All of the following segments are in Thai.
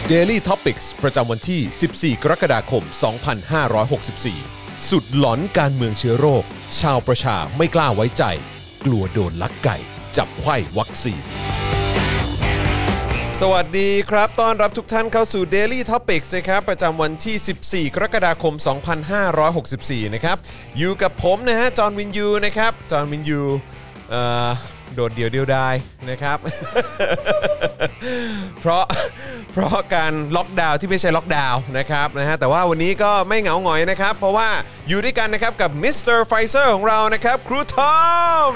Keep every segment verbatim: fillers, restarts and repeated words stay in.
Daily Topics ประจำวันที่ สิบสี่ กรกฎาคม สองพันห้าร้อยหกสิบสี่ สุดหลอนการเมืองเชื้อโรคชาวประชาไม่กล้าไว้ใจกลัวโดนลักไก่จับไขว้วัคซีนสวัสดีครับต้อนรับทุกท่านเข้าสู่ Daily Topics นะครับประจำวันที่ สิบสี่ กรกฎาคม สองพันห้าร้อยหกสิบสี่ นะครับอยู่กับผมนะฮะจอห์นวินยูนะครับจอห์นวินยูเอ่อโดดเดี่ยวเดียวดายนะครับ เพราะเพราะการล็อกดาวน์ที่ไม่ใช่ล็อกดาวน์นะครับนะฮะแต่ว่าวันนี้ก็ไม่เหงาหงอยนะครับเพราะว่าอยู่ด้วยกันนะครับกับมิสเตอร์ไฟเซอร์ของเรานะครับครูทอม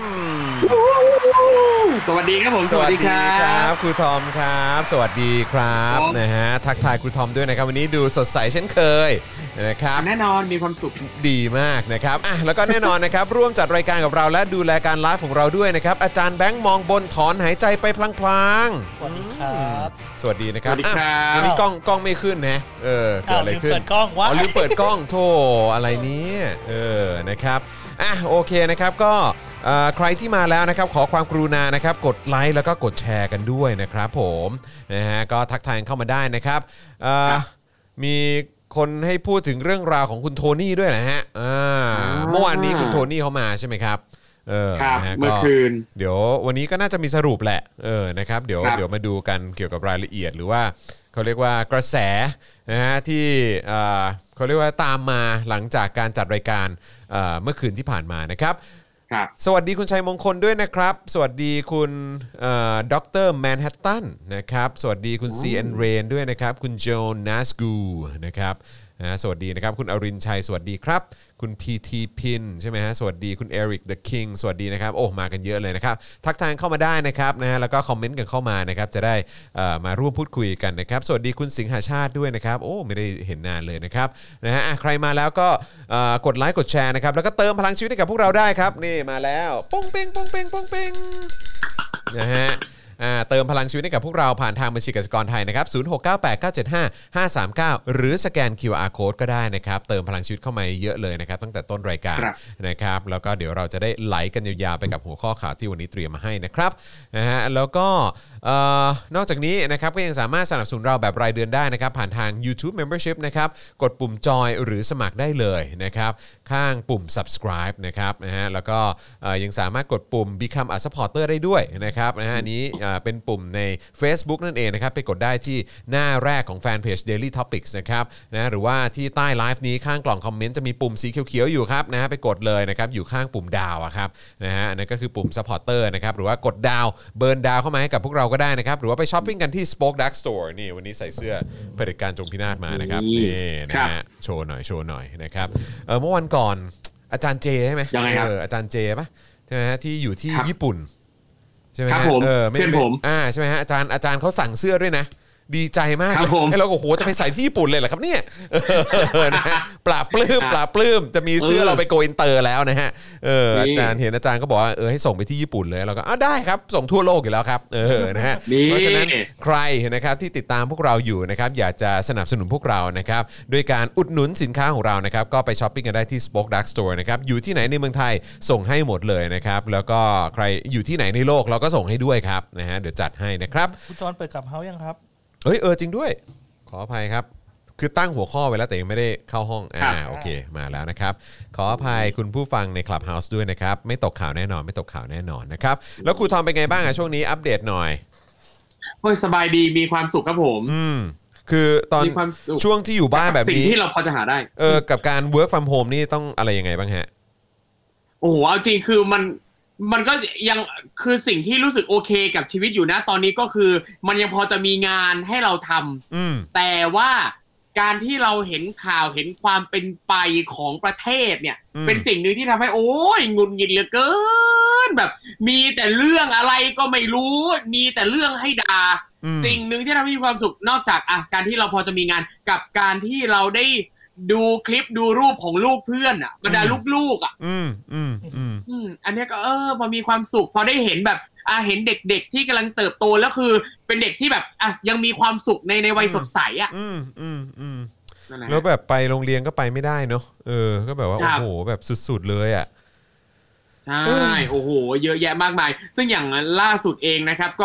สวัสดีครับผมสวัสดีครับครูทอมครับสวัสดีครับนะฮะทักทายครูทอมด้วยนะครับวันนี้ดูสดใสเช่นเคยนะครับแน่นอนมีความสุขดีมากนะครับอ่ะแล้วก็แน่นอนนะครับร่วมจัดรายการกับเราและดูแลการไลฟ์ของเราด้วยนะครับอาจารย์แบงค์มองบนถอนหายใจไปพลางๆสวัสดีครับสวัสดีนะครับวันนี้กล้องกล้องไม่ขึ้นนะเออเกิดอะไรขึ้นลืมเปิดกล้องวะอ๋อลืมเปิดกล้องโธ่อะไรนี้เออนะครับอ่ะโอเคนะครับก็ใครที่มาแล้วนะครับขอความกรุณานะครับกดไลค์แล้วก็กดแชร์กันด้วยนะครับผมนะฮะก็ทักทายเข้ามาได้นะครับมีคนให้พูดถึงเรื่องราวของคุณโทนี่ด้วยนะฮะเมื่อวานนี้คุณโทนี่เขามาใช่ไหมครับเออเมื่อคืนเดี๋ยววันนี้ก็น่าจะมีสรุปแหละเออนะครับเดี๋ยวเดี๋ยวมาดูกันเกี่ยวกับรายละเอียดหรือว่าเขาเรียกว่ากระแสนะฮะที่เขาเรียกว่าตามมาหลังจากการจัดรายการเมื่อคืนที่ผ่านมานะครับสวัสดีคุณชัยมงคลด้วยนะครับสวัสดีคุณด็อกเตอร์แมนฮัตตันนะครับสวัสดีคุณ ซี เอ็น เรน ด้วยนะครับคุณโจนาสกูนะครับนะสวัสดีนะครับคุณอรินชัยสวัสดีครับคุณ พี ที พินใช่ไหมฮะสวัสดีคุณเอริกเดอะคิงสวัสดีนะครับโอ้มากันเยอะเลยนะครับทักทายเข้ามาได้นะครับนะฮะแล้วก็คอมเมนต์กันเข้ามานะครับจะได้มาร่วมพูดคุยกันนะครับสวัสดีคุณสิงหาชาติด้วยนะครับโอ้ไม่ได้เห็นนานเลยนะครับนะฮะใครมาแล้วก็กดไลค์กดแชร์นะครับแล้วก็เติมพลังชีวิตให้กับพวกเราได้ครับนี่มาแล้วป้งเป้งป้งเป้งป้งเป้งนะฮะเติมพลังชีวิตให้กับพวกเราผ่านทางบัญชีกสิกรไทยนะครับศูนย์ หก เก้า แปด เก้า เจ็ด ห้า ห้า สาม เก้าหรือสแกน คิว อาร์ Code ก็ได้นะครับเติมพลังชีวิตเข้ามาเยอะเลยนะครับตั้งแต่ต้นรายการนะครับแล้วก็เดี๋ยวเราจะได้ไหลกันยาวๆไปกับหัวข้อข่าวที่วันนี้เตรียมมาให้นะครับนะฮะแล้วก็นอกจากนี้นะครับก็ยังสามารถสนับสนุนเราแบบรายเดือนได้นะครับผ่านทาง YouTube Membership นะครับกดปุ่มจอยหรือสมัครได้เลยนะครับข้างปุ่ม Subscribe นะครับนะฮะแล้วก็ยังสามารถกดปุ่ม Become a Supporter ได้ด้วยนะครับนะฮะอันนี้เป็นปุ่มใน Facebook นั่นเองนะครับไปกดได้ที่หน้าแรกของแฟนเพจ Daily Topics นะครับนะหรือว่าที่ใต้ไลฟ์นี้ข้างกล่องคอมเมนต์จะมีปุ่มสีเขียวๆอยู่ครับนะฮะไปกดเลยนะครับอยู่ข้างปุ่มดาวครับนะฮะนั่นก็คือปุ่ม Supporter นะครับหรือว่ากดดาวเบิร์นดาวเข้ามาให้กับพวกเราก็ได้นะครับหรือว่าไปช้อปปิ้งกันที่ Spoke Dark Store นี่วันนี้ใส่เสื้อเผด็จการจงพินาศมานะครับนี่นะฮะโชว์หน่อยโชว์หน่อยนะครับเออเมื่อวันก่อนอาจารย์เจใช่ไหมยังไงครับเอออาจารย์เจป่ะใช่ไหมฮะที่อยู่ที่ญี่ปุ่นใช่ไหมครับผมเออเพื่อนผมอ่าใช่ไหมฮะอาจารย์อาจารย์เขาสั่งเสื้อด้วยนะดีใจมากเลยให้เราโอ้โหจะไปใส่ที่ญี่ปุ่นเลยเหรอครับเนี่ยนะฮะปราบปลื้มปราบปลื้มจะมีเสื้อเราไปโกอินเตอร์แล้วนะฮะเอออาจารย์เห็นอาจารย์ก็บอกว่าเออให้ส่งไปที่ญี่ปุ่นเลยเราก็อ่ะได้ครับส่งทั่วโลกอยู่แล้วครับเออนะฮะเพราะฉะนั้นใครนะครับที่ติดตามพวกเราอยู่นะครับอยากจะสนับสนุนพวกเรานะครับด้วยการอุดหนุนสินค้าของเรานะครับก็ไปช้อปปิ้งกันได้ที่ Spoke Dark Store นะครับอยู่ที่ไหนในเมืองไทยส่งให้หมดเลยนะครับแล้วก็ใครอยู่ที่ไหนในโลกเราก็ส่งให้ด้วยครับนะฮะเดี๋ยวจัดให้นะครับคุณจอนเปิดกับเฮายังครับเอ้ยเออจริงด้วยขออภัยครับคือตั้งหัวข้อไว้แล้วแต่ยังไม่ได้เข้าห้องอ่าโอเคมาแล้วนะครับขออภัยคุณผู้ฟังใน Clubhouse ด้วยนะครับไม่ตกข่าวแน่นอนไม่ตกข่าวแน่นอนนะครับแล้วครูทอมเป็นไงบ้างอ่ะช่วงนี้อัปเดตหน่อยโอ้ยสบายดีมีความสุขครับผมอืมคือตอนช่วงที่อยู่บ้านแบบนี้สิ่งที่เราพอจะหาได้เออกับการ work from home นี่ต้องอะไรยังไงบ้างฮะโอ้โหเอาจริงคือมันมันก็ยังคือสิ่งที่รู้สึกโอเคกับชีวิตอยู่นะตอนนี้ก็คือมันยังพอจะมีงานให้เราทำแต่ว่าการที่เราเห็นข่าวเห็นความเป็นไปของประเทศเนี่ยเป็นสิ่งหนึ่งที่ทำให้โอ้ยหงุดหงิดเหลือเกินแบบมีแต่เรื่องอะไรก็ไม่รู้มีแต่เรื่องให้ด่าสิ่งหนึ่งที่ทำให้มีความสุขนอกจากอ่ะการที่เราพอจะมีงานกับการที่เราได้ดูคลิปดูรูปของลูกเพื่อนอ่ะบรรดาลูกๆอ่ะอืมอืมอืมอืมอันนี้ก็เออพอมีความสุขพอได้เห็นแบบอ่ะเห็นเด็กๆที่กำลังเติบโตแล้วคือเป็นเด็กที่แบบอ่ะยังมีความสุขในในวัยสดใสอ่ะอืมอืมอืมแล้วแบบไปโรงเรียนก็ไปไม่ได้เนาะเออก็แบบว่าโอ้โหแบบสุดๆเลยอ่ะใช่โอ้โหเยอะแยะมากมายซึ่งอย่างล่าสุดเองนะครับก็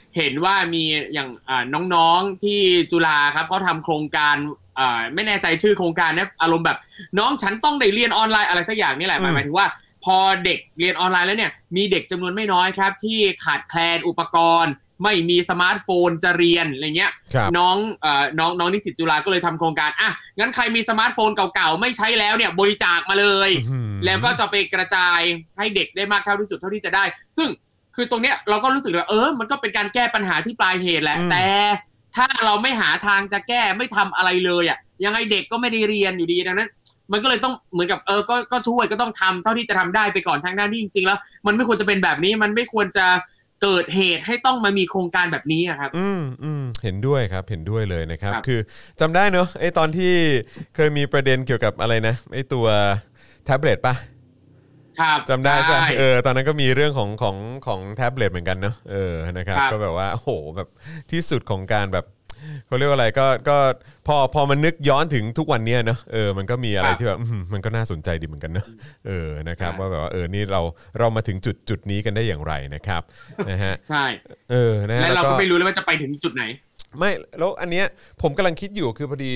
เห็นว่ามีอย่างน้องๆที่จุฬาครับเขาทำโครงการไม่แน่ใจชื่อโครงการนะอารมณ์แบบน้องฉันต้องได้เรียนออนไลน์อะไรสักอย่างนี่แหละหมายถึงว่าพอเด็กเรียนออนไลน์แล้วเนี่ยมีเด็กจำนวนไม่น้อยครับที่ขาดแคลนอุปกรณ์ไม่มีสมาร์ทโฟนจะเรียนอะไรเงี้ยน้องเอ่อน้องน้องนิสิตจุฬาก็เลยทำโครงการอ่ะงั้นใครมีสมาร์ทโฟนเก่าๆไม่ใช้แล้วเนี่ยบริจาคมาเลยแล้วก็จะไปกระจายให้เด็กได้มากเท่าที่สุดเท่าที่จะได้ซึ่งคือตรงเนี้ยเราก็รู้สึกว่าเออมันก็เป็นการแก้ปัญหาที่ปลายเหตุแหละแต่ถ้าเราไม่หาทางจะแก้ไม่ทำอะไรเลยอ่ะยังไงเด็กก็ไม่ได้เรียนอยู่ดีดังนั้นมันก็เลยต้องเหมือนกับเออก็ก็ช่วยก็ต้องทำเท่าที่จะทำได้ไปก่อนทางด้านที่จริงๆแล้วมันไม่ควรจะเป็นแบบนี้มันไม่ควรจะเกิดเหตุให้ต้องมามีโครงการแบบนี้ครับอืมอืมเห็นด้วยครับเห็นด้วยเลยนะครับคือจำได้เนอะไอ้ตอนที่เคยมีประเด็นเกี่ยวกับอะไรนะไอ้ตัวแท็บเล็ตป่ะครับจำได้ใช่เออตอนนั้นก็มีเรื่องของของของแท็บเล็ตเหมือนกันเนอะเออนะครับก็แบบว่าโอ้โหแบบที่สุดของการแบบเขาเรียกว่าอะไรก็ก็พอพอมันนึกย้อนถึงทุกวันนี้เนอะเออมันก็มีอะไรที่แบบมันก็น่าสนใจดีเหมือนกันเนอะเออนะครับว่าแบบว่าเออนี่เราเรามาถึงจุดจุดนี้กันได้อย่างไรนะครับนะฮะใช่เออนะแล้วเราก็ไม่รู้เลยว่าจะไปถึงจุดไหนไม่แล้วอันเนี้ยผมกำลังคิดอยู่คือพอดี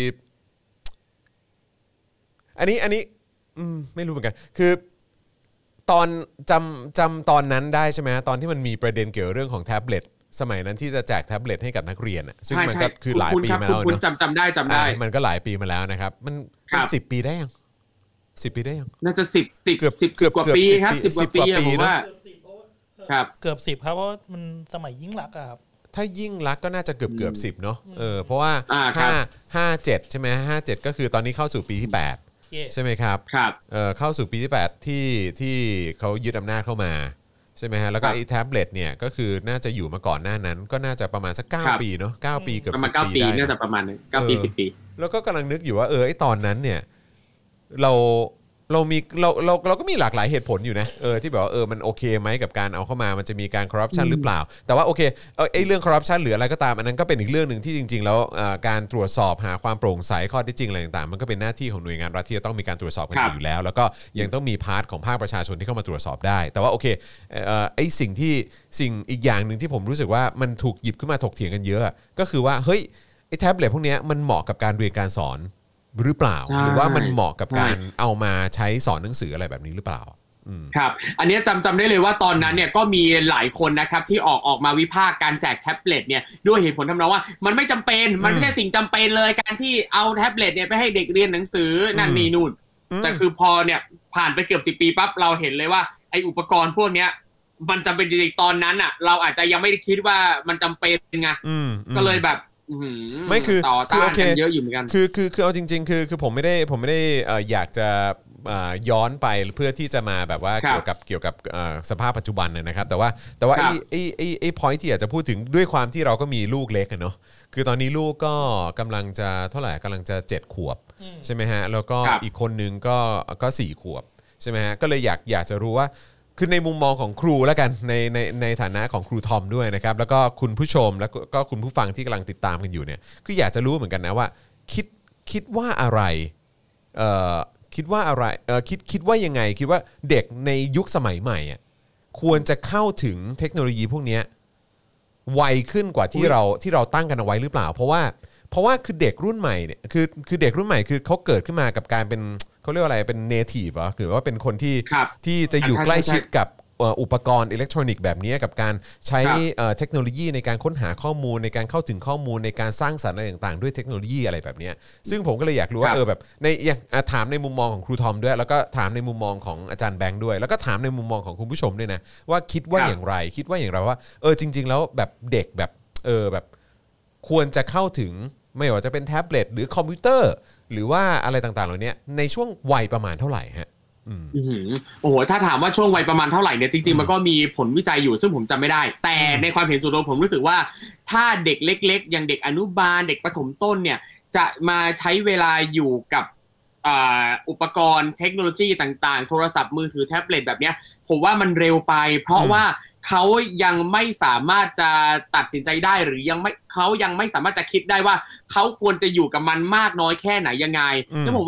อันนี้อันนี้อืมไม่รู้เหมือนกันคือตอนจำจำตอนนั้นได้ใช่ไหมตอนที่มันมีประเด็นเกี่ยวเรื่องของแท็บเล็ตสมัยนั้นที่จะแจกแท็บเล็ตให้กับนักเรียนอ่ะซึ่งมันก็คือหลายปีมาแล้วเนอะจำจำได้จำได้มันก็หลายปีมาแล้วนะครับมันสิบปีได้ยังสิบปีได้ยังน่าจะสิบสิบเกือบสิบสิบกว่าปีครับสิบกว่าปีผมว่าครับเกือบสิบครับเพราะมันสมัยยิ่งลักษณ์ครับถ้ายิ่งลักษณ์ก็น่าจะเกือบเกือบสิบเนาะเออเพราะว่าห้าห้าเจ็ดใช่ไหมห้าเจ็ดก็คือตอนนี้เข้าสู่ปีที่แปดใช่ไหมครับครับเออเข้าสู่ปีที่แปดที่ที่เขายึดอำนาจเข้ามาใช่ไหมฮะแล้วก็ไอ้แท็บเล็ตเนี่ยก็คือน่าจะอยู่มาก่อนหน้านั้นก็น่าจะประมาณสักเก้าปีเนาะเก้าปีเกือบสิบปีได้น่าจะประมาณเก้าปีสิบปีแล้วก็กำลังนึกอยู่ว่าเออไอ้ตอนนั้นเนี่ยเราเรามีเราเราเราก็มีหลากหลายเหตุผลอยู่นะเออที่แบบว่าเออมันโอเคไหมกับการเอาเข้ามามันจะมีการคอร์รัปชันหรือเปล่าแต่ว่าโอเคเออไอ้เรื่องคอร์รัปชันหรืออะไรก็ตามอันนั้นก็เป็นอีกเรื่องนึงที่จริงๆแล้วการตรวจสอบหาความโปร่งใสข้อเท็จจริงอะไรต่างๆมันก็เป็นหน้าที่ของหน่วยงานรัฐที่จะต้องมีการตรวจสอบกันอยู่แล้วแล้วก็ยังต้องมีพาร์ทของภาคประชาชนที่เข้ามาตรวจสอบได้แต่ว่าโอเคเอ่อไอ้สิ่งที่สิ่งอีกอย่างนึงที่ผมรู้สึกว่ามันถูกหยิบขึ้นมาถกเถียงกันเยอะก็คือว่าเฮ้ยไอ้แท็บเล็ตพวกนี้มันเหมาะกับการเรียนการสอนหรือเปล่าหรือว่ามันเหมาะกับการเอามาใช้สอนหนังสืออะไรแบบนี้หรือเปล่าครับอันนี้จำจำได้เลยว่าตอนนั้นเนี่ยก็มีหลายคนนะครับที่ออกออกมาวิพากษ์การแจกแท็บเล็ตเนี่ยด้วยเหตุผลทำนองว่ามันไม่จำเป็นมันไม่ใช่สิ่งจำเป็นเลยการที่เอาแท็บเล็ตเนี่ยไปให้เด็กเรียนหนังสือนั่นนี่นู่นแต่คือพอเนี่ยผ่านไปเกือบสิบปีปั๊บเราเห็นเลยว่าไออุปกรณ์พวกเนี้ยมันจำเป็นจริงๆตอนนั้นอ่ะเราอาจจะยังไม่ได้คิดว่ามันจำเป็นไงก็เลยแบบไม่คือต่อต้านกันเยอะอยู่เหมือนกันคือคือคือเอาจริงๆคือคือผมไม่ได้ผมไม่ได้อยากจะย้อนไปเพื่อที่จะมาแบบว่าเกี่ยวกับเกี่ยวกับสภาพปัจจุบันนะครับแต่ว่าแต่ว่าไอ้ไอ้ไอ้ไอ้ point ที่อยากจะพูดถึงด้วยความที่เราก็มีลูกเล็กเนาะคือตอนนี้ลูกก็กำลังจะเท่าไหร่กำลังจะเจ็ดขวบใช่ไหมฮะแล้วก็อีกคนนึงก็ก็สี่ขวบใช่ไหมฮะก็เลยอยากอยากจะรู้ว่าคือในมุมมองของครูแล้วกันในในในฐานะของครูทอมด้วยนะครับแล้วก็คุณผู้ชมแล้วก็คุณผู้ฟังที่กำลังติดตามกันอยู่เนี่ยคืออยากจะรู้เหมือนกันนะว่าคิดคิดว่าอะไรเอ่อคิดว่าอะไรเอ่อคิดคิดว่ายังไงคิดว่าเด็กในยุคสมัยใหม่อ่ะควรจะเข้าถึงเทคโนโลยีพวกนี้ไวขึ้นกว่าที่เราที่เราตั้งกันเอาไว้หรือเปล่าเพราะว่าเพราะว่าคือเด็กรุ่นใหม่เนี่ยคือคือเด็กรุ่นใหม่คือเขาเกิดขึ้นมากับการเป็นเขาเรียกว่าอะไรเป็น native เหรอคือว่าเป็นคนที่ที่จะอยู่ใกล้ชิดกับอุปกรณ์อิเล็กทรอนิกส์แบบนี้กับการใช้เทคโนโลยีในการค้นหาข้อมูลในการเข้าถึงข้อมูลในการสร้างสรรค์อะไรต่างๆด้วยเทคโนโลยีอะไรแบบนี้ซึ่งผมก็เลยอยากรู้ว่าเออแบบในอย่างถามในมุมมองของครูทอมด้วยแล้วก็ถามในมุมมองของอาจารย์แบงค์ด้วยแล้วก็ถามในมุมมองของคุณผู้ชมด้วยนะว่าคิดว่าอย่างไรคิดว่าอย่างไรว่าเออจริงๆแล้วแบบเด็กแบบเออแบบควรจะเข้าถึงไม่ว่าจะเป็นแท็บเล็ตหรือคอมพิวเตอร์หรือว่าอะไรต่างๆเหล่านี้ในช่วงวัยประมาณเท่าไหร่ฮะโอ้โหถ้าถามว่าช่วงวัยประมาณเท่าไหร่เนี่ยจริงๆมันก็มีผลวิจัยอยู่ซึ่งผมจำไม่ได้แต่ในความเห็นส่วนตัวผมรู้สึกว่าถ้าเด็กเล็กๆอย่างเด็กอนุบาลเด็กประถมต้นเนี่ยจะมาใช้เวลาอยู่กับอุปกรณ์เทคโนโลยีต่างๆโทรศัพท์มือถือแท็บเล็ตแบบนี้ผมว่ามันเร็วไปเพราะว่าเขายังไม่สามารถจะตัดสินใจได้หรือยังไม่เขายังไม่สามารถจะคิดได้ว่าเขาควรจะอยู่กับมันมากน้อยแค่ไหนยังไงแล้วผมว่า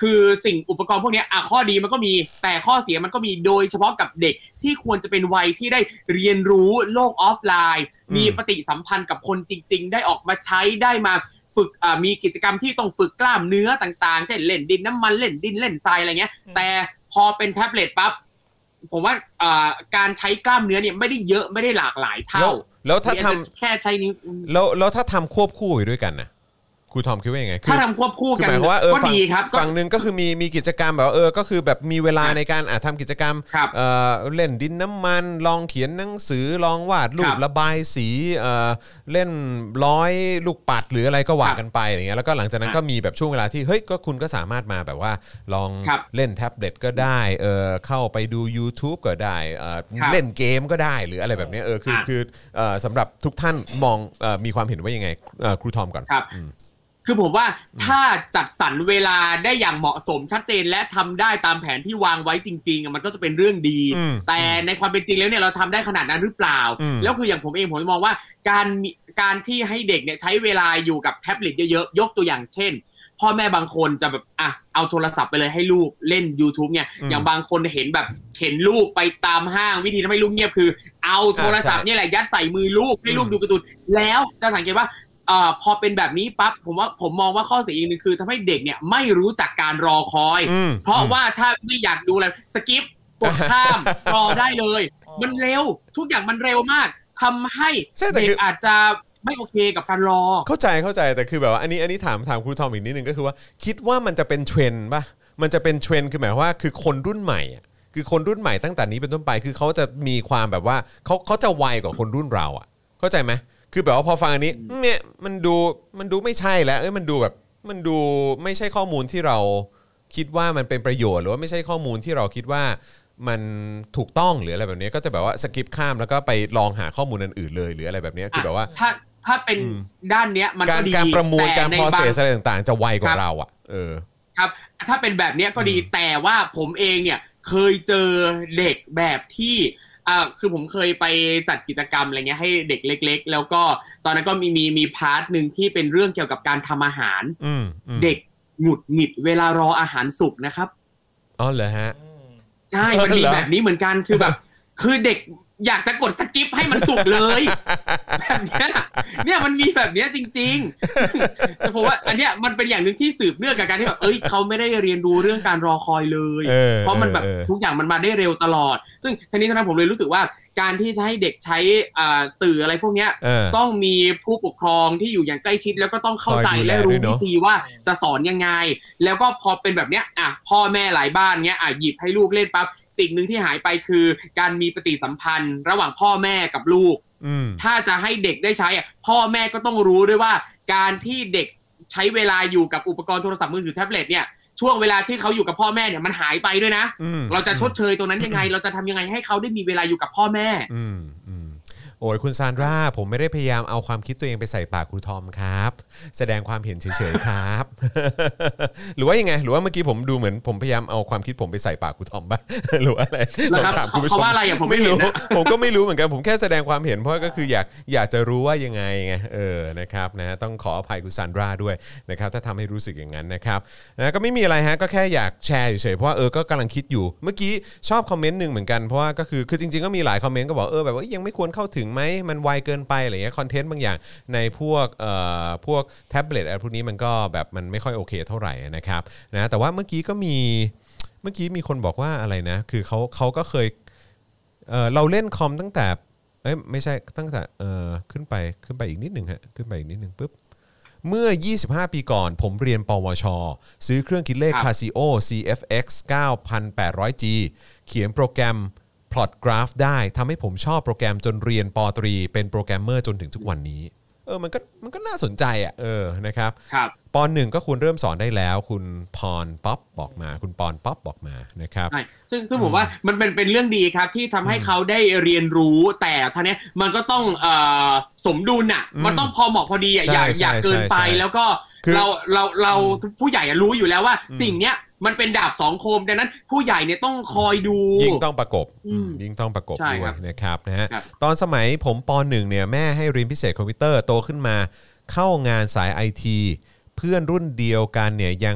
คือสิ่งอุปกรณ์พวกนี้อ่ะข้อดีมันก็มีแต่ข้อเสียมันก็มีโดยเฉพาะกับเด็กที่ควรจะเป็นวัยที่ได้เรียนรู้โลกออฟไลน์มีปฏิสัมพันธ์กับคนจริงๆได้ออกมาใช้ได้มาฝึกมีกิจกรรมที่ต้องฝึกกล้ามเนื้อต่างๆเช่นเล่นดินน้ำมันเล่นดินเล่นทรายอะไรเงี้ยแต่พอเป็นแท็บเล็ตปั๊บผมว่าการใช้กล้ามเนื้อเนี่ยไม่ได้เยอะไม่ได้หลากหลายเท่าแล้วถ้าทำแค่ใช้นิ้วแล้วแล้วถ้าทำควบคู่ไปด้วยกันนะครูทอมคิดว่ายังไงถ้าทำควบคู่กันก็ดีครับฝั่งหนึ่งก็คือมีมีกิจกรรมแบบเออก็คือแบบมีเวลาในการอ่ะทำกิจกรรมเอ่อเล่นดินน้ำมันลองเขียนหนังสือลองวาดรูประบายสีเอ่อเล่นร้อยลูกปัดหรืออะไรก็ว่ากันไปอย่างเงี้ยแล้วก็หลังจากนั้นก็มีแบบช่วงเวลาที่เฮ้ยก็คุณก็สามารถมาแบบว่าลองเล่นแท็บเล็ตก็ได้เออเข้าไปดู YouTube ก็ได้เออเล่นเกมก็ได้หรืออะไรแบบนี้เออคือคือเอ่อสำหรับทุกท่านมองเอ่อมีความเห็นว่ายังไงเอ่อครูทอมก่อนคือผมว่าถ้าจัดสรรเวลาได้อย่างเหมาะสมชัดเจนและทำได้ตามแผนที่วางไว้จริงๆมันก็จะเป็นเรื่องดีแต่ในความเป็นจริงแล้วเนี่ยเราทำได้ขนาดนั้นหรือเปล่าแล้วคืออย่างผมเองผมมองว่าการการที่ให้เด็กเนี่ยใช้เวลาอยู่กับแท็บเล็ตเยอะๆยกตัวอย่างเช่นพ่อแม่บางคนจะแบบอ่ะเอาโทรศัพท์ไปเลยให้ลูกเล่น YouTube เนี่ยอย่างบางคนเห็นแบบเข็นลูกไปตามห้างวิธีทำให้ลูกเงียบคือเอาโทรศัพท์นี่แหละยัดใส่มือลูกให้ลูกดูการ์ตูนแล้วจะสังเกตว่าอ่าพอเป็นแบบนี้ปั๊บผมว่าผมมองว่าข้อเสียอีกนึงคือทำให้เด็กเนี่ยไม่รู้จักการรอคอยเพราะว่าถ้าไม่อยากดูอะไรสกิปกดข้ามรอได้เลยมันเร็วทุกอย่างมันเร็วมากทำให้เด็กอาจจะไม่โอเคกับการรอเข้าใจเข้าใจแต่คือแบบว่าอันนี้อันนี้ถามถามครูทอมอีกนิดนึงก็คือว่าคิดว่ามันจะเป็นเทรนด์ป่ะมันจะเป็นเทรนด์คือหมายว่าคือคนรุ่นใหม่คือคนรุ่นใหม่ตั้งแต่นี้เป็นต้นไปคือเขาจะมีความแบบว่าเขาเขาจะไวกว่าคนรุ่นเราอ่ะเข้าใจไหมคือแบบว่าพอฟังอันนี้เนี่ยมันดูมันดูไม่ใช่แล้วเอ้ยมันดูแบบมันดูไม่ใช่ข้อมูลที่เราคิดว่ามันเป็นประโยชน์หรือว่าไม่ใช่ข้อมูลที่เราคิดว่ามันถูกต้องหรืออะไรแบบนี้ก็จะแบบว่าสกิปข้ามแล้วก็ไปลองหาข้อมูลอื่นๆเลยหรืออะไรแบบนี้คือแบบว่าถ้าถ้าเป็นด้านเนี้ยมันก็ดีการประมวลการ process อะไรต่างๆจะไวกว่าเราอ่ะเออครับถ้าเป็นแบบนี้ก็ดีแต่ว่าผมเองเนี่ยเคยเจอเด็กแบบที่อ่าคือผมเคยไปจัดกิจกรรมอะไรเงี้ยให้เด็กเล็กๆแล้วก็ตอนนั้นก็มีมีมีพาร์ทนึงที่เป็นเรื่องเกี่ยวกับการทำอาหารเด็กหงุดหงิดเวลารออาหารสุกนะครับอ๋อเหรอฮะใช่มันมีแบบนี้เหมือนกันคือแบบคือเด็กอยากจะกดสกิปให้มันสุกเลยแบบเนี้ยเนี่ยมันมีแบบเนี้ยจริงๆแต่ผมว่าอันเนี้ยมันเป็นอย่างนึงที่สืบเนื่องกับการที่แบบเอ้ยเขาไม่ได้เรียนรู้เรื่องการรอคอยเลยเพราะมันแบบทุกอย่างมันมาได้เร็วตลอดซึ่งทีนี้ท่านผมเลยรู้สึกว่าการที่จะให้เด็กใช้อ่าสื่ออะไรพวกเนี้ยต้องมีผู้ปกครองที่อยู่อย่างใกล้ชิดแล้วก็ต้องเข้าใจและรู้วิธีว่าจะสอนยังไงแล้วก็พอเป็นแบบเนี้ยอ่ะพ่อแม่หลายบ้านเนี้ยอ่ะหยิบให้ลูกเล่นปั๊บสิ่งนึงที่หายไปคือการมีปฏิสัมพันธ์ระหว่างพ่อแม่กับลูกถ้าจะให้เด็กได้ใช้อ่ะพ่อแม่ก็ต้องรู้ด้วยว่าการที่เด็กใช้เวลาอยู่กับอุปกรณ์โทรศัพท์มือถือแท็บเล็ตเนี่ยช่วงเวลาที่เขาอยู่กับพ่อแม่เนี่ยมันหายไปด้วยนะเราจะชดเชยตรงนั้นยังไงเราจะทำยังไงให้เขาได้มีเวลาอยู่กับพ่อแม่โอ้ยคุณซานดราผมไม่ได้พยายามเอาความคิดตัวเองไปใส่ปากครูทอมครับแสดงความเห็นเฉยๆครับ หรือว่ายังไงหรือว่าเมื่อกี้ผมดูเหมือนผมพยายามเอาความคิดผมไปใส่ปากครูทอมป่ะหรือว่าอะไรเราถามคุณผู้ชมเขาว่าอะไรอ่ะผมไม่รู้ผมก็ไม่รู้เหมือนกันผมแค่แสดงความเห็นเพราะก็คืออยากอยากจะรู้ว่ายังไงไงเออนะครับนะต้องขออภัยคุณซานดราด้วยนะครับถ้าทำให้รู้สึกอย่างนั้นนะครับนะก็ไม่มีอะไรฮะก็แค่อยากแชร์เฉยๆเพราะว่าเออก็กำลังคิดอยู่เมื่อกี้ชอบคอมเมนต์นึงเหมือนกันเพราะว่าก็คือคือจริงๆก็มีหลายคอมเมนต์ก็บอกเออแบบว่ายังไม่ควรเข้าถึงไหมมันไวเกินไปอะไรเงี้ยคอนเทนต์บางอย่างในพวกเอ่อพวกแท็บเล็ตอะไรพวกนี้มันก็แบบมันไม่ค่อยโอเคเท่าไหร่นะครับนะแต่ว่าเมื่อกี้ก็มีเมื่อกี้มีคนบอกว่าอะไรนะคือเขาเขาก็เคยเออเราเล่นคอมตั้งแต่เอ้ยไม่ใช่ตั้งแต่เออขึ้นไปขึ้นไปอีกนิดนึงฮะขึ้นไปอีกนิดนึงปุ๊บเมื่อยี่สิบห้าปีก่อนผมเรียนปวชซื้อเครื่องคิดเลข Casio ซี เอฟ เอ็กซ์ เก้าพันแปดร้อยจี เขียนโปรแกรมพล็อตกราฟได้ทำให้ผมชอบโปรแกรมจนเรียนป.ตรีเป็นโปรแกรมเมอร์จนถึงทุกวันนี้เออมันก็มันก็น่าสนใจอ่ะเออนะครับป.หนึ่งก็ควรเริ่มสอนได้แล้วคุณพรป๊อปบอกมาคุณปอนป๊อปบอกมานะครับใช่ซึ่งซึ่งผมว่ามันเป็นเป็นเรื่องดีครับที่ทำให้เขาได้เรียนรู้แต่ท่านี้มันก็ต้องเอ่อสมดุลอ่ะมันต้องพอเหมาะพอดีอ่ะอย่าอย่าเกินไปแล้วก็เราเราเราผู้ใหญ่รู้อยู่แล้วว่าสิ่งเนี้ยมันเป็นดาบสองคมดังนั้นผู้ใหญ่เนี่ยต้องคอยดูยิ่งต้องประกบยิ่งต้องประกบด้วยนะครับนะฮะตอนสมัยผมป.หนึ่งเนี่ยแม่ให้เรียนพิเศษคอมพิวเตอร์โตขึ้นมาเข้างานสาย ไอ ที เพื่อนรุ่นเดียวกันเนี่ยยัง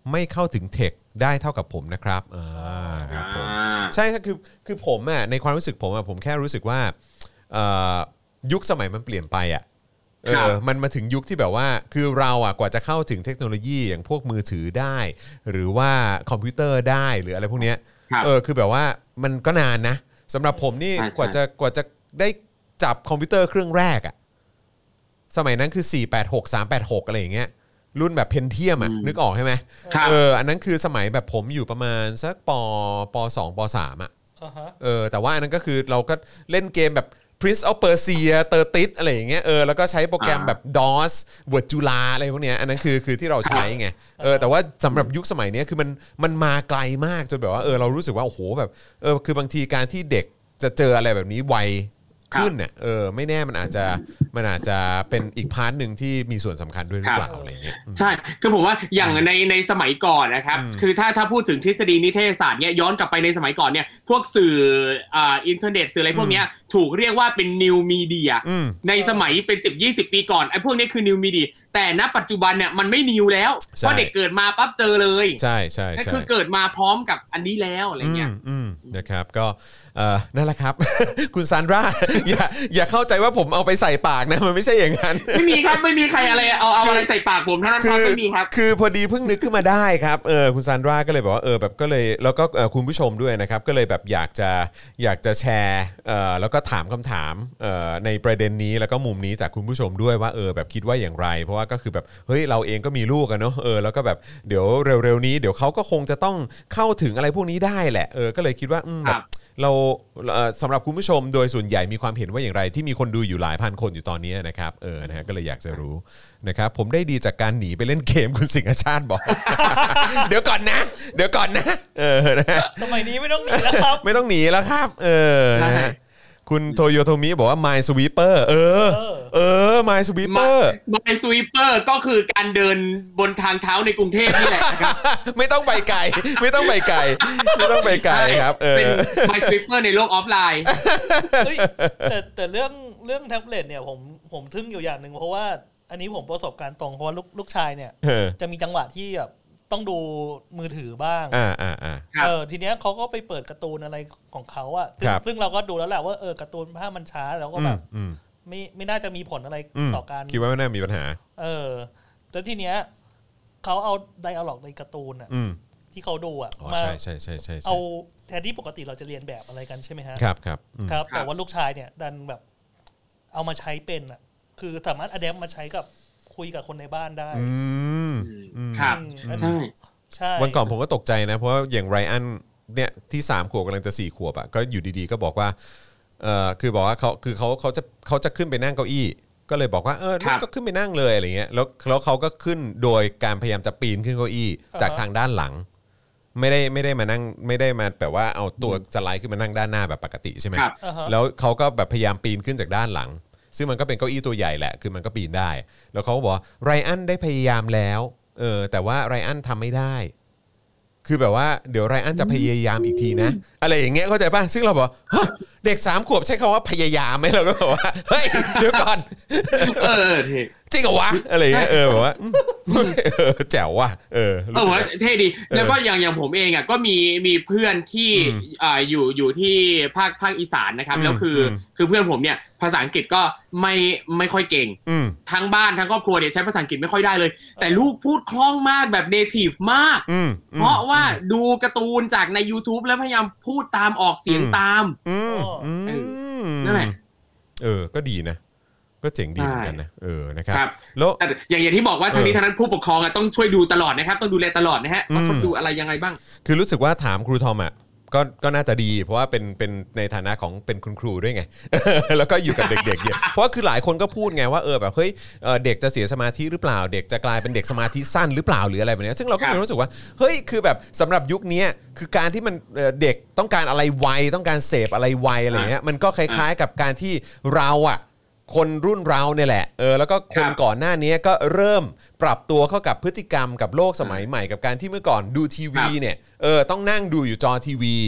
ไม่เข้าถึงเทคได้เท่ากับผมนะครับอ่าครับผมใช่ครับคือคือผมอ่ะในความรู้สึกผมอ่ะผมแค่รู้สึกว่ายุคสมัยมันเปลี่ยนไปอ่ะเออมันมาถึงยุคที่แบบว่าคือเราอ่ะกว่าจะเข้าถึงเทคโนโลยีอย่างพวกมือถือได้หรือว่าคอมพิวเตอร์ได้หรืออะไรพวกเนี้ยเออคือแบบว่ามันก็นานนะสำหรับผมนี่กว่าจะกว่าจะได้จับคอมพิวเตอร์เครื่องแรกอ่ะสมัยนั้นคือสี่แปดหก สามแปดหกอะไรอย่างเงี้ยรุ่นแบบเพนเทียมอ่ะนึกออกใช่ไหมเอออันนั้นคือสมัยแบบผมอยู่ประมาณสักปปสองปสามอ่ะเออแต่ว่าอันนั้นก็คือเราก็เล่นเกมแบบ Prince of Persia เตอร์ติสอะไรอย่างเงี้ยเออแล้วก็ใช้โปรแกรมแบบ ดอส Word จุฬาอะไรพวกเนี้ยอันนั้นคือคือที่เราใช้ไงเออแต่ว่าสำหรับยุคสมัยนี้คือมันมันมาไกลมากจนแบบว่าเออเรารู้สึกว่าโอ้โหแบบเออคือบางทีการที่เด็กจะเจออะไรแบบนี้ไวขึ้นเนี่ยเออไม่แน่มันอาจจะมันอาจจะเป็นอีกพาร์ทนึงที่มีส่วนสำคัญด้วยหรือเปล่าอะไรเงี้ยใช่คือผมว่าอย่างในในสมัยก่อนนะครับคือถ้าถ้าพูดถึงทฤษฎีนิเทศศาสตร์เนี่ยย้อนกลับไปในสมัยก่อนเนี่ยพวกสื่ออ่าอินเทอร์เน็ตสื่ออะไรพวกเนี้ยถูกเรียกว่าเป็นนิวมีเดียในสมัยเป็นสิบ ยี่สิบปีก่อนไอ้พวกนี้คือนิวมีเดียแต่ณปัจจุบันเนี่ยมันไม่นิวแล้วเพราะเด็กเกิดมาปั๊บเจอเลยใช่ใช่ใช่คือเกิดมาพร้อมกับอันนี้แล้วอะไรเงี้ยนะครับก็เออนั่นแหละครับ คุณซานดราอย่าอย่าเข้าใจว่าผมเอาไปใส่ปากนะมันไม่ใช่อย่างนั้นไม่มีครับไม่มีใครอะไรเอาเอาอะไรใส่ปากผมเท่านั้นครับไม่มีครับคือพอดีเพิ่งนึกขึ้นมาได้ครับเออคุณซานดราก็เลยบอกว่าเออแบบก็เลยแล้วก็คุณผู้ชมด้วยนะครับก็เลยแบบอยากจะอยากจะแชร์เอ่อแล้วก็ถามคำถามเอ่อในประเด็นนี้แล้วก็มุมนี้จากคุณผู้ชมด้วยว่าเออแบบคิดว่าอย่างไรเพราะว่าก็คือแบบเฮ้ยเราเองก็มีลูกอะเนาะเออแล้วก็แบบเดี๋ยวเร็วๆนี้เดี๋ยวเขาก็คงจะต้องเข้าถึงอะไรพวกนี้ได้แหละเออก็เลยคิดว่าแบบเราสำหรับคุณผู้ชมโดยส่วนใหญ่มีความเห็นว่าอย่างไรที่มีคนดูอยู่หลายพันคนอยู่ตอนนี้นะครับเออนะฮะก็เลยอยากจะรู้นะครับผมได้ดีจากการหนีไปเล่นเกมคุณสิงห์ชาติบอก เดี๋ยวก่อนนะเดี๋ยวก่อนนะเออนะสมัยนี้ไม่ต้องหนีแล้วครับไม่ต้องหนีแล้วครับเออนะฮะคุณโทโยโทมิบอกว่า My Sweeper เออเออ My Sweeper My Sweeper ก็คือการเดินบนทางเท้าในกรุงเทพนี่แหละนะครับไม่ต้องไปไกลไม่ต้องไปไกลไม่ต้องไปไกลครับเออเป็น My Sweeper ในโลกออฟไลน์แต่แต่เรื่องเรื่องแท็บเล็ตเนี่ยผมผมทึ่งอยู่อย่างนึงเพราะว่าอันนี้ผมประสบการณ์ตรงเพราะว่าลูกลูกชายเนี่ยจะมีจังหวะที่แบบต้องดูมือถือบ้างอ่าอ่าอ่าเออทีเนี้ยเขาก็ไปเปิดการ์ตูนอะไรของเขาอ่ะซึ่งเราก็ดูแล้วแหละว่าเออการ์ตูนภาพมันช้าแล้วก็แบบไม่ไม่น่าจะมีผลอะไรต่อการคิดว่าไม่น่ามีปัญหาเออแล้วทีเนี้ยเขาเอาไดอะล็อกในการ์ตูนอ่ะที่เขาดูอ่ะมาใช่ใช่ใช่ใช่เอาแทนที่ปกติเราจะเรียนแบบอะไรกันใช่ไหมฮะครับครับครับแต่ว่าลูกชายเนี่ยดันแบบเอามาใช้เป็นอ่ะคือสามารถอะแดปมาใช้กับคุยกับคนในบ้านได้ครับใช่ใช่วันก่อนผมก็ตกใจนะเพราะว่าอย่างไรอันเนี่ยที่สามขวบกำลังจะสี่ขวบอ่ะก็อยู่ดีๆก็บอกว่าเอ่อคือบอกว่าเขาคือเขาเขาจะเขาจะขึ้นไปนั่งเก้าอี้ก็เลยบอกว่าเออก็ขึ้นไปนั่งเลยอะไรเงี้ยแล้วแล้วเขาก็ขึ้นโดยการพยายามจะปีนขึ้นเก้าอี้จากทางด้านหลังไม่ได้ไม่ได้มานั่งไม่ได้มาแบบว่าเอาตัวสไลด์ขึ้นมานั่งด้านหน้าแบบปกติใช่ไหมแล้วเขาก็แบบพยายามปีนขึ้นจากด้านหลังซึ่งมันก็เป็นเก้าอี้ตัวใหญ่แหละคือมันก็ปีนได้แล้วเขาก็บอกไรอันได้พยายามแล้วเออแต่ว่าไรอันทำไม่ได้คือแบบว่าเดี๋ยวไรอันจะพยายามอีกทีนะอะไรอย่างเงี้ยเข้าใจป่ะซึ่งเราบอกเด็กสามขวบใช้คำว่าพยายามไหมเราก็บอกว่าเฮ้ยเดี๋ยวก่อนเออจริงเหรอวะอะไรอย่างเงี้ยเออแบบว่าแจ๋วว่ะเออเออเท่ดีแล้วก็อย่างอย่างผมเองอ่ะก็มีมีเพื่อนที่อ่าอยู่อยู่ที่ภาคภาคอีสานนะครับแล้วคือคือเพื่อนผมเนี่ยภาษาอังกฤษก็ไม่ไม่ค่อยเก่งทั้งบ้านทั้งครอบครัวเนี่ยใช้ภาษาอังกฤษไม่ค่อยได้เลยแต่ลูกพูดคล่องมากแบบเนทีฟมากเพราะว่าดูการ์ตูนจากใน YouTube แล้วพยายามพูดตามออกเสียงตามนั่นแหละเออก็ดีนะก็เจ๋งดีเหมือนกันนะเออนะครับแล้วอย่างอย่างที่บอกว่าทางนี้ทางนั้นผู้ปกครองต้องช่วยดูตลอดนะครับต้องดูแลตลอดนะฮะว่าเขาดูอะไรยังไงบ้างคือรู้สึกว่าถามครูทอมอ่ะก็ก็น่าจะดีเพราะว่าเป็นเป็นในฐานะของเป็นคุณครูด้วยไง แล้วก็อยู่กับเด็กๆเยอะเพราะว่าคือหลายคนก็พูดไงว่าเออแบบเฮ้ยเด็กจะเสียสมาธิหรือเปล่าเด็กจะกลายเป็นเด็กสมาธิสั้นหรือเปล่าหรืออะไรแบบนี้ซึ่งเราก็มีรู้สึกว่าเฮ้ยคือแบบสำหรับยุคนี้คือการที่มันเด็กต้องการอะไรไวต้องการเสพอะไรไวอะไรเงี้ยมันก็คล้ายๆกับการที่เราอ่ะคนรุ่นเราเนี่ยแหละเออแล้วก็คนก่อนหน้านี้ก็เริ่มปรับตัวเข้ากับพฤติกรรมกับโลกสมัยใหม่กับการที่เมื่อก่อนดูทีวีเนี่ยเออต้องนั่งดูอยู่จอทีวี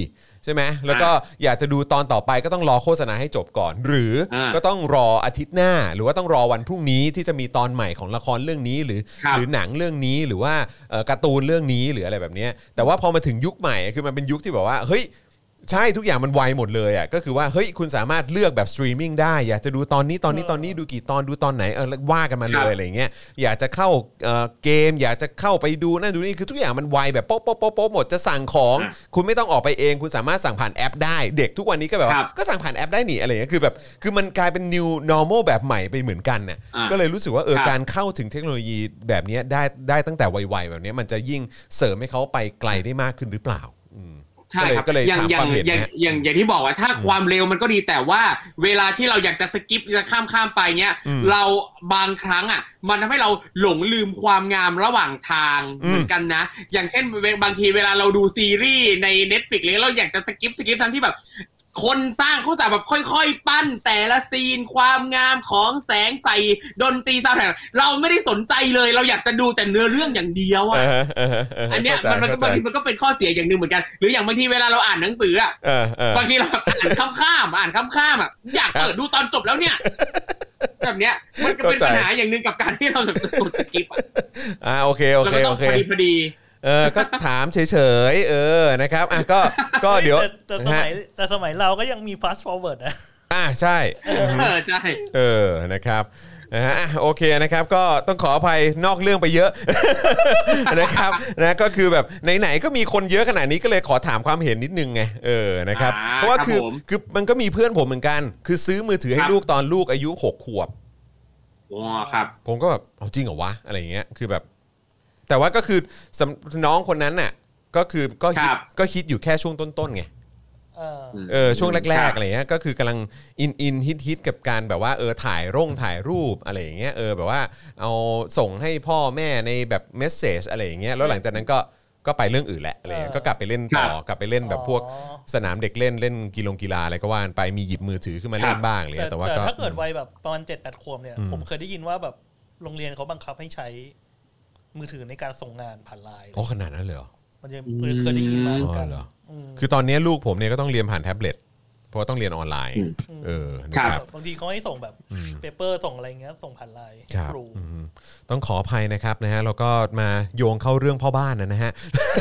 ใช่ไหมแล้วก็อยากจะดูตอนต่อไปก็ต้องรอโฆษณาให้จบก่อน หรือก็ต้องรออาทิตย์หน้าหรือว่าต้องรอวันพรุ่งนี้ที่จะมีตอนใหม่ของละครเรื่องนี้หรือหรือหนังเรื่องนี้หรือว่าการ์ตูนเรื่องนี้หรืออะไรแบบนี้แต่ว่าพอมาถึงยุคใหม่คือมันเป็นยุคที่แบบว่าเฮ้ยใช่ทุกอย่างมันไวหมดเลยอ่ะก็คือว่าเฮ้ยคุณสามารถเลือกแบบสตรีมมิ่งได้อยากจะดูตอนนี้ตอนนี้ตอนนี้ดูกี่ตอนดูตอนไหนเออว่ากันมาเลยอะไรเงี้ยอยากจะเข้าเอ่อเกมอยากจะเข้าไปดูนั่นดูนี่คือทุกอย่างมันไวแบบโป๊ะโป๊ะโป๊ะโป๊ะหมดจะสั่งของคุณไม่ต้องออกไปเองคุณสามารถสั่งผ่านแอปได้เด็กทุกวันนี้ก็แบบว่าก็สั่งผ่านแอปได้หนิอะไรเงี้ยคือแบบคือมันกลายเป็น new normal แบบใหม่ไปเหมือนกันน่ะก็เลยรู้สึกว่าเออการเข้าถึงเทคโนโลยีแบบนี้ได้ได้ตั้งแต่วัยๆแบบนี้มันจะยิ่งเสริมให้เขาไปไกลได้มากขึ้นหรือเปล่าใช่ครับอย่างอย่างอย่างอย่างอย่างที่บอกว่าถ้าความเร็วมันก็ดีแต่ว่าเวลาที่เราอยากจะสกิปจะข้ามข้ามไปเนี้ยเราบางครั้งอ่ะมันทำให้เราหลงลืมความงามระหว่างทางเหมือนกันนะอย่างเช่นบางทีเวลาเราดูซีรีส์ใน Netflix เลยเราอยากจะสกิปสกิปทั้งที่แบบคนสร้างเขาจะแบบค่อยๆปั้นแต่ละซีนความงามของแสงใส่ดนตรีซาวด์แทร็กเราไม่ได้สนใจเลยเราอยากจะดูแต่เนื้อเรื่องอย่างเดียวอ่ะอันเนี้ยมันมันก็บางทีมันก็เป็นข้อเสียอย่างนึงเหมือนกันหรืออย่างบางทีเวลาเราอ่านหนังสืออ่ะบางทีเราอ่านข้ามๆอ่านข้ามๆอ่ะอยากเปิดดูตอนจบแล้วเนี่ยแบบเนี้ยมันก็เป็นปัญหาอย่างนึงกับการที่เราแบบจะกดสกิปอ่าโอเคโอเคโอเคพอดีเออก็ถามเฉยๆเออนะครับอ่ะก็ก็เดี๋ยวแต่สมัยแต่สมัยเราก็ยังมี fast forward นะอ่ะใช่เออใช่เออนะครับนะฮะโอเคนะครับก็ต้องขออภัยนอกเรื่องไปเยอะนะครับนะก็คือแบบไหนๆก็มีคนเยอะขนาดนี้ก็เลยขอถามความเห็นนิดนึงไงเออนะครับเพราะว่าคือคือมันก็มีเพื่อนผมเหมือนกันคือซื้อมือถือให้ลูกตอนลูกอายุหกขวบอ๋อครับผมก็แบบเอาจริงเหรอวะอะไรอย่างเงี้ยคือแบบแต่ว่าก็คือน้องคนนั้นน่ะก็คือก็คิดก็คิดอยู่แค่ช่วงต้นๆไงเออช่วงแรกๆอะไรเงี้ยก็คือกำลังอินอินฮิตฮิตกับการแบบว่าเออถ่ายร่งถ่ายรูปอะไรอย่างเงี้ยเออแบบว่าเอาส่งให้พ่อแม่ในแบบเมสเสจอะไรอย่างเงี้ยแล้วหลังจากนั้นก็ก็ไปเรื่องอื่นแหละอะไรเงี้ยก็กลับไปเล่นต่อกลับไปเล่นแบบพวกสนามเด็กเล่นเล่นกีฬากีฬาอะไรก็ว่าไปมีหยิบมือถือขึ้นมาเล่นบ้างเลยแต่ว่าแต่ถ้าเกิดวัยแบบประมาณ เจ็ดแปด ขวบเนี่ยผมเคยได้ยินว่าแบบโรงเรียนเขาบังคับให้ใช้มือถือในการส่งงานผ่านไลน์อ๋อขนาดนั้นเลยเหรอมันจะเคยได้ยินมาเหมือนกันคือตอนนี้ลูกผมเนี่ยก็ต้องเรียนผ่านแท็บเล็ตเพราะต้องเรียนออนไลน์เออนะครับบางทีเขาให้ส่งแบบเปเปอร์ส่งอะไรเงี้ยส่งผ่านไลน์ครูต้องขออภัยนะครับนะฮะแล้วก็มาโยงเข้าเรื่องพ่อบ้านนะฮะ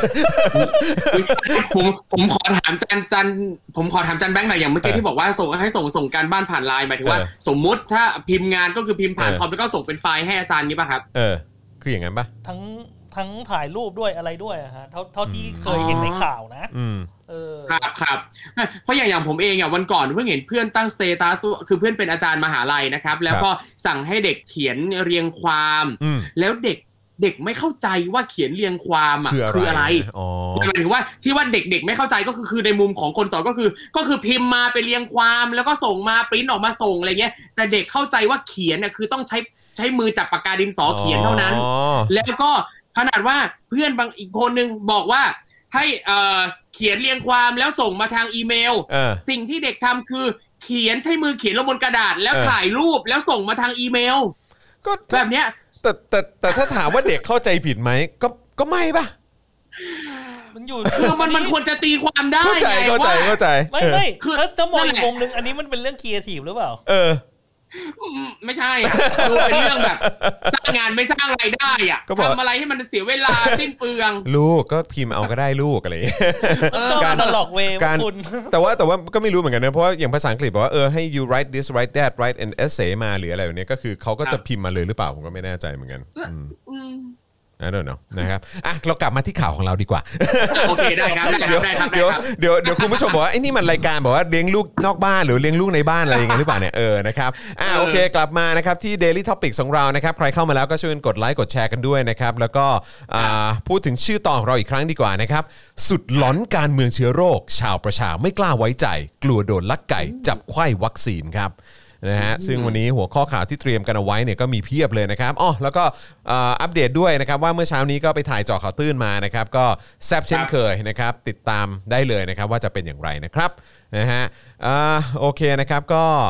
ผมผมขอถามจันจันผมขอถามจันแบงค์หน่อยอย่างเมื่อกี้ที่บอกว่าส่งให้ส่งส่งการบ้านผ่านไลน์หมายถึงว่าสมมุติถ้าพิมพ์งานก็คือพิมพ์ผ่านคอมแล้วก็ส่งเป็นไฟล์ให้อาจารย์นี้ป่ะครับเออคืออย่างนั้นป่ะทั้งทั้งถ่ายรูปด้วยอะไรด้วยอะฮะเท่าเท่าที่เคยเห็นในข่าวนะเออครับครับเพราะอย่างอย่างผมเองอ่ะวันก่อนเพิ่งเห็นเพื่อนตั้งสเตตัสคือเพื่อนเป็นอาจารย์มหาลัยนะครับแล้วก็สั่งให้เด็กเขียนเรียงความแล้วเด็กเด็กไม่เข้าใจว่าเขียนเรียงความอ่ะคืออะไรหมายถึงว่าที่ว่าเด็กๆไม่เข้าใจก็คือคือในมุมของคนสอนก็คือก็คือพิมพ์มาไปเรียงความแล้วก็ส่งมาปริ้นออกมาส่งอะไรเงี้ยแต่เด็กเข้าใจว่าเขียนน่ะคือต้องใช้ใช้มือจับปากกาดินสอเขียนเท่านั้นแล้วก็ขนาดว่าเพื่อนบางอีกคนนึงบอกว่าให้เอ่อเขียนเรียงความแล้วส่งมาทางอีเมลสิ่งที่เด็กทำคือเขียนใช้มือเขียนลงบนกระดาษแล้วถ่ายรูปแล้วส่งมาทางอีเมลก็แบบเนี้ยแต่แต่แต่ถ้าถามว่าเด็กเข้าใจผิดไหมก็ก็ไม่ป่ะมันอยู่คือมันมันควรจะตีความได้เข้าใจเข้าใจเข้าใจไม่ไม่คือถ้ามองอีกมุมนึงอันนี้มันเป็นเรื่องครีเอทีฟหรือเปล่าเออไม่ใช่ดูเป็นเรื่องแบบสร้างงานไม่สร้างรายได้อ่ะทำอะไรให้มันเสียเวลาสิ้นเปลืองลูกก็พิมพ์เอาก็ได้ลูกอะไรการตลกเวการแต่ว่าแต่ว่าก็ไม่รู้เหมือนกันนะเพราะว่าอย่างภาษาอังกฤษบอกว่าเออให้ you write this write that write an essay มาหรืออะไรแบบนี้ก็คือเขาก็จะพิมพ์มาเลยหรือเปล่าผมก็ไม่แน่ใจเหมือนกันI don't know นะครับอ่ะเรากลับมาที่ข่าวของเราดีกว่าโอเคได้ครับเดี๋ยวเดี๋ยวเดี๋ยวเดี๋ยวคุณผู้ชมบอกว่าไอ้นี่มันรายการบอกว่าเลี้ยงลูกนอกบ้านหรือเลี้ยงลูกในบ้านอะไรอย่างเงี้ยหรือเปล่าเนี่ยเออนะครับอ่ะโอเคกลับมานะครับที่ Daily Topics ของเรานะครับใครเข้ามาแล้วก็ช่วยกดไลค์กดแชร์กันด้วยนะครับแล้วก็พูดถึงชื่อตอนของเราอีกครั้งดีกว่านะครับสุดหลอนการเมืองเชื้อโรคชาวประชาไม่กล้าไว้ใจกลัวโดนลักไก่จับไข้วัคซีนครับนะฮะซึ่งวันนี้หัวข้อข่าวที่เตรียมกันเอาไว้เนี่ยก็มีเพียบเลยนะครับอ๋อแล้วก็อัปเดตด้วยนะครับว่าเมื่อเช้านี้ก็ไปถ่ายเจาะข่าวตื้นมานะครับก็แซ่บเช่นเคยนะครับติดตามได้เลยนะครับว่าจะเป็นอย่างไรนะครับนะฮะโอเคนะครับก็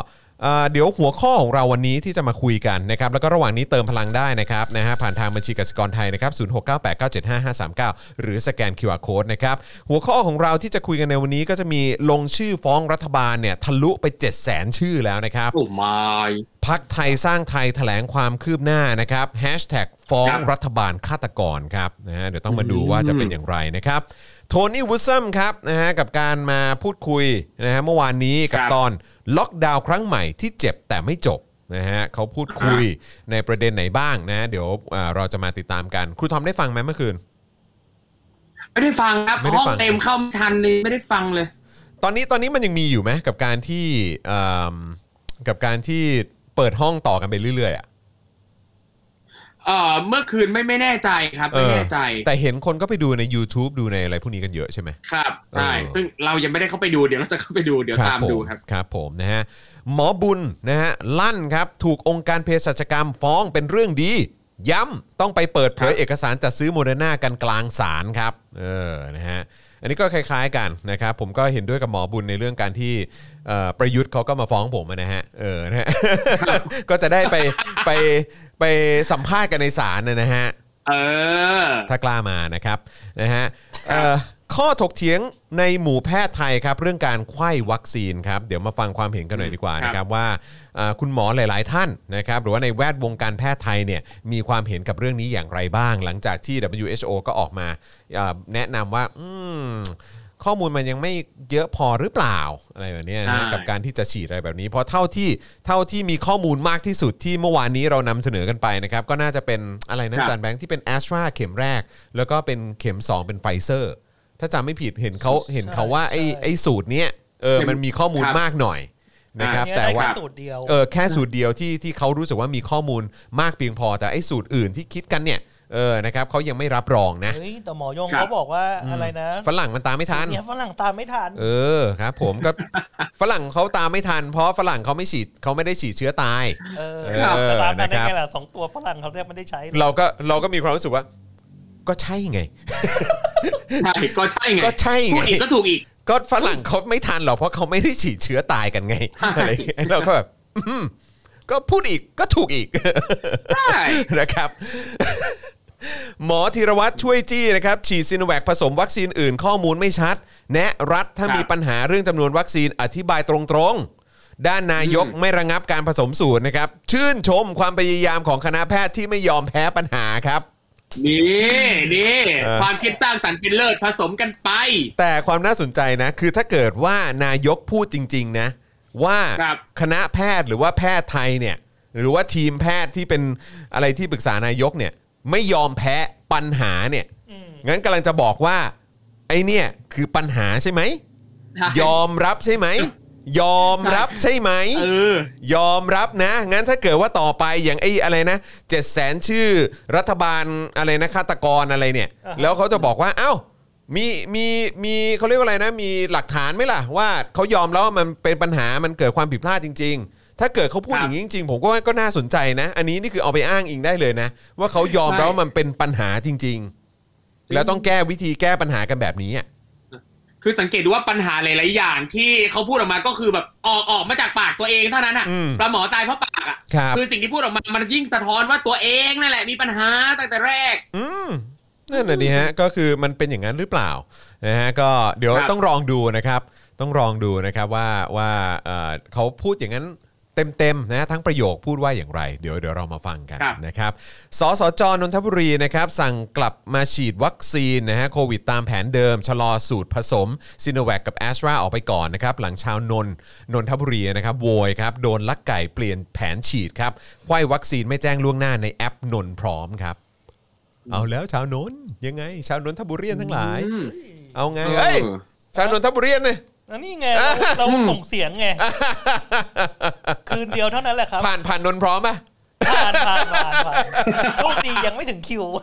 เดี๋ยวหัวข้อของเราวันนี้ที่จะมาคุยกันนะครับแล้วก็ระหว่างนี้เติมพลังได้นะครับนะฮะผ่านทางบัญชีกสิกรไทยนะครับศูนย์หกเก้าแปดเก้าเจ็ดห้าห้าสามเก้าหรือสแกน คิว อาร์ Code นะครับหัวข้อของเราที่จะคุยกันในวันนี้ก็จะมีลงชื่อฟ้องรัฐบาลเนี่ยทะลุไป เจ็ดแสน ชื่อแล้วนะครับโอ้มายพรรคไทยสร้างไทยแถลงความคืบหน้านะครับแฮชแท็กฟ้องรัฐบาลฆาตกรครับนะฮะเดี๋ยวต้องมาดูว่าจะเป็นอย่างไรนะครับโทนี่วูดซัมครับนะฮะกับการมาพูดคุยนะฮะเมื่อวานนี้กับตอนล็อกดาวน์ครั้งใหม่ที่เจ็บแต่ไม่จบนะฮะเขาพูดคุยในประเด็นไหนบ้างนะเดี๋ยวเราจะมาติดตามกันครูทอมได้ฟังไหมเมื่อคืนไม่ได้ฟังครับห้องเต็มเข้าไม่ทันเลยไม่ได้ฟังเลยตอนนี้ตอนนี้มันยังมีอยู่ไหมกับการที่กับการที่เปิดห้องต่อกันไปเรื่อยๆอ่ะเอ่อเมื่อคืนไม่ไม่แน่ใจครับไม่แน่ใจแต่เห็นคนก็ไปดูใน YouTube ดูในอะไรพวกนี้กันเยอะใช่ไหมครับใช่ซึ่งเรายังไม่ได้เข้าไปดูเดี๋ยวเราจะเข้าไปดูเดี๋ยวตามดูครับครับผมนะฮะหมอบุญนะฮะลั่นครับถูกองค์การเภสัชกรรมฟ้องเป็นเรื่องดีย้ำต้องไปเปิดเผยเอกสารจัดซื้อโมเดอร์นากันกลางศาลครับเออนะฮะอันนี้ก็คล้ายๆกันนะครับผมก็เห็นด้วยกับหมอบุญในเรื่องการที่ประยุทธ์เขาก็มาฟ้องผมนะฮะเออนะฮะก็จะได้ไปไปไปสัมภาษณ์กันในศาลนะฮะเออถ้ากล้ามานะครับนะฮะข้อถกเถียงในหมู่แพทย์ไทยครับเรื่องการไข้วัคซีนครับเดี๋ยวมาฟังความเห็นกันหน่อยดีกว่านะครับว่าคุณหมอหลายๆท่านนะครับหรือว่าในแวดวงการแพทย์ไทยเนี่ยมีความเห็นกับเรื่องนี้อย่างไรบ้างหลังจากที่ ดับเบิลยู เอช โอ ก็ออกมาแนะนำว่าข้อมูลมันยังไม่เยอะพอหรือเปล่าอะไรแบบนี้นะกับการที่จะฉีดอะไรแบบนี้เพราะเท่าที่เท่าที่มีข้อมูลมากที่สุดที่เมื่อวานนี้เรานำเสนอกันไปนะครับก็น่าจะเป็นอะไรนะอาจารย์แบงค์ที่เป็น Astra เข็มแรกแล้วก็เป็นเข็มสองเป็นไฟเซอร์ถ้าจำไม่ผิดเห็นเขาเห็นเขาว่าไอ้ไอ้สูตรเนี้ยเออมันมีข้อมูลมากหน่อยนะครับแต่ว่าเออแค่สูตรเดียวที่ที่เขารู้สึกว่ามีข้อมูลมากเพียงพอแต่ไอ้สูตรอื่นที่คิดกันเนี่ยเออนะครับเขายังไม่รับรองนะเฮ้ยแต่หมอยงเขาบอกว่าอะไรนะฝรั่งมันตามไม่ทันเนี่ยฝรั่งตามไม่ทันเออครับผมก็ฝรั่งเขาตามไม่ทันเพราะฝรั่งเขาไม่ฉีดเขาไม่ได้ฉีดเชื้อตายเออแต่ตามได้แค่ละสองตัวฝรั่งเขาแทบไม่ได้ใช้เราก็เราก็มีความรู้สึกว่าก็ใช่ไงใช่ก็ใช่ไงก็ใช่ไงพูดอีกก็ถูกอีกก็ฝรั่งเขาไม่ทันหรอกเพราะเขาไม่ได้ฉีดเชื้อตายกันไงอะไรเราก็แบบก็พูดอีกก็ถูกอีกใช่นะครับหมอธีรวัตรช่วยจี้นะครับฉีดซิโนแวคผสมวัคซีนอื่นข้อมูลไม่ชัดแนะรัฐถ้ามีปัญหาเรื่องจำนวนวัคซีนอธิบายตรงๆด้านนายกไม่ระงับการผสมสูตรนะครับชื่นชมความพยายามของคณะแพทย์ที่ไม่ยอมแพ้ปัญหาครับนี่นี่ความคิดสร้างสรรค์เป็นเลิศผสมกันไปแต่ความน่าสนใจนะคือถ้าเกิดว่านายกพูดจริงๆนะว่าคณะแพทย์หรือว่าแพทย์ไทยเนี่ยหรือว่าทีมแพทย์ที่เป็นอะไรที่ปรึกษานายกเนี่ยไม่ยอมแพ้ปัญหาเนี่ยงั้นกำลังจะบอกว่าไอ้เนี่ยคือปัญหาใช่ไหมยอมรับใช่ไหมยอมรับใช่ไหมเออยอมรับนะงั้นถ้าเกิดว่าต่อไปอย่างไอ้อะไรนะเจ็ดแสนชื่อรัฐบาลอะไรนะฆาตกรอะไรเนี่ยแล้วเขาจะบอกว่าเอ้ามีมีมีเขาเรียกว่าอะไรนะมีหลักฐานไหมล่ะว่าเขายอมแล้วว่ามันเป็นปัญหามันเกิดความผิดพลาดจริงๆถ้าเกิดเขาพูดอย่างนี้จริงๆผมก็ก็น่าสนใจนะอันนี้นี่คือเอาไปอ้างอิงได้เลยนะว่าเขายอมแล้วว่ามันเป็นปัญหาจริงๆแล้วต้องแก้วิธีแก้ปัญหากันแบบนี้คือสังเกตดูว่าปัญหาหลายๆอย่างที่เขาพูดออกมาก็คือแบบออกออกมาจากปากตัวเองเท่านั้นอ่ะปลาหมอตายเพราะปากอ่ะคือสิ่งที่พูดออกมามันยิ่งสะท้อนว่าตัวเองนั่นแหละมีปัญหาตั้งแต่แรกอืมนั่นแหละนี่ฮะก็คือมันเป็นอย่างนั้นหรือเปล่านะฮะก็เดี๋ยวต้องลองดูนะครับต้องลองดูนะครับว่าว่าเขาพูดอย่างนั้นเต็มๆนะทั้งประโยคพูดว่าอย่างไรเดี๋ยวเดี๋ยวเรามาฟังกันนะครับสสจ.นนทบุรีนะครับสั่งกลับมาฉีดวัคซีนนะฮะโควิดตามแผนเดิมชะลอสูตรผสมซิโนแวคกับแอสตราออกไปก่อนนะครับหลังชาวนนนนทบุรีนะครับโวยครับโดนลักไก่เปลี่ยนแผนฉีดครับไข้วัคซีนไม่แจ้งล่วงหน้าในแอปนนพร้อมครับเอาแล้วชาวนนยังไงชาวนนทบุรีทั้งหลายเอาไงเฮ้ยชาวนนทบุรีเนี่ยนี่ไงเราส่งเสียงไงคืนเดียวเท่านั้นแหละครับผ่านผ่านนนพร้อมป่ะผ่านผ่านผ่านผ่านโชคดียังไม่ถึงคิว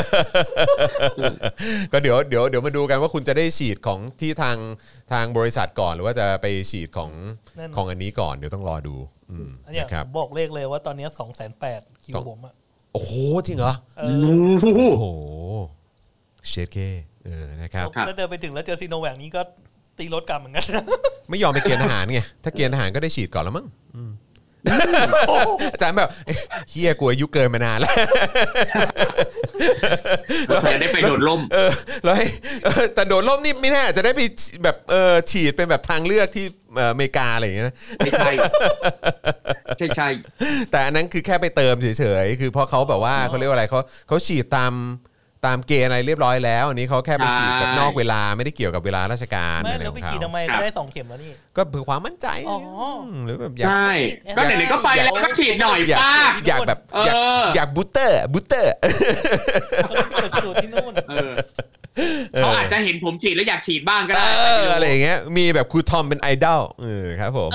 ก็เดี๋ยวเดี๋ยวเดี๋ยวมาดูกันว่าคุณจะได้ฉีดของที่ทางทางบริษัทก่อนหรือว่าจะไปฉีดของของอันนี้ก่อนเดี๋ยวต้องรอดูนะครับบอกเลขเลยว่าตอนนี้ สองแสนแปดพัน คิวผมอ่ะโอ้โหจริงเหรอโอ้โหเชดเก้เออนะครับแล้วเดินไปถึงแล้วเจอซีโนแวคนี้ก็ตีรถกลับเหมือนกันไม่ยอมไปเกณฑ์ทหารไงถ้าเกณฑ์ทหารก็ได้ฉีดก่อนแล้วมั้งอาจารย์แบบเฮียกูอายุเกินมานานแล้วเราจะได้ไปโดดร่มเออแล้วแต่โดดร่มนี่ไม่แน่จะได้ไปแบบเออฉีดเป็นแบบทางเลือกที่อเมริกาอะไรอย่างเงี้ยนะไม่ใช่ใช่ใช่แต่อันนั้นคือแค่ไปเติมเฉยๆคือเพราะเขาแบบว่าเขาเรียกว่าอะไรเขาเขาฉีดตามตามเกณฑ์อะไรเรียบร้อยแล้วอันนี้เขาแค่ไปฉีดกับนอกเวลาไม่ได้เกี่ยวกับเวลาราชการไม่แล้วไปฉีดทำไมก็ได้สองเข็มแล้วนี่ก็เพื่อความมั่นใจหรือแบบอยากใช่ก็ไหนๆก็ไปแล้วก็ฉีดหน่อยป้าอยากแบบอยากอยากบูสเตอร์บูสเตอร์เขาเปิดสูตรที่นู่นเขาอาจจะเห็นผมฉีดแล้วอยากฉีดบ้างก็ได้อะไรอย่างเงี้ยมีแบบครูทอมเป็นไอดอลเออครับผม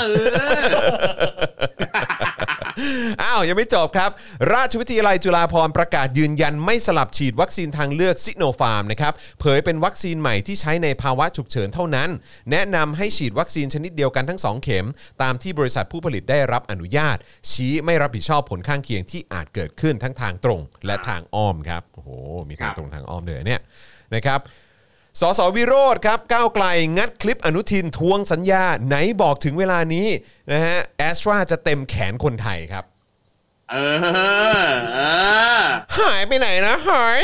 อ้าวยังไม่จบครับราชวิทยาลัยจุฬาภรณ์ประกาศยืนยันไม่สลับฉีดวัคซีนทางเลือกซิโนฟาร์มนะครับเผยเป็นวัคซีนใหม่ที่ใช้ในภาวะฉุกเฉินเท่านั้นแนะนำให้ฉีดวัคซีนชนิดเดียวกันทั้งสองเข็มตามที่บริษัทผู้ผลิตได้รับอนุญาตชี้ไม่รับผิดชอบผลข้างเคียงที่อาจเกิดขึ้นทั้งทางตรงและทางอ้อมครับโอ้โหมีทางตรงทางอ้อมเลยเนี่ยนะครับสสวิโรจน์ครับก้าวไกลงัดคลิปอนุทินทวงสัญญาไหนบอกถึงเวลานี้นะฮะแอสตราจะเต็มแขนคนไทยครับเออเออหายไปไหนนะหาย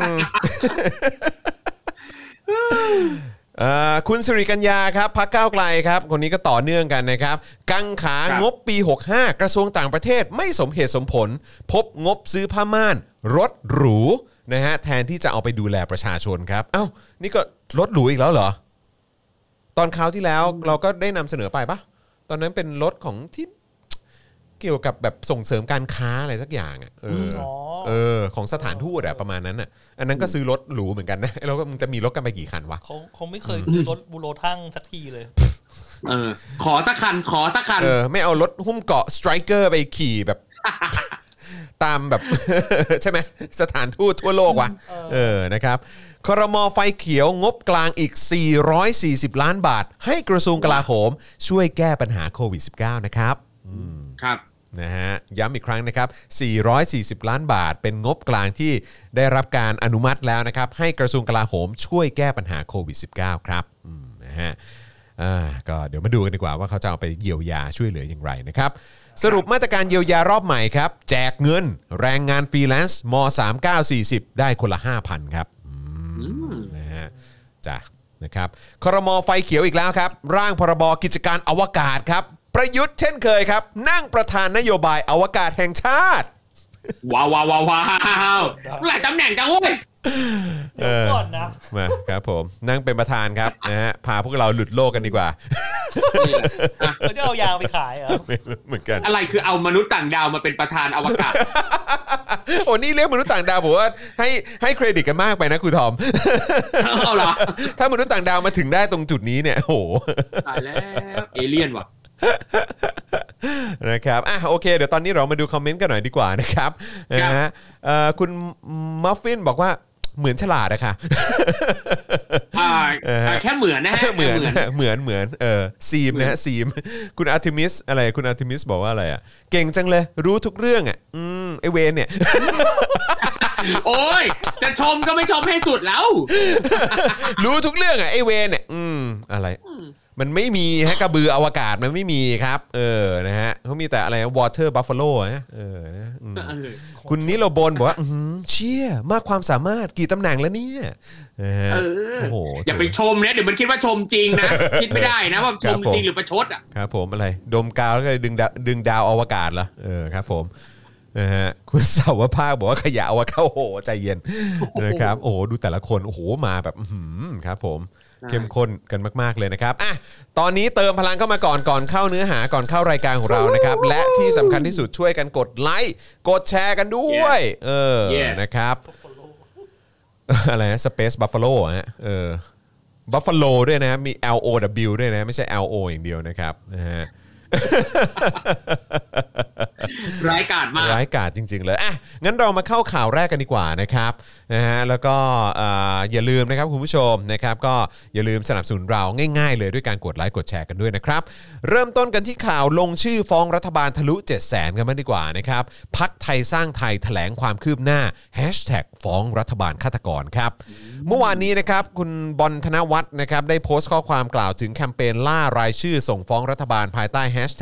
คุณสิริกัญญาครับพรรคก้าวไกลครับคนนี้ก็ต่อเนื่องกันนะครับกังขางบปีหกสิบห้ากระทรวงต่างประเทศไม่สมเหตุสมผลพบงบซื้อผ้าม่านรถหรูนะฮะแทนที่จะเอาไปดูแลประชาชนครับเอ้านี่ก็รถหรูอีกแล้วเหรอตอนคราวที่แล้วเราก็ได้นำเสนอไปปะตอนนั้นเป็นรถของที่เกี่ยวกับแบบส่งเสริมการค้าอะไรสักอย่างอ่ะเออเออของสถานทูตอะประมาณนั้นอ่ะอันนั้นก็ซื้อรถหรูเหมือนกันนะแล้วก็มึงจะมีรถกันไปกี่คันวะเขาเขาไม่เคยซื้อรถบูโรทั่งสักทีเลยเออขอสักคันขอสักคันเออไม่เอารถหุ้มเกาะสไตรเกอร์ไปขี่แบบตามแบบใช่ไหมสถานทูตทั่วโลกวะเออนะครับครม.ไฟเขียวงบกลางอีกสี่ร้อยสี่สิบล้านบาทให้กระทรวงกลาโหมช่วยแก้ปัญหาโควิด สิบเก้า นะครับครับนะฮะย้ำอีกครั้งนะครับสี่ร้อยสี่สิบล้านบาทเป็นงบกลางที่ได้รับการอนุมัติแล้วนะครับให้กระทรวงกลาโหมช่วยแก้ปัญหาโควิด สิบเก้า ครับนะฮะอ่าก็เดี๋ยวมาดูกันดีกว่าว่าเขาจะเอาไปเยียวยาช่วยเหลืออย่างไรนะครับสรุปมาตรการเยียวยารอบใหม่ครับแจกเงินแรงงานฟรีแลนซ์มสาม เก้า สี่สิบได้คนละ ห้าพัน ครับนะฮะจ้ะนะครับครม.ไฟเขียวอีกแล้วครับร่างพรบกิจการอวกาศครับประยุทธ์เช่นเคยครับนั่งประธานนโยบายอวกาศแห่งชาติว้าวว้าวว้าวหลายตำแหน่งจังเว้ยเดี๋ยวก่อนนะมาครับผมนั่งเป็นประธานครับนะฮะพาพวกเราหลุดโลกกันดีกว่าเขาจะเอายางไปขายเหรอเหมือนกันอะไรคือเอามนุษย์ต่างดาวมาเป็นประธานอวกาศโอ้นี่เรียกมนุษย์ต่างดาวผมว่าให้ให้เครดิตกันมากไปนะครูทอมเอาเหรอถ้ามนุษย์ต่างดาวมาถึงได้ตรงจุดนี้เนี่ยโอ้โหตายแล้วเอเลี่ยนว่ะนะครับอ่ะโอเคเดี๋ยวตอนนี้เรามาดูคอมเมนต์กันหน่อยดีกว่านะครับนะฮะคุณมัฟฟินบอกว่าเหมือนฉลาดอะค่ะแค่เหมือนนะฮะเหมือนเหมือนเหมือนเออซีมนะฮะซีมคุณอาร์ทิมิสอะไรคุณอาร์ทิมิสบอกว่าอะไรอ่ะเก่งจังเลยรู้ทุกเรื่องอ่ะอืมไอเวนเนี่ยโอ้ยจะชมก็ไม่ชมให้สุดแล้วรู้ทุกเรื่องอ่ะไอเวนเนี่ยอืมอะไรมันไม่มีฮะกระบืออวกาศมันไม่มีครับเออนะฮะเขามีแต่อะไร water buffalo นะเออนะคุณนิโรบลบอกว่าเชี่ยมากความสามารถกี่ตำแหน่งแล้วเนี่ยโอ้โหอย่าไปชมเนี่ยเดี๋ยวมันคิดว่าชมจริงนะคิดไม่ได้นะว่าชมจริงหรือประชดอ่ะครับผมอะไรดมกาวแล้วก็ดึงดึงดาวอวกาศเหรอเออครับผมนะฮะคุณสาวภาคบอกว่าขยะอวกาศโอ้โหใจเย็นนะครับโอ้โหดูแต่ละคนโอ้โหมาแบบครับผมเข้มข้นกันมากๆเลยนะครับอ่ะตอนนี้เติมพลังเข้ามาก่อนก่อนเข้าเนื้อหาก่อนเข้ารายการของเรานะครับและที่สำคัญที่สุดช่วยกันกดไลค์กดแชร์กันด้วยเออนะครับอะไรนะ Space Buffalo ฮะเออ Buffalo ด้วยนะมี L O W ด้วยนะไม่ใช่ L O อย่างเดียวนะครับนะฮะร้ายกาจมากร้ายกาจจริงๆเลยอ่ะงั้นเรามาเข้าข่าวแรกกันดีกว่านะครับนะฮะแล้วก็อย่าลืมนะครับคุณผู้ชมนะครับก็อย่าลืมสนับสนุนเราง่ายๆเลยด้วยการกดไลค์กดแชร์กันด้วยนะครับเริ่มต้นกันที่ข่าวลงชื่อฟ้องรัฐบาลทะลุ เจ็ดแสน กันบ้างดีกว่านะครับพรรคไทยสร้างไทยแถลงความคืบหน้า แฮชแท็ก ฟ้องรัฐบาลฆาตกรครับเมื่อวานนี้นะครับคุณบอลธนวัฒน์นะครับได้โพสต์ข้อความกล่าวถึงแคมเปญล่ารายชื่อส่งฟ้องรัฐบาลภายใต้ แฮชแท็ก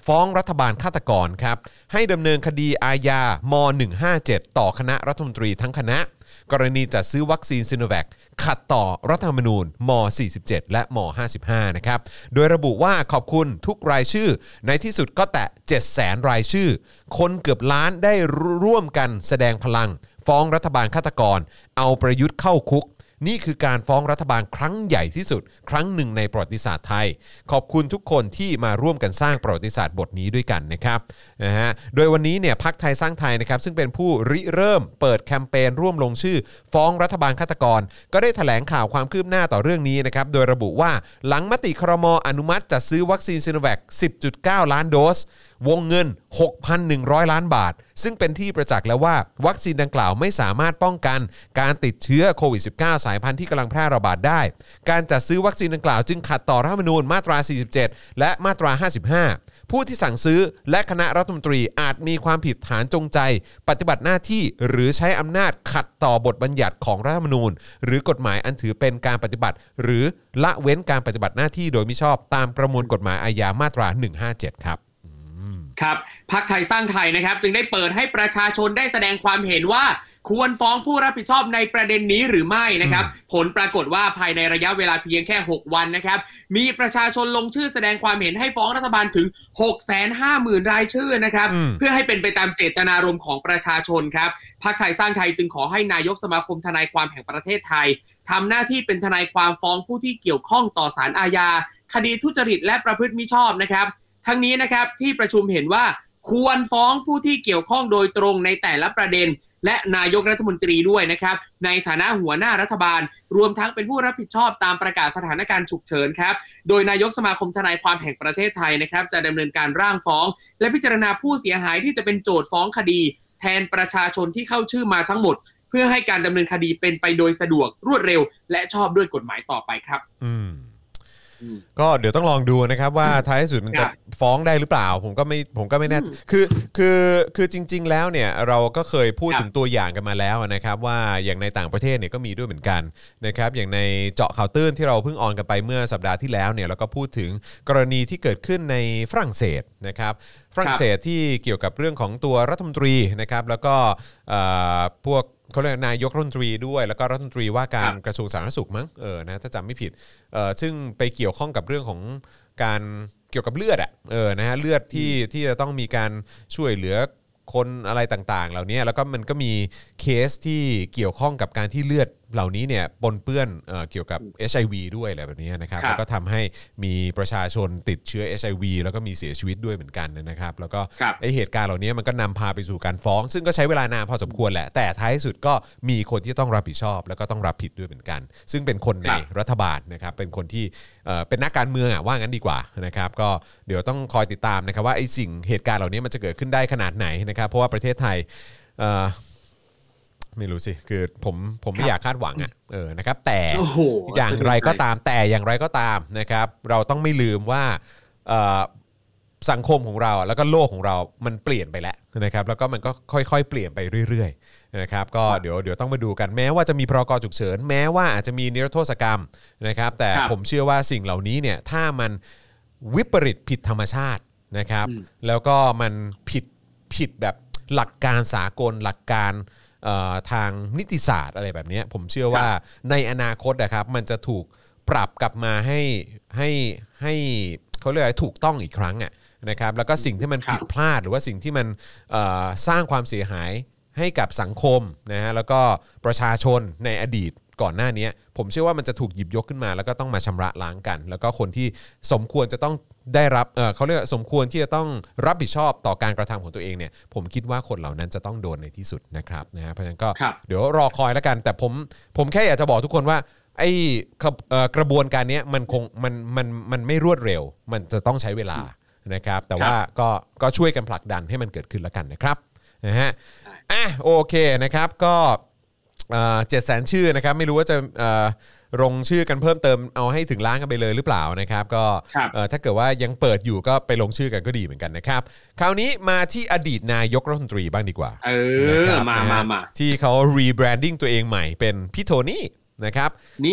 ฟ้องรัฐบาลฆาตกรครับให้ดำเนินคดีอาญามหนึ่งห้าเจ็ดต่อคณะรัฐมนตรีทั้งคณะกรณีจัดซื้อวัคซีนซิโนแวคขัดต่อรัฐธรรมนูญมสี่สิบเจ็ดและมห้าสิบห้านะครับโดยระบุว่าขอบคุณทุกรายชื่อในที่สุดก็แตะ เจ็ดแสน รายชื่อคนเกือบล้านได้ร่วมกันแสดงพลังฟ้องรัฐบาลฆาตกรเอาประยุทธ์เข้าคุกนี่คือการฟ้องรัฐบาลครั้งใหญ่ที่สุดครั้งหนึ่งในประวัติศาสตร์ไทยขอบคุณทุกคนที่มาร่วมกันสร้างประวัติศาสตร์บทนี้ด้วยกันนะครับนะฮะโดยวันนี้เนี่ยพรรคไทยสร้างไทยนะครับซึ่งเป็นผู้ริเริ่มเปิดแคมเปญร่วมลงชื่อฟ้องรัฐบาลฆาตกรก็ได้แถลงข่าวความคืบหน้าต่อเรื่องนี้นะครับโดยระบุว่าหลังมติครม.อนุมัติจัดซื้อวัคซีนซิโนแวค สิบจุดเก้า ล้านโดสวงเงิน หกพันหนึ่งร้อย ล้านบาทซึ่งเป็นที่ประจักษ์แล้วว่าวัคซีนดังกล่าวไม่สามารถป้องกันการติดเชื้อโควิด สิบเก้า สายพันธุ์ที่กำลังแพร่ระบาดได้การจัดซื้อวัคซีนดังกล่าวจึงขัดต่อรัฐธรรมนูญมาตราสี่สิบเจ็ดและมาตราห้าสิบห้าผู้ที่สั่งซื้อและคณะรัฐมนตรีอาจมีความผิดฐานจงใจปฏิบัติหน้าที่หรือใช้อำนาจขัดต่อบทบัญญัติของรัฐธรรมนูญหรือกฎหมายอันถือเป็นการปฏิบัติหรือละเว้นการปฏิบัติหน้าที่โดยมิชอบตามประมวลกฎหมายอาญามาตราหนึ่งห้าเจ็ดครับครับพรรคไทยสร้างไทยนะครับจึงได้เปิดให้ประชาชนได้แสดงความเห็นว่าควรฟ้องผู้รับผิดชอบในประเด็นนี้หรือไม่นะครับผลปรากฏว่าภายในระยะเวลาเพียงแค่หกวันนะครับมีประชาชนลงชื่อแสดงความเห็นให้ฟ้องรัฐบาลถึง หกแสนห้าหมื่น รายชื่อนะครับเพื่อให้เป็นไปตามเจตนารมณ์ของประชาชนครับพรรคไทยสร้างไทยจึงขอให้นายกสมาคมทนายความแห่งประเทศไทยทำหน้าที่เป็นทนายความฟ้องผู้ที่เกี่ยวข้องต่อศาลอาญาคดีทุจริตและประพฤติมิชอบนะครับทั้งนี้นะครับที่ประชุมเห็นว่าควรฟ้องผู้ที่เกี่ยวข้องโดยตรงในแต่ละประเด็นและนายกรัฐมนตรีด้วยนะครับในฐานะหัวหน้ารัฐบาลรวมทั้งเป็นผู้รับผิดชอบตามประกาศสถานการณ์ฉุกเฉินครับโดยนายกสมาคมทนายความแห่งประเทศไทยนะครับจะดำเนินการร่างฟ้องและพิจารณาผู้เสียหายที่จะเป็นโจทก์ฟ้องคดีแทนประชาชนที่เข้าชื่อมาทั้งหมดเพื่อให้การดำเนินคดีเป็นไปโดยสะดวกรวดเร็วและชอบด้วยกฎหมายต่อไปครับอืมก็เดี๋ยวต้องลองดูนะครับว่าท้ายสุดมันจะฟ้องได้หรือเปล่าผมก็ไม่ผมก็ไม่แน่คือคือคือจริงๆแล้วเนี่ยเราก็เคยพูดถึงตัวอย่างกันมาแล้วนะครับว่าอย่างในต่างประเทศเนี่ยก็มีด้วยเหมือนกันนะครับอย่างในเจาะข่าวตื้นที่เราเพิ่งออนกันไปเมื่อสัปดาห์ที่แล้วเนี่ยเราก็พูดถึงกรณีที่เกิดขึ้นในฝรั่งเศสนะครับฝรั่งเศสที่เกี่ยวกับเรื่องของตัวรัฐมนตรีนะครับแล้วก็พวกเขาเรียกนายกรัฐมนตรีด้วยแล้วก็รัฐมนตรีว่าการกระทรวงสาธารณสุขมั้งเออนะถ้าจำไม่ผิดเออซึ่งไปเกี่ยวข้องกับเรื่องของการเกี่ยวกับเลือดอ่ะเออนะฮะเลือดที่ที่จะต้องมีการช่วยเหลือคนอะไรต่างๆเหล่านี้แล้วก็มันก็มีเคสที่เกี่ยวข้องกับการที่เลือดเหล่านี้เนี่ยปนเปื้อน เอ่อ เกี่ยวกับ เอช ไอ วี ด้วยอะไรแบบนี้นะครับแล้วก็ทำให้มีประชาชนติดเชื้อ เอช ไอ วี แล้วก็มีเสียชีวิตด้วยเหมือนกันนะครับแล้วก็ไอเหตุการณ์เหล่านี้มันก็นำพาไปสู่การฟ้องซึ่งก็ใช้เวลานานพอสมควรแหละแต่ท้ายสุดก็มีคนที่ต้องรับผิดชอบแล้วก็ต้องรับผิดด้วยเหมือนกันซึ่งเป็นคนในรัฐบาลนะครับเป็นคนที่เอ่อเป็นนักการเมืองอ่ะว่างั้นดีกว่านะครับก็เดี๋ยวต้องคอยติดตามนะครับว่าไอสิ่งเหตุการณ์เหล่านี้มันจะเกิดขึ้นได้ขนาดไหนนะครับเพราะว่าประเทศไทยเอ่อไม่รู้สิคือผมผมไม่อยากคาดหวังอ่ะเออนะครับแต่อย่างไรก็ตามแต่อย่างไรก็ตามนะครับเราต้องไม่ลืมว่าสังคมของเราแล้วก็โลกของเรามันเปลี่ยนไปแล้วนะครับแล้วก็มันก็ค่อยๆเปลี่ยนไปเรื่อยๆนะครับก็เดี๋ยวเดี๋ยวต้องมาดูกันแม้ว่าจะมีพรกฉุกเฉินแม้ว่าอาจจะมีนิรโทษกรรมนะครับแต่ผมเชื่อว่าสิ่งเหล่านี้เนี่ยถ้ามันวิปริตผิดธรรมชาตินะครับแล้วก็มันผิดผิดแบบหลักการสากลหลักการทางนิติศาสตร์อะไรแบบนี้ผมเชื่อว่าในอนาคตนะครับมันจะถูกปรับกลับมาให้ให้ให้เขาเรียกอะไรถูกต้องอีกครั้งอ่ะนะครับแล้วก็สิ่งที่มันผิดพลาดหรือว่าสิ่งที่มันสร้างความเสียหายให้กับสังคมนะฮะแล้วก็ประชาชนในอดีตก่อนหน้านี้ผมเชื่อว่ามันจะถูกหยิบยกขึ้นมาแล้วก็ต้องมาชำระล้างกันแล้วก็คนที่สมควรจะต้องได้รับเอ่อเขาเรียกสมควรที่จะต้องรับผิดชอบต่อการกระทำของตัวเองเนี่ยผมคิดว่าคนเหล่านั้นจะต้องโดนในที่สุดนะครับนะฮะเพราะฉะนั้นก็เดี๋ยวรอคอยแล้วกันแต่ผมผมแค่อยากจะบอกทุกคนว่าไอ้กระบวนการนี้มันคงมันมันมันไม่รวดเร็วมันจะต้องใช้เวลานะครับแต่ว่าก็ก็ช่วยกันผลักดันให้มันเกิดขึ้นแล้วกันนะครับนะฮะอ่ะโอเคนะครับก็เจ็ดแสนชื่อนะครับไม่รู้ว่าจะลงชื่อกันเพิ่มเติมเอาให้ถึงล้านกันไปเลยหรือเปล่านะครับก็ถ้าเกิดว่ายังเปิดอยู่ก็ไปลงชื่อกันก็ดีเหมือนกันนะครับคราวนี้มาที่อดีตนายกรัฐมนตรีบ้างดีกว่าเออมามามาที่เขารีแบรนดิ้งตัวเองใหม่เป็นพี่โทนี่นะครับ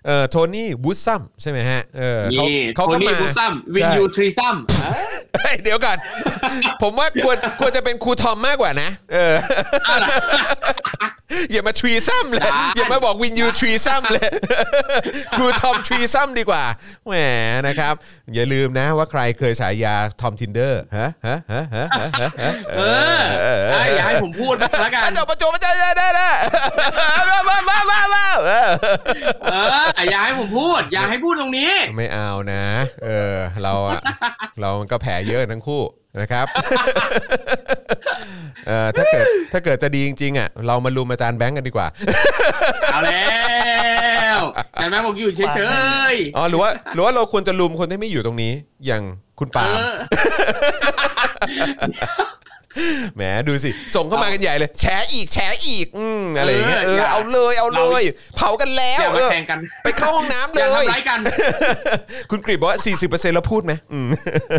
เอ่อโทนี่วูดซัมใช่ไหมฮะเออเขานี่เขาก็โทนี่มาวูดซัมวินยูทรีซัมเฮ้ยเดี๋ยวก่อน ผมว่าควรควรจะเป็นครูทอมมากกว่านะเออ อย่ามาทรีซัมเลยอย่ามาบอกวินยูทรีซัมเลย ครูทอมทรีซัมดีกว่าแหมนะครับอย่าลืมนะว่าใครเคยฉายาทอมทินเดอร์ฮะฮะฮะฮะเอออย่าให้ผมพูดแล้วกันจบประจบประจบได้ได้มามามามามาเอออย่าให้ผมพูดอย่าให้พูดตรงนี้ไม่เอานะเออเราเรามันก็แผลเยอะทั้งคู่นะครับเอ่อถ้าเกิดถ้าเกิดจะดีจริงๆอ่ะเรามาลุมอาจารย์แบงค์กันดีกว่าเอาแล้วอาจารย์แบงค์บอกอยู่เฉยๆอ๋อหรือว่าหรือว่าเราควรจะลุมคนที่ไม่อยู่ตรงนี้อย่างคุณปาล์มแหมดูสิส่งเข้ามากันใหญ่เลยแฉอีกแฉอีกอืมอะไรอย่างเงี้ยเออเอาเลยเอาเลยเผากันแล้วเออไปเข้าห้องน้ำเลยอย่าทำร้ายกันคุณกฤษบอกว่า สี่สิบเปอร์เซ็นต์ แล้วพูดไหมอืม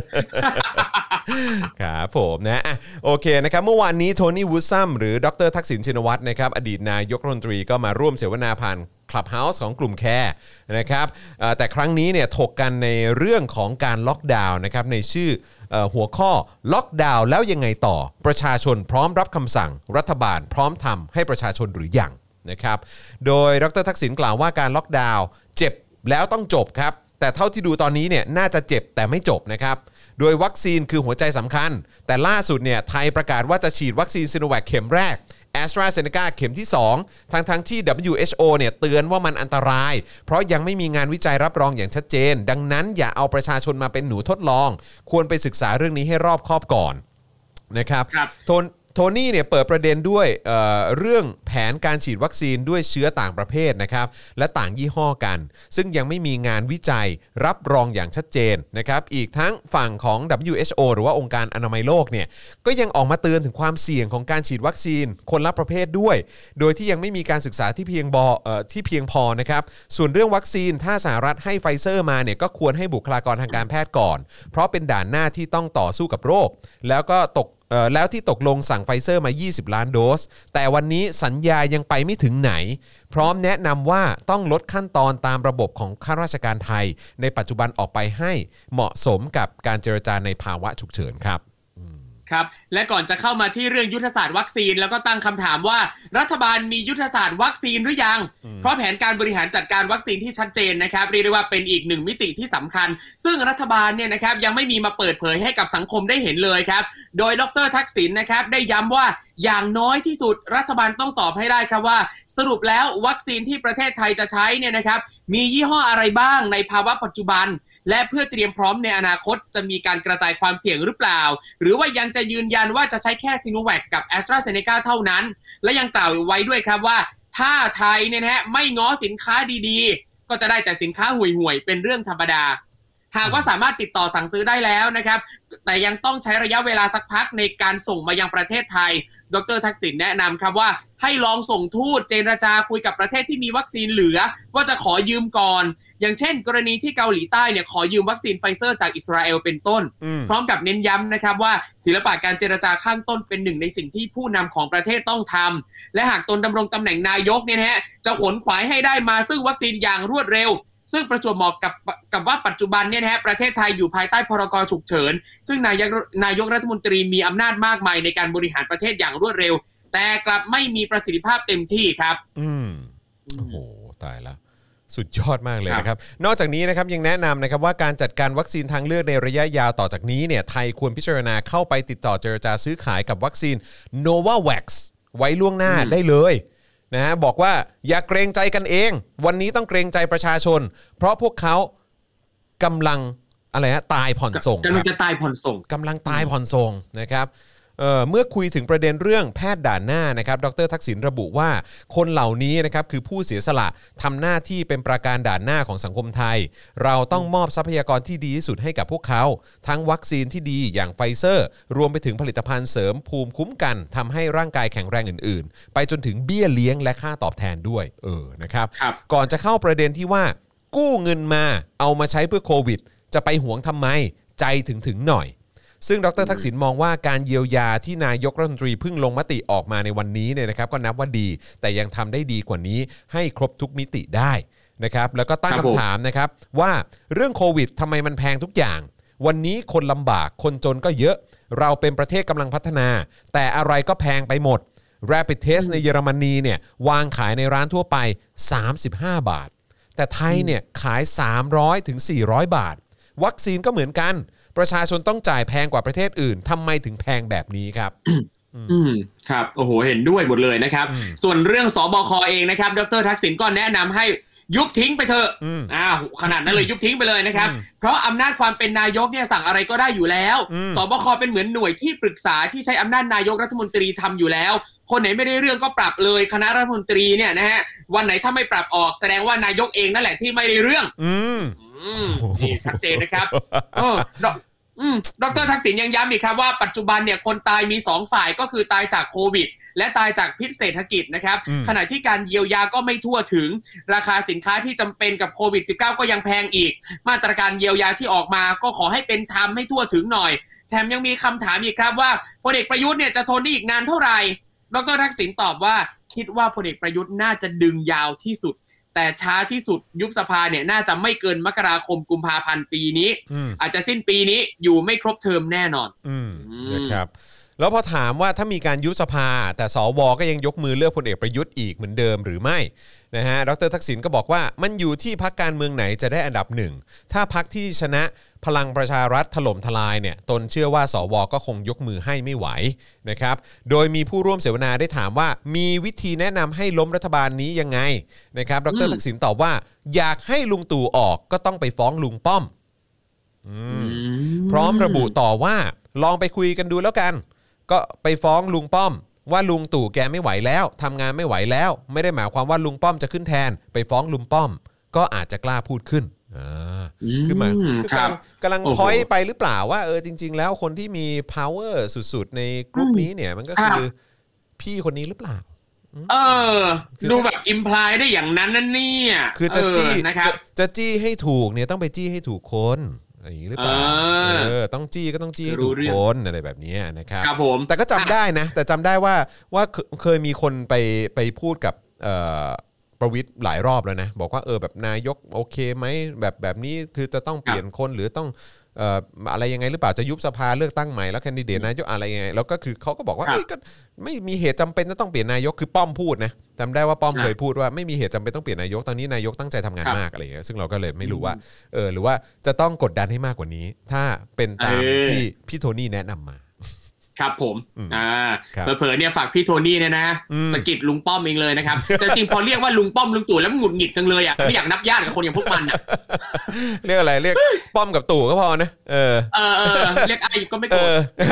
ครับผมนะอ่ะโอเคนะครับเมื่อวานนี้โทนี่วูดซัมหรือดรทักษิณชินวัตรนะครับอดีตนายกรัฐมนตรีก็มาร่วมเสวนาผ่านคลับเฮาส์ของกลุ่มแคร์นะครับแต่ครั้งนี้เนี่ยถกกันในเรื่องของการล็อกดาวน์นะครับในชื่อหัวข้อล็อกดาวน์แล้วยังไงต่อประชาชนพร้อมรับคำสั่งรัฐบาลพร้อมทำให้ประชาชนหรือยังนะครับโดยดรทักษิณกล่าวว่าการล็อกดาวน์เจ็บแล้วต้องจบครับแต่เท่าที่ดูตอนนี้เนี่ยน่าจะเจ็บแต่ไม่จบนะครับโดยวัคซีนคือหัวใจสำคัญแต่ล่าสุดเนี่ยไทยประกาศว่าจะฉีดวัคซีนซิโนแวคเข็มแรกAstraZeneca เข็มที่สองทั้งทั้งที่ ดับเบิลยู เอช โอ เนี่ยเตือนว่ามันอันตรายเพราะยังไม่มีงานวิจัยรับรองอย่างชัดเจนดังนั้นอย่าเอาประชาชนมาเป็นหนูทดลองควรไปศึกษาเรื่องนี้ให้รอบคอบก่อนนะครับโทนโทนี่เนี่ยเปิดประเด็นด้วย เอ่อ เรื่องแผนการฉีดวัคซีนด้วยเชื้อต่างประเภทนะครับและต่างยี่ห้อกันซึ่งยังไม่มีงานวิจัยรับรองอย่างชัดเจนนะครับอีกทั้งฝั่งของ ดับเบิลยู เอช โอ หรือว่าองค์การอนามัยโลกเนี่ยก็ยังออกมาเตือนถึงความเสี่ยงของการฉีดวัคซีนคนละประเภทด้วยโดยที่ยังไม่มีการศึกษาที่เพียงบอเอ่อที่เพียงพอนะครับส่วนเรื่องวัคซีนถ้าสหรัฐให้ไฟเซอร์มาเนี่ยก็ควรให้บุคลากรทางการแพทย์ก่อนเพราะเป็นด่านหน้าที่ต้องต่อสู้กับโรคแล้วก็ตกแล้วที่ตกลงสั่งไฟเซอร์มายี่สิบล้านโดสแต่วันนี้สัญญายังไปไม่ถึงไหนพร้อมแนะนำว่าต้องลดขั้นตอนตามระบบของข้าราชการไทยในปัจจุบันออกไปให้เหมาะสมกับการเจรจาในภาวะฉุกเฉินครับครับและก่อนจะเข้ามาที่เรื่องยุทธศาสตร์วัคซีนแล้วก็ตั้งคำถามว่ารัฐบาลมียุทธศาสตร์วัคซีนหรือยังเพราะแผนการบริหารจัดการวัคซีนที่ชัดเจนนะครับเรียกได้ว่าเป็นอีกหนึ่งมิติที่สำคัญซึ่งรัฐบาลเนี่ยนะครับยังไม่มีมาเปิดเผยให้กับสังคมได้เห็นเลยครับโดยดร.ทักษิณนะครับได้ย้ำว่าอย่างน้อยที่สุดรัฐบาลต้องตอบให้ได้ครับว่าสรุปแล้ววัคซีนที่ประเทศไทยจะใช้เนี่ยนะครับมียี่ห้ออะไรบ้างในภาวะปัจจุบันและเพื่อเตรียมพร้อมในอนาคตจะมีการกระจายความเสี่ยงหรือเปล่าหรือว่ายังจะยืนยันว่าจะใช้แค่ซิโนแวคกับ AstraZeneca เท่านั้นและยังกล่าวไว้ด้วยครับว่าถ้าไทยเนี่ยนะฮะไม่ง้อสินค้าดีๆก็จะได้แต่สินค้าห่วยๆเป็นเรื่องธรรมดาหากว่าสามารถติดต่อสั่งซื้อได้แล้วนะครับแต่ยังต้องใช้ระยะเวลาสักพักในการส่งมายังประเทศไทยดร.ทักษิณแนะนำครับว่าให้ลองส่งทูตเจรจาคุยกับประเทศที่มีวัคซีนเหลือว่าจะขอยืมก่อนอย่างเช่นกรณีที่เกาหลีใต้เนี่ยขอยืมวัคซีนไฟเซอร์จากอิสราเอลเป็นต้นพร้อมกับเน้นย้ำนะครับว่าศิลปะการเจรจาข้างต้นเป็นหนึ่งในสิ่งที่ผู้นำของประเทศต้องทำและหากตนดำรงตำแหน่งนายกเนี่ยนะฮะจะขนขวายให้ได้มาซึ่งวัคซีนอย่างรวดเร็วซึ่งประจวบเหมาะกับกับว่าปัจจุบันเนี่ยนะฮะประเทศไทยอยู่ภายใต้พรกฉุกเฉินซึ่งนายกนายกรัฐมนตรีมีอำนาจมากมายในการบริหารประเทศอย่างรวดเร็วแต่กลับไม่มีประสิทธิภาพเต็มที่ครับอืมโอ้โหตายแล้วสุดยอดมากเลยนะครับนอกจากนี้นะครับยังแนะนำนะครับว่าการจัดการวัคซีนทางเลือกในระยะยาวต่อจากนี้เนี่ยไทยควรพิจารณาเข้าไปติดต่อเจรจาซื้อขายกับวัคซีน Novavax ไว้ล่วงหน้าได้เลยนะฮะบอกว่าอย่าเกรงใจกันเองวันนี้ต้องเกรงใจประชาชนเพราะพวกเขากำลังอะไรนะตายผ่อนส่งกำลังจะตายผ่อนส่งกำลังตายผ่อนส่งนะครับเอ่อเมื่อคุยถึงประเด็นเรื่องแพทย์ด่านหน้านะครับดร.ทักษิณระบุว่าคนเหล่านี้นะครับคือผู้เสียสละทำหน้าที่เป็นประการด่านหน้าของสังคมไทยเราต้องมอบทรัพยากรที่ดีที่สุดให้กับพวกเขาทั้งวัคซีนที่ดีอย่างไฟเซอร์รวมไปถึงผลิตภัณฑ์เสริมภูมิคุ้มกันทำให้ร่างกายแข็งแรงอื่นๆไปจนถึงเบี้ยเลี้ยงและค่าตอบแทนด้วยเออนะครับก่อนจะเข้าประเด็นที่ว่ากู้เงินมาเอามาใช้เพื่อโควิดจะไปหวงทำไมใจถึงถึงหน่อยซึ่งดร.ทักษิณมองว่าการเยียวยาที่นายกรัฐมนตรีเพิ่งลงมติออกมาในวันนี้เนี่ยนะครับก็นับว่าดีแต่ยังทำได้ดีกว่านี้ให้ครบทุกมิติได้นะครับแล้วก็ตั้งคำถามนะครับว่าเรื่องโควิดทำไมมันแพงทุกอย่างวันนี้คนลำบากคนจนก็เยอะเราเป็นประเทศกำลังพัฒนาแต่อะไรก็แพงไปหมด Rapid Test ในเยอรมนีเนี่ยวางขายในร้านทั่วไปสามสิบห้าบาทแต่ไทยเนี่ยขายสามร้อยถึงสี่ร้อยบาทวัคซีนก็เหมือนกันประชาชนต้องจ่ายแพงกว่าประเทศอื่นทำไมถึงแพงแบบนี้ครับอืมครับโอ้โหเห็นด้วยหมดเลยนะครับส่วนเรื่องสบคเองนะครับดร.ทักษิณก็แนะนำให้ยุบทิ้งไปเถอะอ้าวขนาดนั้นเลยยุบทิ้งไปเลยนะครับเพราะอำนาจความเป็นนายกเนี่ยสั่งอะไรก็ได้อยู่แล้วสบคเป็นเหมือนหน่วยที่ปรึกษาที่ใช้อำนาจนายกรัฐมนตรีทำอยู่แล้วคนไหนไม่ได้เรื่องก็ปรับเลยคณะรัฐมนตรีเนี่ยนะฮะวันไหนถ้าไม่ปรับออกแสดงว่านายกเองนั่นแหละที่ไม่ได้เรื่องอืมนี่ชัดเจนนะครับเอออืมดร.ทักษิณยังย้ำอีกครับว่าปัจจุบันเนี่ยคนตายมีสองฝ่ายก็คือตายจากโควิดและตายจากพิษเศรษฐกิจนะครับขณะที่การเยียวยาก็ไม่ทั่วถึงราคาสินค้าที่จำเป็นกับโควิด สิบเก้า ก็ยังแพงอีกมาตรการเยียวยาที่ออกมาก็ขอให้เป็นธรรมให้ทั่วถึงหน่อยแถมยังมีคำถามอีกครับว่าพลเอกประยุทธ์เนี่ยจะทนได้อีกนานเท่าไหร่ดร.ทักษิณตอบว่าคิดว่าพลเอกประยุทธ์น่าจะดึงยาวที่สุดแต่ช้าที่สุดยุบสภาเนี่ยน่าจะไม่เกินมกราคมกุมภาพันธ์ปีนี้อาจจะสิ้นปีนี้อยู่ไม่ครบเทอมแน่นอนนะครับแล้วพอถามว่าถ้ามีการยุบสภาแต่สวก็ยังยกมือเลือกพลเอกประยุทธ์อีกเหมือนเดิมหรือไม่นะฮะดร.ทักษิณก็บอกว่ามันอยู่ที่พรรคการเมืองไหนจะได้อันดับหนึ่งถ้าพรรคที่ชนะพลังประชารัฐถล่มทลายเนี่ยตนเชื่อว่าสวก็คงยกมือให้ไม่ไหวนะครับโดยมีผู้ร่วมเสวนาได้ถามว่ามีวิธีแนะนำให้ล้มรัฐบาลนี้ยังไงนะครับดร.ทักษิณตอบว่าอยากให้ลุงตู่ออกก็ต้องไปฟ้องลุงป้อมพร้อมระบุต่อว่าลองไปคุยกันดูแล้วกันก็ไปฟ้องลุงป้อมว่าลุงตู่แกไม่ไหวแล้วทำงานไม่ไหวแล้วไม่ได้หมายความว่าลุงป้อมจะขึ้นแทนไปฟ้องลุงป้อมก็อาจจะกล้าพูดขึ้นคือหมายคือกำลังกำลังพอยไปหรือเปล่าว่าเออจริงๆแล้วคนที่มี power สุดๆในกลุ่มนี้เนี่ยมันก็คือพี่คนนี้หรือเปล่าเออดูแบบอิมพลายได้อย่างนั้นนั่นเนี่ยคือจะจี้นะครับจะจี้ให้ถูกเนี่ยต้องไปจี้ให้ถูกคนอย่างนี้หรือเปล่าเออต้องจี้ก็ต้องจี้ให้ถูกคนอะไรแบบนี้นะครับครับผมแต่ก็จำได้นะแต่จำได้ว่าว่าเคยมีคนไปไปพูดกับเอ่อประวิตรหลายรอบแล้วนะบอกว่าเออแบบนายกโอเคไหมแบบแบบนี้คือจะต้องเปลี่ยนคนหรือต้องเอ่ออะไรยังไงหรือเปล่าจะยุบสภาเลือกตั้งใหม่แล้วแคนดิเดตนายกอะไรยังไงแล้วก็คือเขาก็บอกว่าก็ไม่มีเหตุจำเป็นจะต้องเปลี่ยนนายกคือป้อมพูดนะจำได้ว่าป้อมเคยพูดว่าไม่มีเหตุจำเป็นต้องเปลี่ยนนายกตอนนี้นายกตั้งใจทำงานมากอะไรอย่างเงี้ยซึ่งเราก็เลยไม่รู้ว่าเออหรือว่าจะต้องกดดันให้มากกว่านี้ถ้าเป็นตามที่พี่โทนี่แนะนำมาครับผมอ่าเผลอๆเนี่ยฝากพี่โทนี่เนี่ยนะสกิดลุงป้อมเองเลยนะครับแต่จริงพอเรียกว่าลุงป้อมลุงตู่แล้วมันหงุดหงิดจังเลยอ่ะไม่อยากนับญาติกับคนอย่างพวกมันอ่ะเรียกอะไรเรียกป้อมกับตู่ก็พอนะเออเออเออเรียกไอ้ก็ไม่โกรธ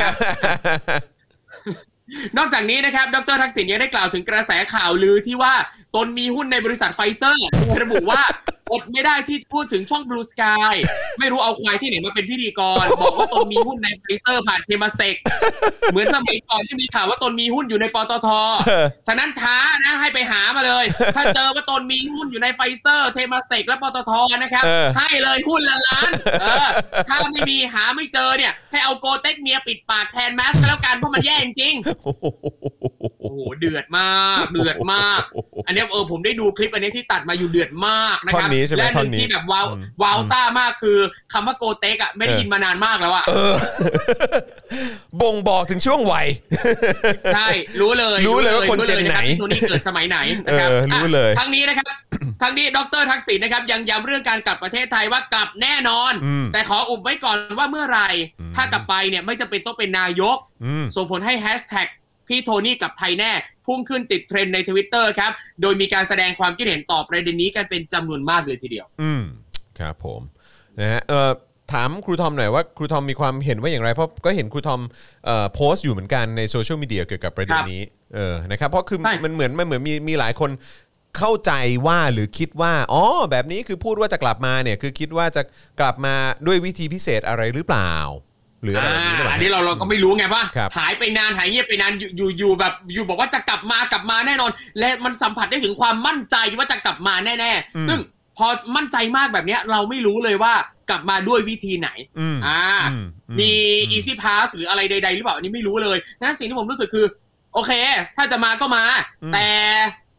นอกจากนี้นะครับดร.ทักษิณยังได้กล่าวถึงกระแสข่าวลือที่ว่าตนมีหุ้นในบริษัทไฟเซอร์ระบุว่าอดไม่ได้ที่พูดถึงช่อง Blue Sky ไม่รู้เอาควายที่ไหนมาเป็นพิธีกรบอกว่าตนมีหุ้นในไฟเซอร์ผ่านเทมาเซกเหมือนสมัยก่อนที่มีข่าวว่าตนมีหุ้นอยู่ในปตท.ฉะนั้นท้านะให้ไปหามาเลยถ้าเจอว่าตนมีหุ้นอยู่ในไฟเซอร์เทมาเซกและปตท.นะครับให้เลยหุ้นละล้านเออถ้าไม่มีหาไม่เจอเนี่ยให้เอาโกเต็กเมียปิดปากแทนแมสก็แล้วกันเพราะมันแย่จริงโอ้โหเดือดมากเดือดมากอันนี้เออผมได้ดูคลิปอันนี้ที่ตัดมาอยู่เดือดมากนะครับและหนึ่งที่แบบว้าวว้าวซ่ามากคือคำว่าโกเต็กอ่ะไม่ได้ยินมานานมากแล้วอ่ะบ่งบอกถึงช่วงวัยใช่รู้เลยรู้เลยว่าคนเจนไหนตัวนี้เกิดสมัยไหนนะครับรู้เลยทั้งนี้นะครับทั้งนี้ดร.ทักษิณนะครับยังย้ำเรื่องการกลับประเทศไทยว่ากลับแน่นอนแต่ขออุบไว้ก่อนว่าเมื่อไหร่ถ้ากลับไปเนี่ยไม่จำเป็นต้องเป็นนายกส่งผลให้แฮชแท็กพี่โทนี่กับไทยแน่พุ่งขึ้นติดเทรนด์ใน Twitter ครับโดยมีการแสดงความคิดเห็นตอบประเด็นนี้กันเป็นจำนวนมากเลยทีเดียวอืมครับผมนะฮะเอ่อถามครูทอมหน่อยว่าครูทอมมีความเห็นว่าอย่างไรเพราะก็เห็นครูทอมเอ่อโพสต์อยู่เหมือนกันในโซเชียลมีเดียเกี่ยวกับประเด็นนี้เออนะครับเพราะคือมันเหมือนมันเหมือนมีมีหลายคนเข้าใจว่าหรือคิดว่าอ๋อแบบนี้คือพูดว่าจะกลับมาเนี่ยคือคิดว่าจะกลับมาด้วยวิธีพิเศษอะไรหรือเปล่าหรืออะไรแบบนี้หรือเปล่าอันนี้เราเราก็ไม่รู้ไงว่าหายไปนานหายเงียบไปนานอยู่อยู่แบบอยู่บอกว่าจะกลับมากลับมาแน่นอนและมันสัมผัสได้ถึงความมั่นใจว่าจะกลับมาแน่ๆซึ่งพอมั่นใจมากแบบนี้เราไม่รู้เลยว่ากลับมาด้วยวิธีไหนอ่ามี easy pass หรืออะไรใดๆหรือเปล่าอันนี้ไม่รู้เลยนั่นสิ่งที่ผมรู้สึกคือโอเคถ้าจะมาก็มาแต่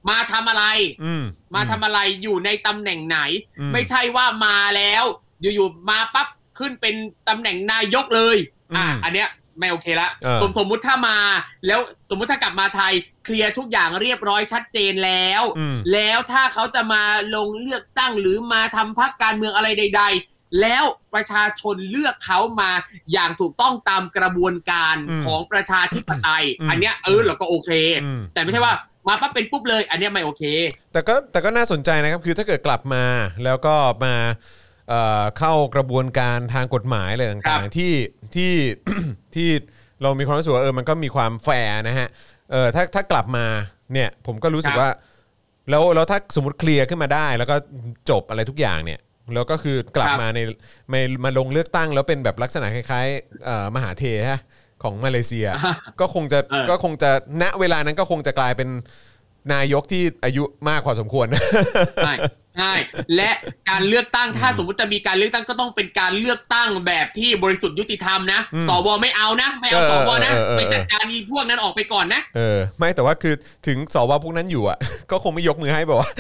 มาทำอะไรมาทำอะไรอยู่ในตำแหน่งไหนไม่ใช่ว่ามาแล้วอยู่ๆมาปั๊บขึ้นเป็นตำแหน่งนายกเลยอ่ะอันเนี้ยไม่โอเคละสมสมมุติถ้ามาแล้วสมมุติถ้ากลับมาไทยเคลียร์ทุกอย่างเรียบร้อยชัดเจนแล้วแล้วถ้าเขาจะมาลงเลือกตั้งหรือมาทำพรรคการเมืองอะไรใดๆแล้วประชาชนเลือกเขามาอย่างถูกต้องตามกระบวนการของประชาธิปไตยอันเนี้ยเออเราก็โอเคแต่ไม่ใช่ว่ามาปั๊บเป็นปุ๊บเลยอันเนี้ยไม่โอเคแต่ก็แต่ก็น่าสนใจนะครับคือถ้าเกิดกลับมาแล้วก็มาเข้ากระบวนการทางกฎหมายอะไรต่างๆที่ที่ที่เรามีความรู้สึกว่าเออมันก็มีความแฟร์นะฮะเออถ้าถ้ากลับมาเนี่ยผมก็รู้สึกว่าแล้วแล้วถ้าสมมติเคลียร์ขึ้นมาได้แล้วก็จบอะไรทุกอย่างเนี่ยแล้วก็คือกลับมาในมามาลงเลือกตั้งแล้วเป็นแบบลักษณะคล้ายๆมหาเทฮะของมาเลเซียก็คงจะก็คงจะณเวลานั้นก็คงจะกลายเป็นนายกที่อายุมากพอสมควรใช่ใช่และการเลือกตั้งถ้าสมมติจะมีการเลือกตั้งก็ต้องเป็นการเลือกตั้งแบบที่บริสุทธิ์ยุติธรรมนะสวไม่เอานะไม่เอาสวนะไปจัดการอีพวกนั้นออกไปก่อนนะเออไม่แต่ว่าคือถึงสวพวกนั้นอยู่อ่ะก็คงไม่ยกมือให้บอกว่า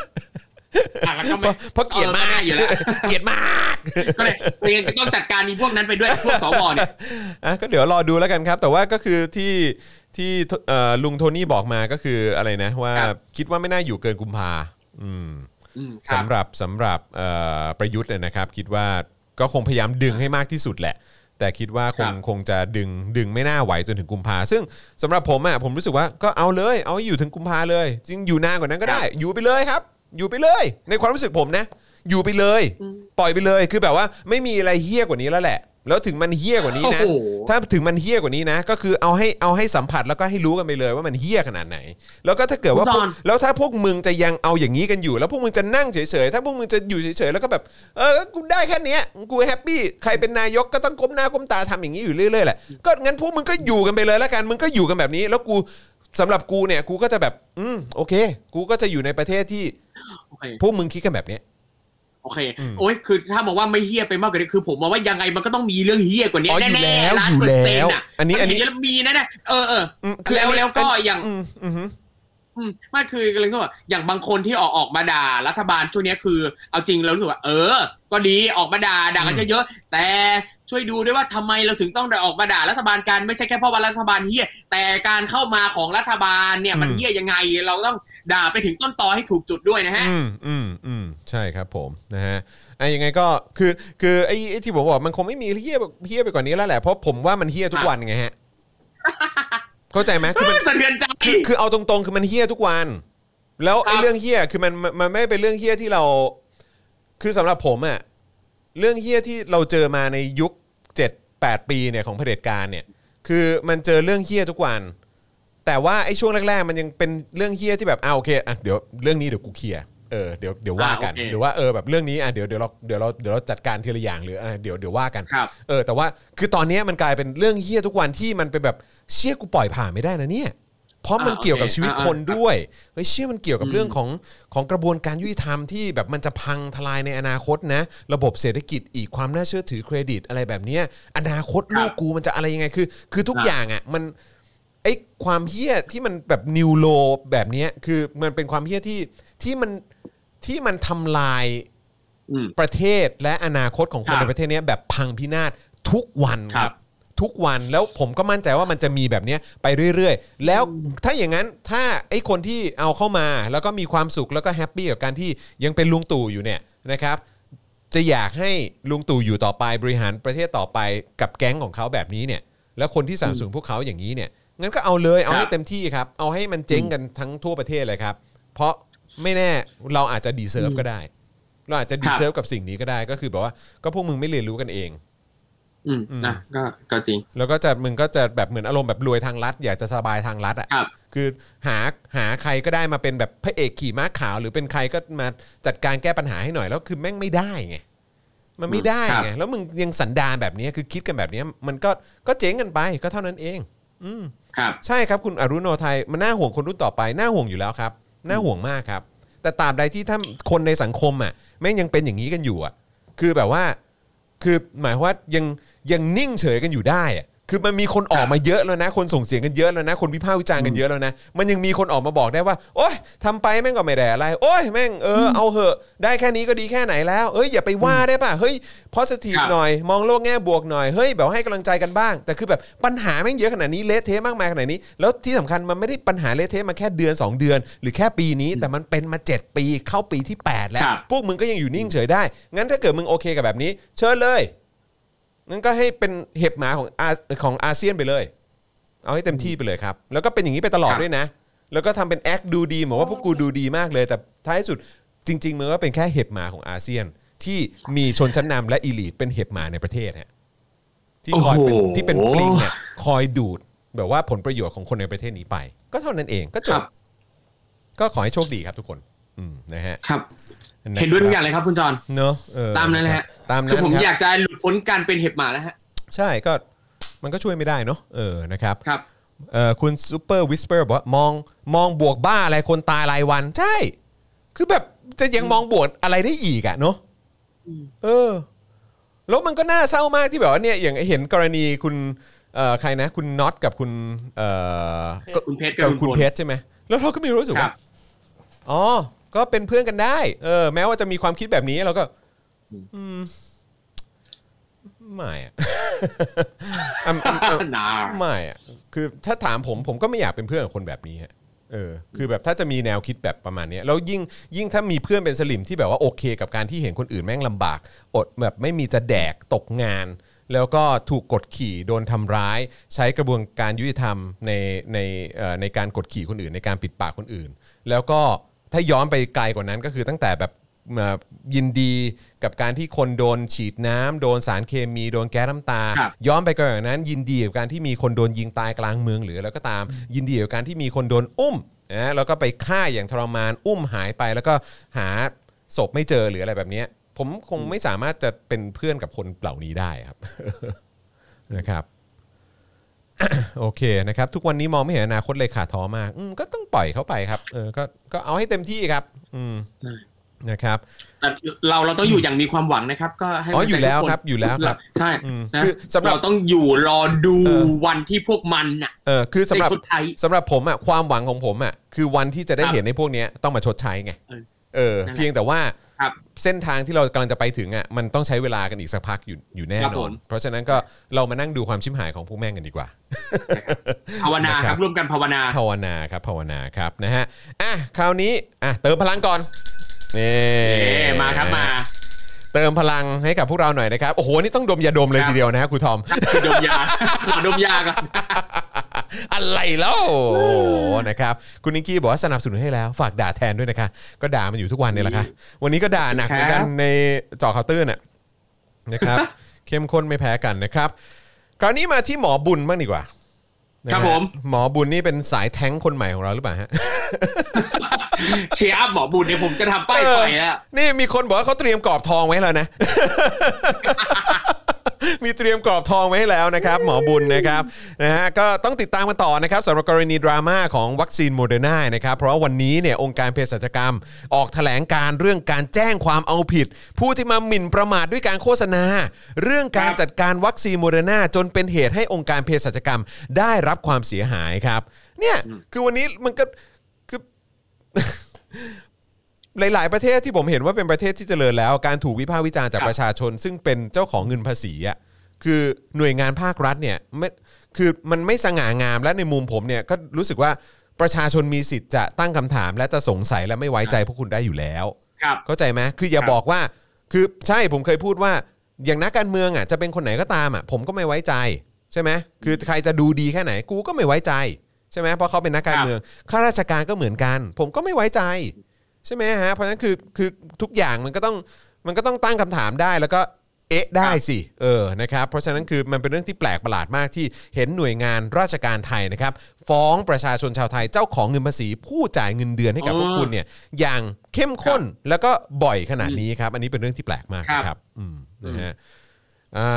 เพราะเกลียดมากอยู่แล้วเกลียดมากก็เลยก็ต้องจัดการอีพวกนั้นไปด้วยพวกสวเนี่ยอ่ะก็เดี๋ยวรอดูแล้วกันครับแต่ว่าก็คือที่ที่ลุงโทนี่บอกมาก็คืออะไรนะว่าคิดว่าไม่น่าอยู่เกินกุมภาอืมสำหรับสำหรับประยุทธ์นะครับคิดว่าก็คงพยายามดึงให้มากที่สุดแหละแต่คิดว่าคงคงจะดึงดึงไม่น่าไหวจนถึงกุมภาซึ่งสำหรับผมอ่ะผมรู้สึกว่าก็เอาเลยเอาอยู่ถึงกุมภาเลยจริงอยู่นานกว่านั้นก็ได้อยู่ไปเลยครับอยู่ไปเลยในความรู้สึกผมนะอยู่ไปเลยปล่อยไปเลยคือแบบว่าไม่มีอะไรเหี้ยกว่านี้แล้วแหละแล้วถึงมันเหี้ยกว่านี้นะถ้าถึงมันเหี้ยกว่านี้นะก็คือเอาให้เอาให้สัมผัสแล้วก็ให้รู้กันไปเลยว่ามันเหี้ยขนาดไหนแล้วก็ถ้าเกิดว่าแล้วถ้าพวกมึงจะยังเอาอย่างนี้กันอยู่แล้วพวกมึงจะนั่งเฉยๆถ้าพวกมึงจะอยู่เฉยๆแล้วก็แบบเออกูได้แค่นี้กูแฮปปี้ใครเป็นนายกก็ต้องก้มหน้าก้มตาทำอย่างนี้อยู่เรื่อยๆแหละก็งั้นพวกมึงก็อยู่กันไปเลยแล้วกันมึงก็อยู่กันแบบนี้แล้วกูสำหรับกูเนี่ยกูก็จะแบบอืมโอเคกูก็จะอยู่ในประเทศที่พวกมึงคิดกันแบบนี้โอเคโอ้ยคือถ้าบอกว่าไม่เฮี้ยไปมากกว่านี้คือผมมองว่ายังไงมันก็ต้องมีเรื่องเฮี้ยกว่านี้แน่ๆล้านเปอร์เซ็นต์อ่ะอันนี้อันนี้มีนะเนี่ยเออเออแล้วแล้วก็อย่างอืมไม่คืออะไรก็ว่าอย่างบางคนที่ออกออกมาด่ารัฐบาลช่วงนี้คือเอาจริงเรารู้สึกว่าเออก็ดีออกมาด่าด่ากันเยอะๆแต่ช่วยดูด้วยว่าทำไมเราถึงต้องออกมาด่ารัฐบาลกันไม่ใช่แค่เพราะว่ารัฐบาลเฮี้ยแต่การเข้ามาของรัฐบาลเนี่ยมันเฮี้ยยังไงเราต้องด่าไปถึงต้นตอให้ถูกจุดด้วยนะฮะอืมอืมอืมใช่ครับผมนะฮะไอ้ยังไงก็คือคือไอ้ไอ้ที่ผมบอกมันคงไม่มีเฮี้ยเฮี้ยไปกว่านี้แล้วแหละเพราะผมว่ามันเฮี้ยทุกวันไงฮะเข้าใจไหมคือมันสะเทือนใจคือเอาตรงๆคือมันเฮี้ยทุกวันแล้วไอ้เรื่องเฮี้ยคือมันมันไม่เป็นเรื่องเฮี้ยที่เราคือสำหรับผมอะเรื่องเฮี้ยที่เราเจอมาในยุค เจ็ดแปด ปีเนี่ยของเผด็จการเนี่ยคือมันเจอเรื่องเฮี้ยทุกวันแต่ว่าไอ้ช่วงแรกๆมันยังเป็นเรื่องเฮี้ยที่แบบอ่าโอเคอ่ะเดี๋ยวเรื่องนี้เดี๋ยวกูเคลียร์เออเดี๋ยวเดี๋ยวว่ากันหรือว่าเออแบบเรื่องนี้อ่ะเดี๋ยวเดี๋ยวเราเดี๋ยวเราเดี๋ยวเราจัดการทีละอย่างหรืออ่ะเดี๋ยวเดี๋ยวว่ากันเออแต่ว่าคือตอนนี้มันกลายเป็นเรื่องเฮี้ยทุกวันที่มันเป็นแบบเชี่ยกูปล่อยผ่านไม่ได้นะเนี่ยเพราะมันเกี่ยวกับชีวิตคนด้วยเฮ้ยเชื่อมันเกี่ยวกับเรื่องของของกระบวนการยุติธรรมที่แบบมันจะพังทลายในอนาคตนะระบบเศรษฐกิจอีกความน่าเชื่อถือเครดิตอะไรแบบนี้อนาคตลูกกูมันจะอะไรยังไงคือคือทุกอย่างอ่ะมันไอ้ความเหี้ยที่มันแบบนิวโลแบบนี้คือมันเป็นความเหี้ยที่ที่มันที่มันทำลายประเทศและอนาคตของคนในประเทศนี้แบบพังพินาศทุกวันครับทุกวันแล้วผมก็มั่นใจว่ามันจะมีแบบนี้ไปเรื่อยๆแล้วถ้าอย่างนั้นถ้าไอ้คนที่เอาเข้ามาแล้วก็มีความสุขแล้วก็แฮปปี้กับการที่ยังเป็นลุงตู่อยู่เนี่ยนะครับจะอยากให้ลุงตู่อยู่ต่อไปบริหารประเทศต่อไปกับแก๊งของเขาแบบนี้เนี่ยแล้วคนที่สนับสนุนพวกเขาอย่างนี้เนี่ยงั้นก็เอาเลยเอาให้เต็มที่ครับเอาให้มันเจ๊งกันทั้งทั่วประเทศเลยครับเพราะไม่แน่เราอาจจะดีเซิร์ฟก็ได้เราอาจจะดีเซิร์ฟกับสิ่งนี้ก็ได้ก็คือแบบว่าก็พวกมึงไม่เรียนรู้กันเองอืมนะก็ก็จริงแล้วก็จะมึงก็จะแบบเหมือนอารมณ์แบบรวยทางลัดอยากจะสบายทางลัดอ่ะคือหาหาใครก็ได้มาเป็นแบบพระเอกขี่ม้าขาวหรือเป็นใครก็มาจัดการแก้ปัญหาให้หน่อยแล้วคือแม่งไม่ได้ไงมันไม่ได้ไงแล้วมึงยังสันดานแบบนี้คือคิดกันแบบนี้มันก็ก็เจ๊งกันไปก็เท่านั้นเองอืมครับใช่ครับคุณอรุโนไทยมันน่าห่วงคนรุ่นต่อไปน่าห่วงอยู่แล้วครับน่าห่วงมากครับแต่ตราบใดที่ถ้าคนในสังคมอ่ะแม่งยังเป็นอย่างนี้กันอยู่อ่ะคือแบบว่าคือหมายว่ายังยังนิ่งเฉยกันอยู่ได้อ่ะคือมันมีคนออกมาเยอะแล้วนะคนส่งเสียงกันเยอะแล้วนะคนวิพากษ์วิจารณ์กันเยอะแล้วนะมันยังมีคนออกมาบอกได้ว่าโอ๊ยทำไปแม่งก็ไม่ได้อะไรโอ๊ยแม่งเออเอาเหอะได้แค่นี้ก็ดีแค่ไหนแล้วเอ้ยอย่าไปว่าได้ป่ะเฮ้ย positive หน่อยมองโลกแง่บวกหน่อยเฮ้ยแบบให้กำลังใจกันบ้างแต่คือแบบปัญหาแม่งเยอะขนาดนี้เละเทะมากมายขนาดนี้แล้วที่สำคัญมันไม่ได้ปัญหาเละเทะมาแค่เดือนสองเดือนหรือแค่ปีนี้แต่มันเป็นมาเจ็ดปีเข้าปีที่แปดแล้วพวกมึงก็ยังอยู่นิ่งเฉยได้งั้นถ้าเกิดมึงโอเคกับแบบนี้เชิญเลยงั้นก็ให้เป็นเห็บหมาของอาของอาเซียนไปเลยเอาให้เต็มที่ไปเลยครับแล้วก็เป็นอย่างนี้ไปตลอดด้วยนะแล้วก็ทำเป็นแอคดูดีเหมือนว่าพวกกูดูดีมากเลยแต่ท้ายสุดจริงๆมันก็เป็นแค่เห็บหมาของอาเซียนที่มีชนชั้นนำและอีลีทเป็นเห็บหมาในประเทศฮะที่คอยเป็นที่เป็นปลิงเนี่ยคอยดูดแบบว่าผลประโยชน์ของคนในประเทศนี้ไปก็เท่านั้นเองก็จบก็ขอให้โชคดีครับทุกคนอืมนะฮะครับเห็นด้วยทุกอย่างเลยครับคุณจอนเนอะตามนั้นเลยฮะตามนั้นคือผมอยากจะหลุดพ้นการเป็นเห็บหมาแล้วฮะใช่ก็มันก็ช่วยไม่ได้เนอะเออนะครับครับเอ่อคุณซูเปอร์วิสเปอร์บอกว่ามองมองบวกบ้าอะไรคนตายรายวันใช่คือแบบจะยังมองบวกอะไรได้อีกอะเนอะเออแล้วมันก็น่าเศร้ามากที่แบบว่าเนี่ยอย่างเห็นกรณีคุณเอ่อใครนะคุณน็อตกับคุณเอ่อคุณเพชรกับคุณเพชรใช่ไหมแล้วเราก็มีรู้สึกว่าอ๋อก็เป็นเพื่อนกันได้เออแม้ว่าจะมีความคิดแบบนี้เราก็อืมไม่อะไม่อะคือถ้าถามผมผมก็ไม่อยากเป็นเพื่อนกับคนแบบนี้ฮะเออคือแบบถ้าจะมีแนวคิดแบบประมาณนี้แล้วยิ่งยิ่งถ้ามีเพื่อนเป็นสลิมที่แบบว่าโอเคกับการที่เห็นคนอื่นแม่งลำบากอดแบบไม่มีจะแดกตกงานแล้วก็ถูกกดขี่โดนทำร้ายใช้กระบวนการยุติธรรมในในเอ่อในการกดขี่คนอื่นในการปิดปากคนอื่นแล้วก็ถ้าย้อนไปไกลกว่านั้นก็คือตั้งแต่แบบยินดีกับการที่คนโดนฉีดน้ำโดนสารเคมีโดนแก๊สน้ำตาย้อนไปก่อนนั้นยินดีกับการที่มีคนโดนยิงตายกลางเมืองหรือแล้วก็ตามยินดีกับการที่มีคนโดนอุ้มนะแล้วก็ไปฆ่าอย่างทรมานอุ้มหายไปแล้วก็หาศพไม่เจอหรืออะไรแบบนี้ผมคงไม่สามารถจะเป็นเพื่อนกับคนเหล่านี้ได้ครับ นะครับ โอเคนะครับทุกวันนี้มองไม่เห็นอนาคตเลยขาดท้อมากก็ต้องปล่อยเขาไปครับเออก็ก็เอาให้เต็มที่ครับอืมนะครับแต่เราเราต้องอยู่อย่างมีความหวังนะครับก็ให้อ๋ออยู่แล้วครับอยู่แล้วครับใช่คือสำหรับเราต้องอยู่รอดูวันที่พวกมันน่ะเออคือสำหรับสำหรับผมอ่ะความหวังของผมอ่ะคือวันที่จะได้เห็นในพวกนี้ต้องมาชดใช้ไงเออเพียงแต่ว่าเส้นทางที่เรากำลังจะไปถึงอ่ะมันต้องใช้เวลากันอีกสักพักอยู่อยู่แน่นอนเพราะฉะนั้นก็เรามานั่งดูความชิบหายของพวกแม่งกันดีกว่าภาวนาครับร่วมกันภาวนาภาวนาครับภาวนาครับนะฮะอ่ะคราวนี้อ่ะเติมพลังก่อนนี่มาครับมาเติมพลังให้กับพวกเราหน่อยนะครับโอ้โหนี่ต้องดมยาดมเลยทีเดียวนะฮะครูทอมดมยาขอดมยาก่อนอะไรแล้วโอ้นะครับคุณนิกกี้บอกว่าสนับสนุนให้แล้วฝากด่าแทนด้วยนะคะก็ด่ามันอยู่ทุกวันเนี่ยแหละค่ะวันนี้ก็ด่าหนักเหมือนกันในจอเคาน์เตอร์น่ะนะครับเข้มข้นไม่แพ้กันนะครับคราวนี้มาที่หมอบุญบ้างดีกว่าครับผมหมอบุญนี่เป็นสายแท้งคนใหม่ของเราหรือเปล่าฮะเชียร์อัพหมอบุญเนี่ยผมจะทำป้ายไฟแล้วนี่มีคนบอกว่าเขาเตรียมกรอบทองไว้แล้วนะ มีเตรียมกรอบทองไว้ให้แล้วนะครับหมอบุญนะครับนะฮะก็ต้องติดตามกันต่อนะครับสำหรับกรณีดราม่าของวัคซีนโมเดอร์นานะครับเพราะวันนี้เนี่ยองค์การเภสัชกรรมออกแถลงการเรื่องการแจ้งความเอาผิดผู้ที่มาหมิ่นประมาทด้วยการโฆษณาเรื่องการจัดการวัคซีนโมเดอร์นาจนเป็นเหตุให้องค์การเภสัชกรรมได้รับความเสียหายครับเนี่ยคือวันนี้มันก็คือ หลายๆประเทศที่ผมเห็นว่าเป็นประเทศที่เจริญแล้วการถูกวิพากษ์วิจารณ์จากประชาชนซึ่งเป็นเจ้าของเงินภาษีอ่ะคือหน่วยงานภาครัฐเนี่ยไม่คือมันไม่สง่างามและในมุมผมเนี่ยก็รู้สึกว่าประชาชนมีสิทธิ์จะตั้งคำถามและจะสงสัยและไม่ไว้ใจพวกคุณได้อยู่แล้วเข้าใจไหมคืออย่าบอกว่าคือใช่ผมเคยพูดว่าอย่างนักการเมืองอ่ะจะเป็นคนไหนก็ตามอ่ะผมก็ไม่ไว้ใจใช่ไหมคือใครจะดูดีแค่ไหนกูก็ไม่ไว้ใจใช่ไหมเพราะเขาเป็นนักการเมืองข้าราชการก็เหมือนกันผมก็ไม่ไว้ใจใช่ไหมฮะเพราะฉะนั้นคือคือทุกอย่างมันก็ต้องมันก็ต้องตั้งคำถามได้แล้วก็เอ๊ะได้สิเออนะครับเพราะฉะนั้นคือมันเป็นเรื่องที่แปลกประหลาดมากที่เห็นหน่วยงานราชการไทยนะครับฟ้องประชาชนชาวไทยเจ้าของเงินภาษีผู้จ่ายเงินเดือนให้กับพวกคุณเนี่ยอย่างเข้มข้นแล้วก็บ่อยขนาดนี้ครับอันนี้เป็นเรื่องที่แปลกมากครับอืมนะฮะอ่า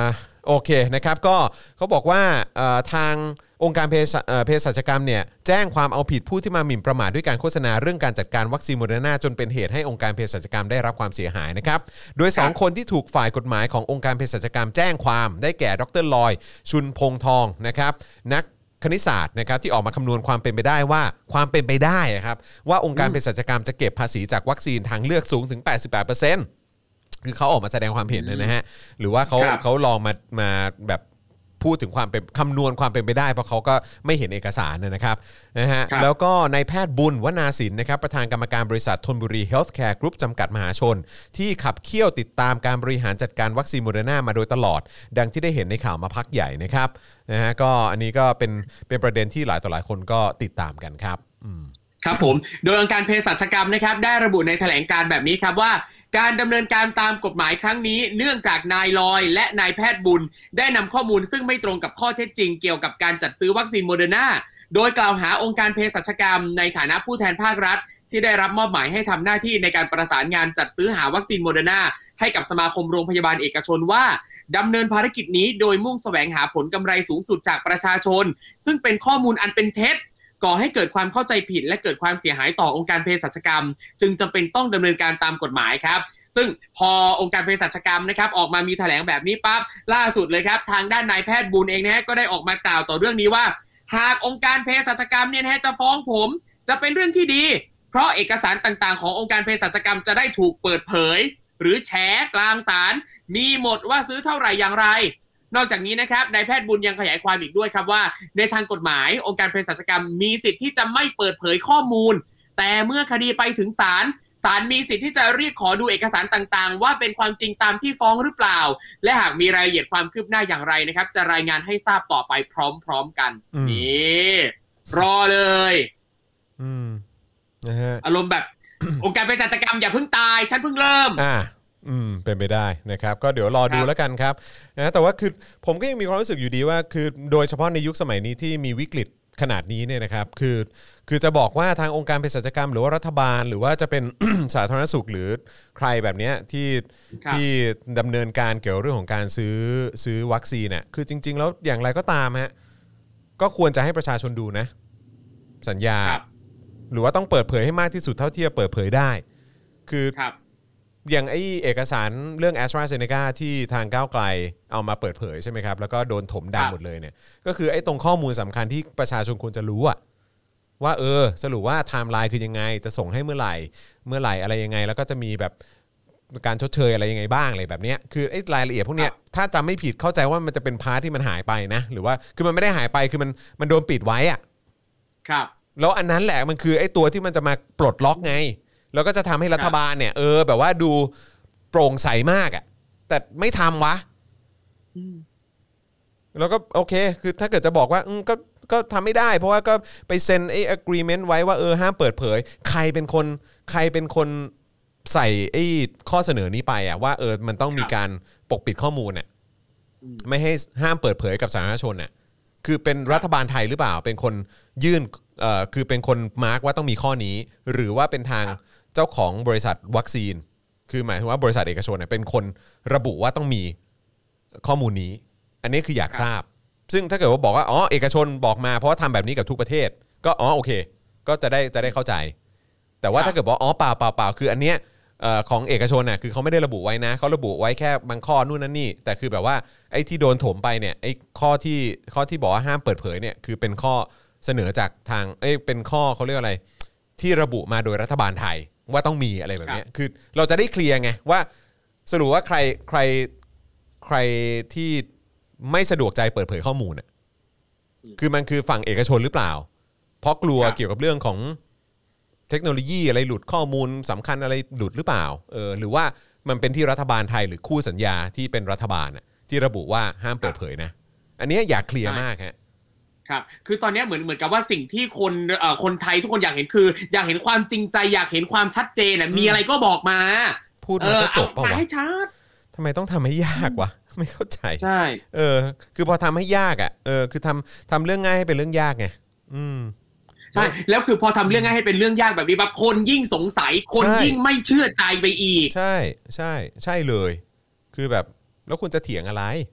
โอเคนะครับก็เขาบอกว่าทางองค์การเภสัชกรรมเนี่ยแจ้งความเอาผิดผู้ที่มาหมิ่นประมาทด้วยการโฆษณาเรื่องการจัดการวัคซีนโมเดอร์นาจนเป็นเหตุให้องค์การเภสัชกรรมได้รับความเสียหายนะครับโดยสองคนที่ถูกฝ่ายกฎหมายขององค์การเภสัชกรรมแจ้งความได้แก่ดรลอยชุนพงทองนะครับนักคณิตศาสตร์นะครับที่ออกมาคำนวณความเป็นไปได้ว่าความเป็นไปได้ครับว่าองค์การเภสัชกรรมจะเก็บภาษีจากวัคซีนทางเลือกสูงถึง แปดสิบแปดเปอร์เซ็นต์ คือเขาออกมาแสดงความเห็นนะฮะหรือว่าเขาเขาลองมามาแบบพูดถึงความเป็นคำนวณความเป็นไปได้เพราะเขาก็ไม่เห็นเอกสารนะครับนะฮะแล้วก็นายแพทย์บุญวนาสินนะครับประธานกรรมการบริษัทธนบุรีเฮลท์แคร์กรุ๊ปจำกัดมหาชนที่ขับเคี่ยวติดตามการบริหารจัดการวัคซีนโมเดอร์นามาโดยตลอดดังที่ได้เห็นในข่าวมาพักใหญ่นะครับนะฮะก็อันนี้ก็เป็นเป็นประเด็นที่หลายต่อหลายคนก็ติดตามกันครับอืมครับผมโดยองค์การเภสัชกรรมนะครับได้ระบุในแถลงการแบบนี้ครับว่าการดำเนินการตามกฎหมายครั้งนี้เนื่องจากนายลอยและนายแพทย์บุญได้นำข้อมูลซึ่งไม่ตรงกับข้อเท็จจริงเกี่ยวกับการจัดซื้อวัคซีนโมเดอร์นาโดยกล่าวหาองค์การเภสัชกรรมในฐานะผู้แทนภาครัฐที่ได้รับมอบหมายให้ทำหน้าที่ในการประสานงานจัดซื้อหาวัคซีนโมเดอร์นาให้กับสมาคมโรงพยาบาลเอกชนว่าดำเนินภารกิจนี้โดยมุ่งแสวงหาผลกำไรสูงสุดจากประชาชนซึ่งเป็นข้อมูลอันเป็นเท็จก่อให้เกิดความเข้าใจผิดและเกิดความเสียหายต่อองค์การเภสัชกรรมจึงจำเป็นต้องดำเนินการตามกฎหมายครับซึ่งพอองค์การเภสัชกรรมนะครับออกมามีแถลงแบบนี้ปั๊บล่าสุดเลยครับทางด้านนายแพทย์บุญเองนะฮะก็ได้ออกมากล่าวต่อเรื่องนี้ว่าหากองค์การเภสัชกรรมเนี่ยนะฮะจะฟ้องผมจะเป็นเรื่องที่ดีเพราะเอกสารต่างๆขององค์การเภสัชกรรมจะได้ถูกเปิดเผยหรือแฉกลางศาลมีหมดว่าซื้อเท่าไหร่อย่างไรนอกจากนี้นะครับนายแพทย์บุญยังขยายความอีกด้วยครับว่าในทางกฎหมายองค์การเภสัชกรรมมีสิทธิ์ที่จะไม่เปิดเผยข้อมูลแต่เมื่อคดีไปถึงศาลศาลมีสิทธิ์ที่จะเรียกขอดูเอกสารต่างๆว่าเป็นความจริงตามที่ฟ้องหรือเปล่าและหากมีรายละเอียดความคืบหน้าอย่างไรนะครับจะรายงานให้ทราบต่อไปพร้อมๆกันนี่รอเลยอืมนะฮะอารมณ์แบบ องค์การเภสัชกรรมอย่าเพิ่งตายฉันเพิ่งเริ่มอ่าอืมเป็นไปได้นะครับก็เดี๋ยวรอดูแล้วกันครับนะแต่ว่าคือผมก็ยังมีความรู้สึกอยู่ดีว่าคือโดยเฉพาะในยุคสมัยนี้ที่มีวิกฤตขนาดนี้เนี่ยนะครับคือคือจะบอกว่าทางองค์การเภสัชกรรมหรือว่ารัฐบาลหรือว่าจะเป็น สาธารณสุขหรือใครแบบนี้ที่ที่ดำเนินการเกี่ยวเรื่องของการซื้อซื้อวัคซีนเนี่ยคือจริงๆแล้วอย่างไรก็ตามฮะก็ควรจะให้ประชาชนดูนะสัญญาหรือว่าต้องเปิดเผยให้มากที่สุดเท่าที่จะเปิดเผยได้คืออย่างไอเอกสารเรื่อง AstraZeneca ที่ทางก้าวไกลเอามาเปิดเผยใช่ไหมครับแล้วก็โดนถมดำหมดเลยเนี่ยก็คือไอ้ตรงข้อมูลสำคัญที่ประชาชนควรจะรู้อะว่าเออสรุปว่าไทม์ไลน์คือยังไงจะส่งให้เมื่อไหร่เมื่อไหร่อะไรยังไงแล้วก็จะมีแบบการชดเชยอะไรยังไงบ้างอะไรแบบเนี้ยคือไอ้รายละเอียดพวกเนี้ยถ้าจำไม่ผิดเข้าใจว่ามันจะเป็นพาร์ทที่มันหายไปนะหรือว่าคือมันไม่ได้หายไปคือมันมันโดนปิดไว้อะครับแล้วอันนั้นแหละมันคือไอ้ตัวที่มันจะมาปลดล็อกไงแล้วก็จะทำให้รัฐบาลเนี่ยเออแบบว่าดูโปร่งใสมากอ่ะแต่ไม่ทำวะแล้วก็โอเคคือถ้าเกิดจะบอกว่าอืมก็ก็ทำไม่ได้เพราะว่าก็ไปเซ็นไอ้ agreement ไว้ว่าเออห้ามเปิดเผยใครเป็นคนใครเป็นคนใส่ไอ้ข้อเสนอนี้ไปอ่ะว่าเออมันต้องมีการปกปิดข้อมูลเนี่ยไม่ให้ห้ามเปิดเผยกับสาธารณชนเนี่ยคือเป็นรัฐบาลไทยหรือเปล่าเป็นคนยื่นเอ่อคือเป็นคนมาร์กว่าต้องมีข้อนี้หรือว่าเป็นทางเจ้าของบริษัทวัคซีนคือหมายถึงว่าบริษัทเอกชนเนี่ยเป็นคนระบุว่าต้องมีข้อมูลนี้อันนี้คืออยากทราบซึ่งถ้าเกิดว่าบอกว่าอ๋อเอกชนบอกมาเพราะว่าทำแบบนี้กับทุกประเทศก็อ๋อโอเคก็จะได้จะได้เข้าใจแต่ว่าถ้าเกิดบอกอ๋อเปล่าเปล่าเปล่าคืออันเนี้ยเอ่อของเอกชนน่ะคือเขาไม่ได้ระบุไว้นะเขาระบุไว้แค่บางข้อนู่นนั่นนี่แต่คือแบบว่าไอ้ที่โดนถมไปเนี่ยไอ้ข้อที่ข้อที่บอกว่าห้ามเปิดเผยเนี่ยคือเป็นข้อเสนอจากทางเอ้ยเป็นข้อเขาเรียกอะไรที่ระบุมาโดยรัฐบาลไทยว่าต้องมีอะไรแบบนี้คือเราจะได้เคลียร์ไงว่าสรุปว่าใครใครใครที่ไม่สะดวกใจเปิดเผยข้อมูลน่ะคือมันคือฝั่งเอกชนหรือเปล่าเพราะกลัวเกี่ยวกับเรื่องของเทคโนโลยีอะไรหลุดข้อมูลสำคัญอะไรหลุดหรือเปล่าเออหรือว่ามันเป็นที่รัฐบาลไทยหรือคู่สัญญาที่เป็นรัฐบาลน่ะที่ระบุว่าห้ามเปิดเผยนะอันนี้อยากเคลียร์มากฮะครับคือตอนนี้เหมือนเหมือนกับว่าสิ่งที่คนเอ่อคนไทยทุกคนอยากเห็นคืออยากเห็นความจริงใจอยากเห็นความชัดเจนน่ะมีอะไรก็บอกมาพูดมาก็จบป่าววะให้ชัดทำไมต้องทำให้ยากวะไม่เข้าใจใช่เออคือพอทำให้ยากอ่ะเออคือทำทำเรื่องง่ายให้เป็นเรื่องยากไงอืมใช่แล้วคือพอทำเรื่องง่ายให้เป็นเรื่องยากแบบนี้แบบคนยิ่งสงสัยคนยิ่งไม่เชื่อใจไปอีกใช่ใช่ใช่เลยคือแบบแล้วคุณจะเถียงอะไร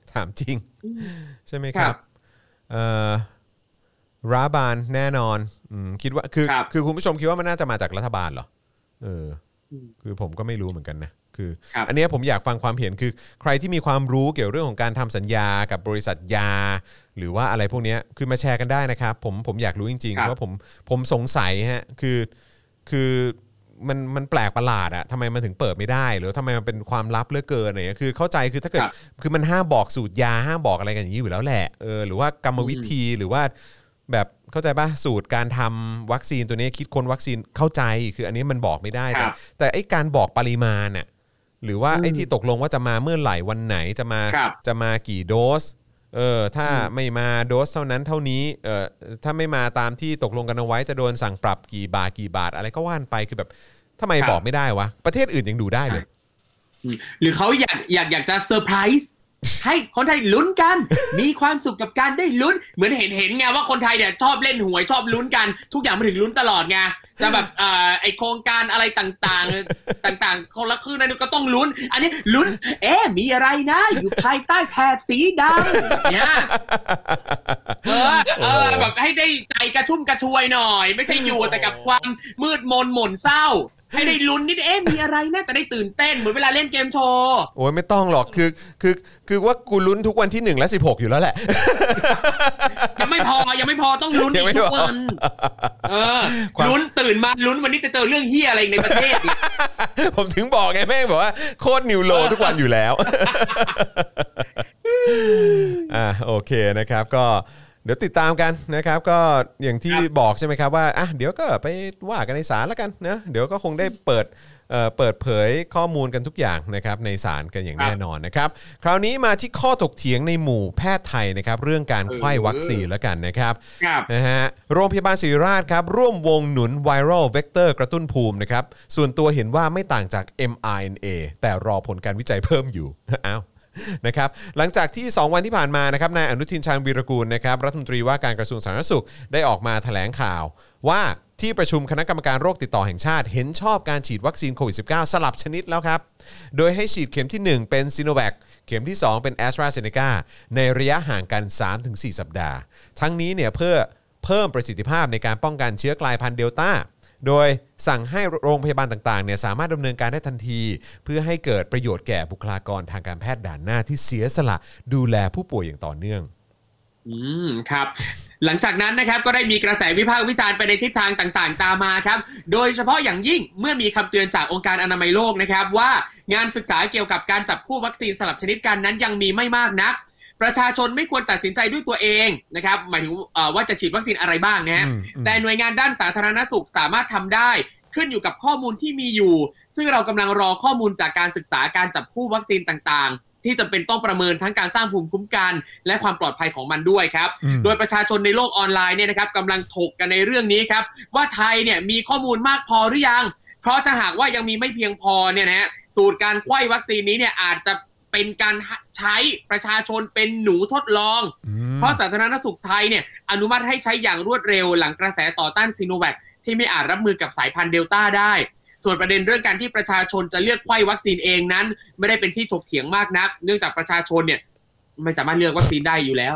ถามจริงใช่ไหมครับเอ่อราบานแน่นอนอืมคิดว่าคือคือคุณผู้ชมคิดว่ามันน่าจะมาจากรัฐบาลเหรอเออคือผมก็ไม่รู้เหมือนกันนะคืออันนี้ผมอยากฟังความเห็นคือใครที่มีความรู้เกี่ยวเรื่องของการทำสัญญากับบริษัทยาหรือว่าอะไรพวกนี้คือมาแชร์กันได้นะครับผมผมอยากรู้จริงๆเพราะผมผมสงสัยฮะคือคือมันมันแปลกประหลาดอะทำไมมันถึงเปิดไม่ได้หรือทำไมมันเป็นความลับเหลือเกินเนี่ยคือเข้าใจคือถ้าเกิดคือมันห้ามบอกสูตรยาห้ามบอกอะไรกันอย่างนี้อยู่แล้วแหละเออหรือว่ากรรมวิธีหรือว่าแบบเข้าใจป่ะสูตรการทำวัคซีนตัวนี้คิดค้นวัคซีนเข้าใจคืออันนี้มันบอกไม่ได้แต่แต่ไอ้การบอกปริมาณน่ะหรือว่าไอ้ที่ตกลงว่าจะมาเมื่อไหร่วันไหนจะมาจะมากี่โดสเออถ้าไม่มาโดสเท่านั้นเท่านี้เออถ้าไม่มาตามที่ตกลงกันเอาไว้จะโดนสั่งปรับกี่บาทกี่บาทอะไรก็ว่านไปคือแบบทำไมบอกไม่ได้วะประเทศอื่นยังดูได้เลยหรือเขาอยากอยากอยากจะเซอร์ไพรส์ให้คนไทยลุ้นกันมีความสุขกับการได้ลุ้นเหมือนเห็นเห็นไงว่าคนไทยเนี่ยชอบเล่นหวยชอบลุ้นกันทุกอย่างมาถึงลุ้นตลอดไงจะแบบเอ่อไอโครงการอะไรต่างๆต่างๆคนละครึ่งนั้นก็ต้องลุ้นอันนี้ลุ้นเอ๊ะมีอะไรนะอยู่ภายใต้แถบสีดำแบบเนี้ยเออเออแบบให้ได้ใจกระชุ่มกระชวยหน่อยไม่ใช่อยู่แต่กับความมืดมนหม่นเศร้าให้ได้ลุ้นนิดเอ๊ะมีอะไรน่าจะได้ตื่นเต้นเหมือนเวลาเล่นเกมโชว์โอ้ยไม่ต้องหรอกคือคือคือว่ากูลุ้นทุกวันที่หนึ่งและสิบหกอยู่แล้วแหละยังไม่พอยังไม่พอต้องลุ้นอีกทุกวันเออลุ้นตื่นมาลุ้นวันนี้จะเจอเรื่องเหี้ยอะไรในประเทศผมถึงบอกไงแม่งบอกว่าโคตรนิวโลทุกวันอยู่แล้วอ่าโอเคนะครับก็เดี๋ยวติดตามกันนะครับก็อย่างที่บอกใช่ไหมครับว่าอ่ะเดี๋ยวก็ไปว่ากันในศาลแล้วกันนะเดี๋ยวก็คงได้เปิดเอ่อเปิดเผยข้อมูลกันทุกอย่างนะครับในศาลกันอย่างแน่นอนนะครับคราวนี้มาที่ข้อถกเถียงในหมู่แพทย์ไทยนะครับเรื่องการไข้วัคซีนแล้วกันนะครับนะฮะโรงพยาบาลศิริราชครับร่วมวงหนุนไวรัลเวกเตอร์กระตุ้นภูมินะครับส่วนตัวเห็นว่าไม่ต่างจาก เอ็ม อาร์ เอ็น เอ แต่รอผลการวิจัยเพิ่มอยู่อ้าวนะครับหลังจากที่สองวันที่ผ่านมานะครับนายอนุทินชาญวีรกูลนะครับรัฐมนตรีว่าการกระทรวงสาธารณสุขได้ออกมาแถลงข่าวว่าที่ประชุมคณะกรรมการโรคติดต่อแห่งชาติเห็นชอบการฉีดวัคซีนโควิด สิบเก้า สลับชนิดแล้วครับโดยให้ฉีดเข็มที่หนึ่งเป็นซิโนแวคเข็มที่สองเป็น AstraZeneca ในระยะห่างกัน สามถึงสี่ สัปดาห์ทั้งนี้เนี่ยเพื่อเพิ่มประสิทธิภาพในการป้องกันเชื้อกลายพันธุ์เดลต้าโดยสั่งให้โรงพยาบาลต่างๆเนี่ยสามารถดำเนินการได้ทันทีเพื่อให้เกิดประโยชน์แก่บุคลากรทางการแพทย์ด่านหน้าที่เสียสละดูแลผู้ป่วยอย่างต่อเนื่องอืมครับหลังจากนั้นนะครับก็ได้มีกระแสวิพากษ์วิจารณ์ไปในทิศทางต่างๆตามมาครับโดยเฉพาะอย่างยิ่งเมื่อมีคำเตือนจากองค์การอนามัยโลกนะครับว่างานศึกษาเกี่ยวกับการจับคู่วัคซีนสลับชนิดกันนั้นยังมีไม่มากนักประชาชนไม่ควรตัดสินใจด้วยตัวเองนะครับหมายถึงว่าจะฉีดวัคซีนอะไรบ้างนะฮะแต่หน่วยงานด้านสาธารณสุขสามารถทำได้ขึ้นอยู่กับข้อมูลที่มีอยู่ซึ่งเรากำลังรอข้อมูลจากการศึกษาการจับคู่วัคซีนต่างๆที่จำเป็นต้องประเมินทั้งการสร้างภูมิคุ้มกันและความปลอดภัยของมันด้วยครับโดยประชาชนในโลกออนไลน์เนี่ยนะครับกำลังถกกันในเรื่องนี้ครับว่าไทยเนี่ยมีข้อมูลมากพอหรือยังเพราะถ้าหากว่ายังมีไม่เพียงพอเนี่ยนะฮะสูตรการไข้วัคซีนนี้เนี่ยอาจจะเป็นการใช้ประชาชนเป็นหนูทดลองเพราะสาธารณสุขไทยเนี่ยอนุมัติให้ใช้อย่างรวดเร็วหลังกระแสต่อต้านซิโนแวคที่ไม่อาจรับมือกับสายพันธุ์เดลต้าได้ส่วนประเด็นเรื่องการที่ประชาชนจะเลือกไข้วัคซีนเองนั้นไม่ได้เป็นที่ถกเถียงมากนักเนื่องจากประชาชนเนี่ยไม่สามารถเลือกวัคซีนได้อยู่แล้ว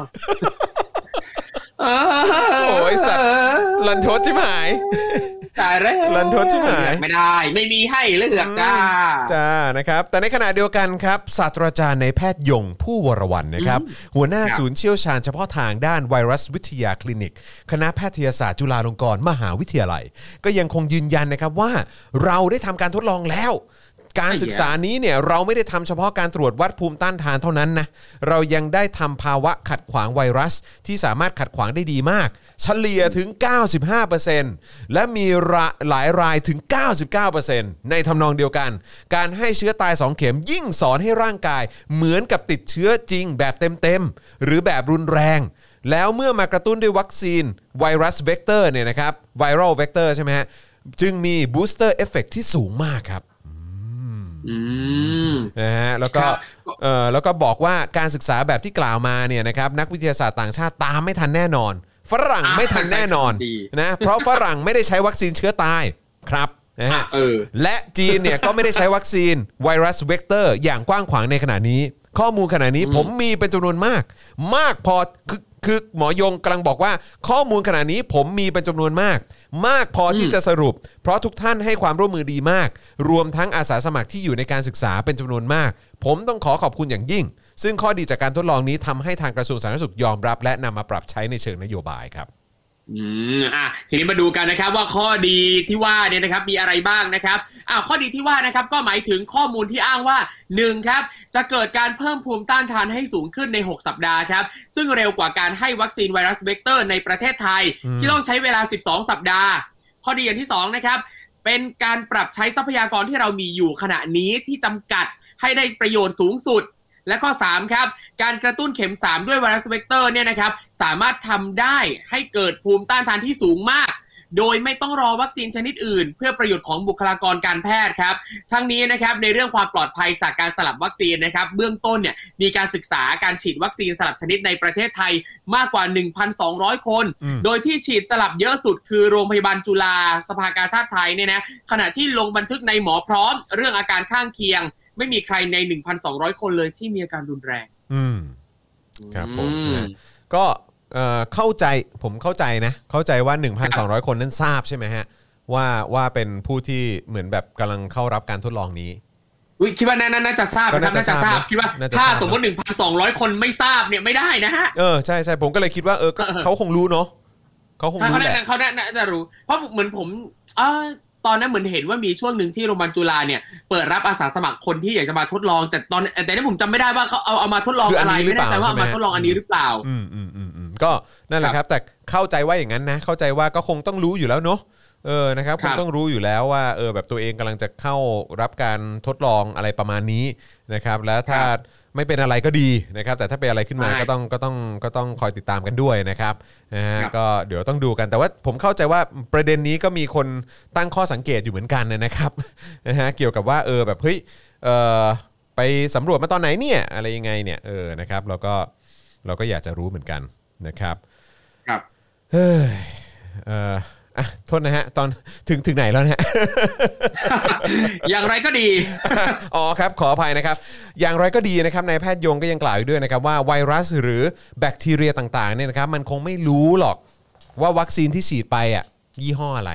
โอ้ยสัตว์ลันทดชิบหายตายแล้วลันทดชิบหายไม่ได้ไม่มีให้เลือกจ้าจ้านะครับแต่ในขณะเดียวกันครับศาสตราจารย์ในแพทย์ยงผู้วรวรรณนะครับหัวหน้าศูนย์เชี่ยวชาญเฉพาะทางด้านไวรัสวิทยาคลินิกคณะแพทยศาสตร์จุฬาลงกรณ์มหาวิทยาลัยก็ยังคงยืนยันนะครับว่าเราได้ทำการทดลองแล้วการศึกษานี้เนี่ยเราไม่ได้ทำเฉพาะการตรวจวัดภูมิต้านทานเท่านั้นนะเรายังได้ทำภาวะขัดขวางไวรัสที่สามารถขัดขวางได้ดีมากเฉลี่ยถึง เก้าสิบห้าเปอร์เซ็นต์ และมีหลายรายถึง เก้าสิบเก้าเปอร์เซ็นต์ ในทำนองเดียวกันการให้เชื้อตายสองเข็มยิ่งสอนให้ร่างกายเหมือนกับติดเชื้อจริงแบบเต็มๆหรือแบบรุนแรงแล้วเมื่อมากระตุ้นด้วยวัคซีนไวรัสเวกเตอร์เนี่ยนะครับไวรัลเวกเตอร์ใช่ไหมฮะจึงมีบูสเตอร์เอฟเฟกต์ที่สูงมากครับนะฮะแล้วก็เอ่อแล้วก็บอกว่าการศึกษาแบบที่กล่าวมาเนี่ยนะครับนักวิทยาศาสตร์ต่างชาติตามไม่ทันแน่นอนฝรั่งไม่ทันแน่นอนนะเพราะฝรั่งไม่ได้ใช้วัคซีนเชื้อตายครับนะฮะและจีนเนี่ยก็ไม่ได้ใช้วัคซีนไวรัสเวกเตอร์อย่างกว้างขวางในขณะนี้ข้อมูลขณะนี้ผมมีเป็นจำนวนมากมากพอคือคือหมอยงกำลังบอกว่าข้อมูลขณะนี้ผมมีเป็นจำนวนมากมากพอที่จะสรุปเพราะทุกท่านให้ความร่วมมือดีมากรวมทั้งอาสาสมัครที่อยู่ในการศึกษาเป็นจำนวนมากผมต้องขอขอบคุณอย่างยิ่งซึ่งข้อดีจากการทดลองนี้ทำให้ทางกระทรวงสาธารณสุขยอมรับและนำมาปรับใช้ในเชิงนโยบายครับอืมอ่ะทีนี้มาดูกันนะครับว่าข้อดีที่ว่าเนี่ยนะครับมีอะไรบ้างนะครับอ่าข้อดีที่ว่านะครับก็หมายถึงข้อมูลที่อ้างว่าหนึ่งครับจะเกิดการเพิ่มภูมิต้านทานให้สูงขึ้นในหกสัปดาห์ครับซึ่งเร็วกว่าการให้วัคซีนไวรัสเวกเตอร์ในประเทศไทยที่ต้องใช้เวลาสิบสองสัปดาห์ข้อดีอย่างที่สองนะครับเป็นการปรับใช้ทรัพยากรที่เรามีอยู่ขณะนี้ที่จำกัดให้ได้ประโยชน์สูงสุดและข้อสามครับการกระตุ้นเข็มสามด้วยไวรัสเวกเตอร์เนี่ยนะครับสามารถทำได้ให้เกิดภูมิต้านทานที่สูงมากโดยไม่ต้องรอวัคซีนชนิดอื่นเพื่อประโยชน์ของบุคลากรการแพทย์ครับทั้งนี้นะครับในเรื่องความปลอดภัยจากการสลับวัคซีนนะครับเบื้องต้นเนี่ยมีการศึกษาการฉีดวัคซีนสลับชนิดในประเทศไทยมากกว่า หนึ่งพันสองร้อย คนโดยที่ฉีดสลับเยอะสุดคือโรงพยาบาลจุฬาสภากาชาดไทยเนี่ยนะขณะที่ลงบันทึกในหมอพร้อมเรื่องอาการข้างเคียงไม่มีใครใน หนึ่งพันสองร้อย คนเลยที่มีอาการรุนแรงอืมครับผมก็เอ่อเข้าใจผมเข้าใจนะเข้าใจว่า หนึ่งพันสองร้อย คนนั้นทราบใช่ไหมฮะว่าว่าเป็นผู้ที่เหมือนแบบกำลังเข้ารับการทดลองนี้อุ๊ยคิดว่าน่าจะทราบนะครับน่าจะทราบคิดว่าถ้าสมมติ หนึ่งพันสองร้อย คนไม่ทราบเนี่ยไม่ได้นะฮะเออใช่ๆผมก็เลยคิดว่าเออเขาคงรู้เนาะเขาคงรู้แหละเขาน่าจะรู้เพราะเหมือนผมอ่าตอนนั้นเหมือนเห็นว่ามีช่วงหนึ่งที่โรงพยาบาลจุฬาเนี่ยเปิดรับอาสาสมัครคนที่อยากจะมาทดลองแต่ตอนแต่นี่ผมจำไม่ได้ว่าเขาเอาเอามาทดลองอะไรไม่แน่ใจว่าเอามาทดลองอันนี้หรือเปล่าอืมอืมอืมอืมก็นั่นแหละครับแต่เข้าใจว่าอย่างนั้นนะเข้าใจว่าก็คงต้องรู้อยู่แล้วเนาะเออนะครับคงต้องรู้อยู่แล้วว่าเออแบบตัวเองกำลังจะเข้ารับการทดลองอะไรประมาณนี้นะครับแล้วถ้าไม่เป็นอะไรก็ดีนะครับแต่ถ้าเป็นอะไรขึ้นมาก็ต้องก็ต้องก็ต้องคอยติดตามกันด้วยนะครับนะฮะก็เดี๋ยวต้องดูกันแต่ว่าผมเข้าใจว่าประเด็นนี้ก็มีคนตั้งข้อสังเกตอยู่เหมือนกันนะครับนะฮะเกี่ยวกับว่าเออแบบเฮ้ยเออไปสำรวจมาตอนไหนเนี่ยอะไรยังไงเนี่ยเออนะครับเราก็เราก็อยากจะรู้เหมือนกันนะครับครับเฮ้ยเอออ่ะโทษนะฮะตอนถึงถึงไหนแล้วเนี่ยอย่างไรก็ดีอ๋อครับขออภัยนะครับอย่างไรก็ดีนะครับนายแพทย์ยงก็ยังกล่าวอยู่ด้วยนะครับว่าไวรัสหรือแบคทีเรียต่างๆเนี่ยนะครับมันคงไม่รู้หรอกว่าวัคซีนที่ฉีดไปอ่ะยี่ห้ออะไร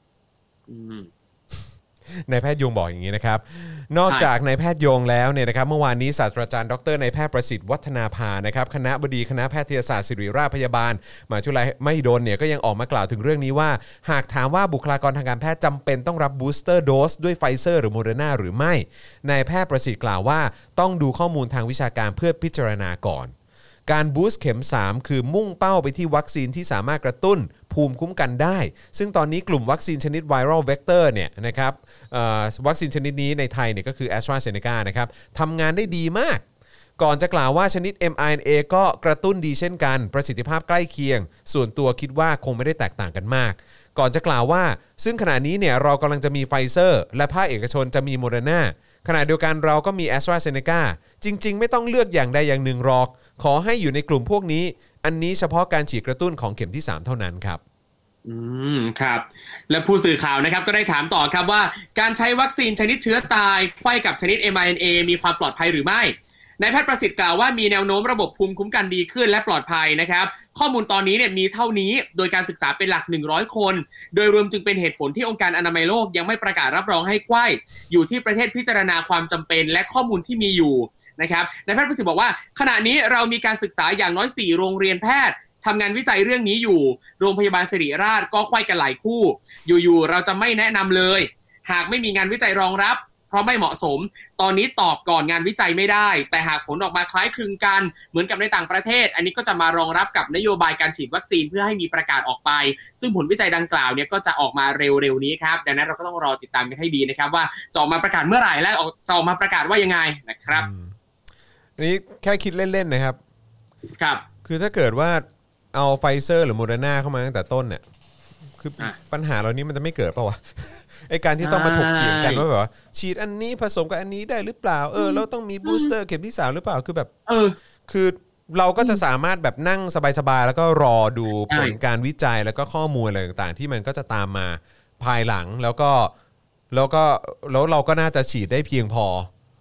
นายแพทย์ยงบอกอย่างนี้นะครับนอกจากนายแพทย์ยงแล้วเนี่ยนะครับเมื่อวานนี้ศาสตราจารย์ดรนายแพทย์ประสิทธิ์วัฒนาภานะครับคณะบดีคณะแพทยศาสตร์ศิริราชพยาบาลมหาวิทยาลัยมหิดลเนี่ยก็ยังออกมากล่าวถึงเรื่องนี้ว่าหากถามว่าบุคลากรทางการแพทย์จำเป็นต้องรับบูสเตอร์โดสด้วยไฟเซอร์หรือโมเดอร์นาหรือไม่นายแพทย์ประสิทธิ์กล่าวว่าต้องดูข้อมูลทางวิชาการเพื่อพิจารณาก่อนการบูสต์เข็มสามคือมุ่งเป้าไปที่วัคซีนที่สามารถกระตุ้นภูมิคุ้มกันได้ซึ่งตอนนี้กลุ่มวัคซีนชนิดไวรัลเวกเตอร์เนี่ยนะครับวัคซีนชนิดนี้ในไทยเนี่ยก็คือ AstraZeneca นะครับทำงานได้ดีมากก่อนจะกล่าวว่าชนิด เอ็ม อาร์ เอ็น เอ ก็กระตุ้นดีเช่นกันประสิทธิภาพใกล้เคียงส่วนตัวคิดว่าคงไม่ได้แตกต่างกันมากก่อนจะกล่าวว่าซึ่งขณะนี้เนี่ยเรากำลังจะมีไฟเซอร์และภาคเอกชนจะมีโมเดอร์นาขณะเดียวกันเราก็มี AstraZeneca จริงๆไม่ต้องเลือกอย่างใดอย่างหนึ่งหรอกขอให้อยู่ในกลุ่มพวกนี้อันนี้เฉพาะการฉีดกระตุ้นของเข็มที่สามเท่านั้นครับอืมครับและผู้สื่อข่าวนะครับก็ได้ถามต่อครับว่าการใช้วัคซีนชนิดเชื้อตายไข้กับชนิด เอ็ม อาร์ เอ็น เอ มีความปลอดภัยหรือไม่นายแพทย์ประสิทธิ์กล่าวว่ามีแนวโน้มระบบภูมิคุ้มกันดีขึ้นและปลอดภัยนะครับข้อมูลตอนนี้เนี่ยมีเท่านี้โดยการศึกษาเป็นหลักหนึ่งร้อยคนโดยรวมจึงเป็นเหตุผลที่องค์การอนามัยโลกยังไม่ประกาศรับรองให้ไข้อยู่ที่ประเทศพิจารณาความจำเป็นและข้อมูลที่มีอยู่นะครับนายแพทย์ประสิทธิ์บอกว่าขณะนี้เรามีการศึกษาอย่างน้อยสี่โรงเรียนแพทย์ทำงานวิจัยเรื่องนี้อยู่โรงพยาบาลศิริราชก็ไข้กันหลายคู่อยู่ๆเราจะไม่แนะนำเลยหากไม่มีงานวิจัยรองรับเพราะไม่เหมาะสมตอนนี้ตอบก่อนงานวิจัยไม่ได้แต่หากผลออกมาคล้ายคลึงกันเหมือนกับในต่างประเทศอันนี้ก็จะมารองรับกับนโยบายการฉีดวัคซีนเพื่อให้มีประกาศออกไปซึ่งผลวิจัยดังกล่าวเนี่ยก็จะออกมาเร็วๆนี้ครับดังนั้นเราก็ต้องรอติดตามกันให้ดีนะครับว่าจะออกมาประกาศเมื่อไหร่และจะออกมาประกาศว่ายังไงนะครับอันนี้แค่คิดเล่นๆนะครับครับคือถ้าเกิดว่าเอาไฟเซอร์หรือโมเดอร์นาเข้ามาตั้งแต่ต้นเนี่ยคือปัญหาเหล่านี้มันจะไม่เกิดป่าววะไอการที่ต้องมาถกเถียงกันว่าแบบว่าฉีดอันนี้ผสมกับอันนี้ได้หรือเปล่าเออเราต้องมีบูสเตอร์เข็มที่สามหรือเปล่าคือแบบเออคือเราก็จะสามารถแบบนั่งสบายๆแล้วก็รอดูผลการวิจัยแล้วก็ข้อมูลอะไรต่างๆที่มันก็จะตามมาภายหลังแล้วก็แล้วก็แล้วเราก็น่าจะฉีดได้เพียงพอ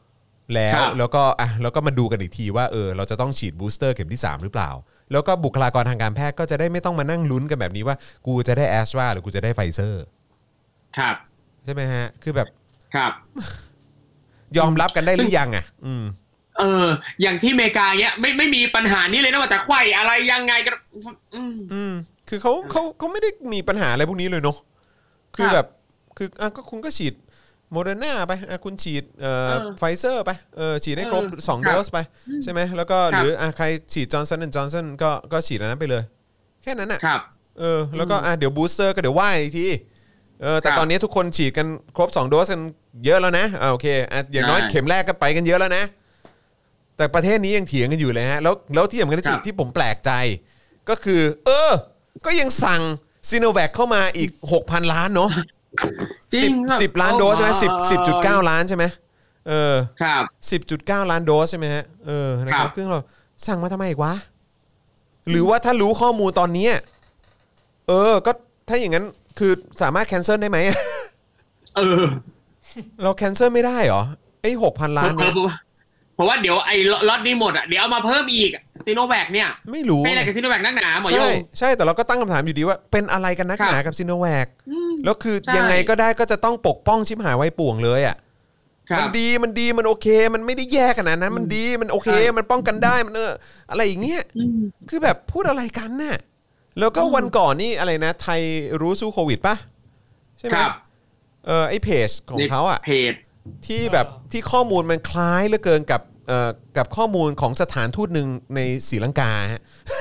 แล้วแล้วก็อ่ะแล้วก็มาดูกันอีกทีว่าเออเราจะต้องฉีดบูสเตอร์เข็มที่สามหรือเปล่าแล้วก็บุคลากรทางการแพทย์ก็จะได้ไม่ต้องมานั่งลุ้นกันแบบนี้ว่ากูจะได้แอสตราหรือกูจะได้ไฟเซอร์ครับใช่ไหมฮะคือแบบครับยอมรับกันได้หรือยังอ่ะอืมเอออย่างที่อเมริกาเนี้ยไม่ไม่มีปัญหานี้เลยนะว่าแต่ไข้อะไรยังไงก็อืมอืมคือเขาเขาเขาไม่ได้มีปัญหาอะไรพวกนี้เลยเนาะคือแบบคืออ่ะก็คุณก็ฉีดโมเดอร์นาไปอ่ะคุณฉีดเอ่อไฟเซอร์ไปเออฉีดให้ครบสองโดสไปใช่ไหมแล้วก็หรืออ่ะใครฉีดจอห์นสันแอนด์จอห์นสันก็ก็ฉีดอันนั้นไปเลยแค่นั้นอ่ะเออแล้วก็อ่ะเดี๋ยวบูสเตอร์ก็เดี๋ยวว่าอีกทีเออแต่ตอนนี้ทุกคนฉีดกันครบสองโดสกันเยอะแล้วนะอ่าโอเคอ่ะอย่างน้อยเข็มแรกก็ไปกันเยอะแล้วนะแต่ประเทศนี้ยังเถียงกันอยู่เลยฮะแล้วแล้วที่สำคัญที่สุดที่ผมแปลกใจก็คือเออก็ยังสั่งซิโนแวคเข้ามาอีก หกพัน ล้านเนาะสิบ สิบล้านโดสใช่ไหมสิบ สิบจุดเก้า ล้านใช่ไหมเออครับสิบจุดเก้า ล้านโดสใช่ไหมฮะเออนะครับซึ่งเราสั่งมาทำไมอีกวะหรือว่าถ้ารู้ข้อมูลตอนนี้เออก็ถ้าอย่างนั้นคือสามารถแคนเซิลได้ไหมเออเราแคนเซิลไม่ได้เหรอไอ้ หกพัน ล้านเนี่ยเพราะว่าเดี๋ยวไอ้ล็อตนี้หมดอ่ะเดี๋ยวเอามาเพิ่มอีกซิโนแวคเนี่ยไม่รู้เป็นอะไรกับซิโนแวคนักหนาหมอโยใช่ใช่แต่เราก็ตั้งคำถามอยู่ดีว่าเป็นอะไรกันนักหนากับซิโนแวคแล้วคือยังไงก็ได้ก็จะต้องปกป้องชิบหายไว้ป่วงเลยอ่ะมันดีมันดีมันโอเคมันไม่ได้แย่ขนาดนั้นมันดีมันโอเคมันป้องกันได้มันเอออะไรอย่างเงี้ยคือแบบพูดอะไรกันน่ะแล้วก็วันก่อนนี่อะไรนะไทยรู้สู้โควิดป่ะใช่ไหมเออไอเพจของเขาอ่ะเพจที่แบบที่ข้อมูลมันคล้ายเหลือเกินกับเอ่อกับข้อมูลของสถานทูตหนึ่งในศรีลังกาฮะ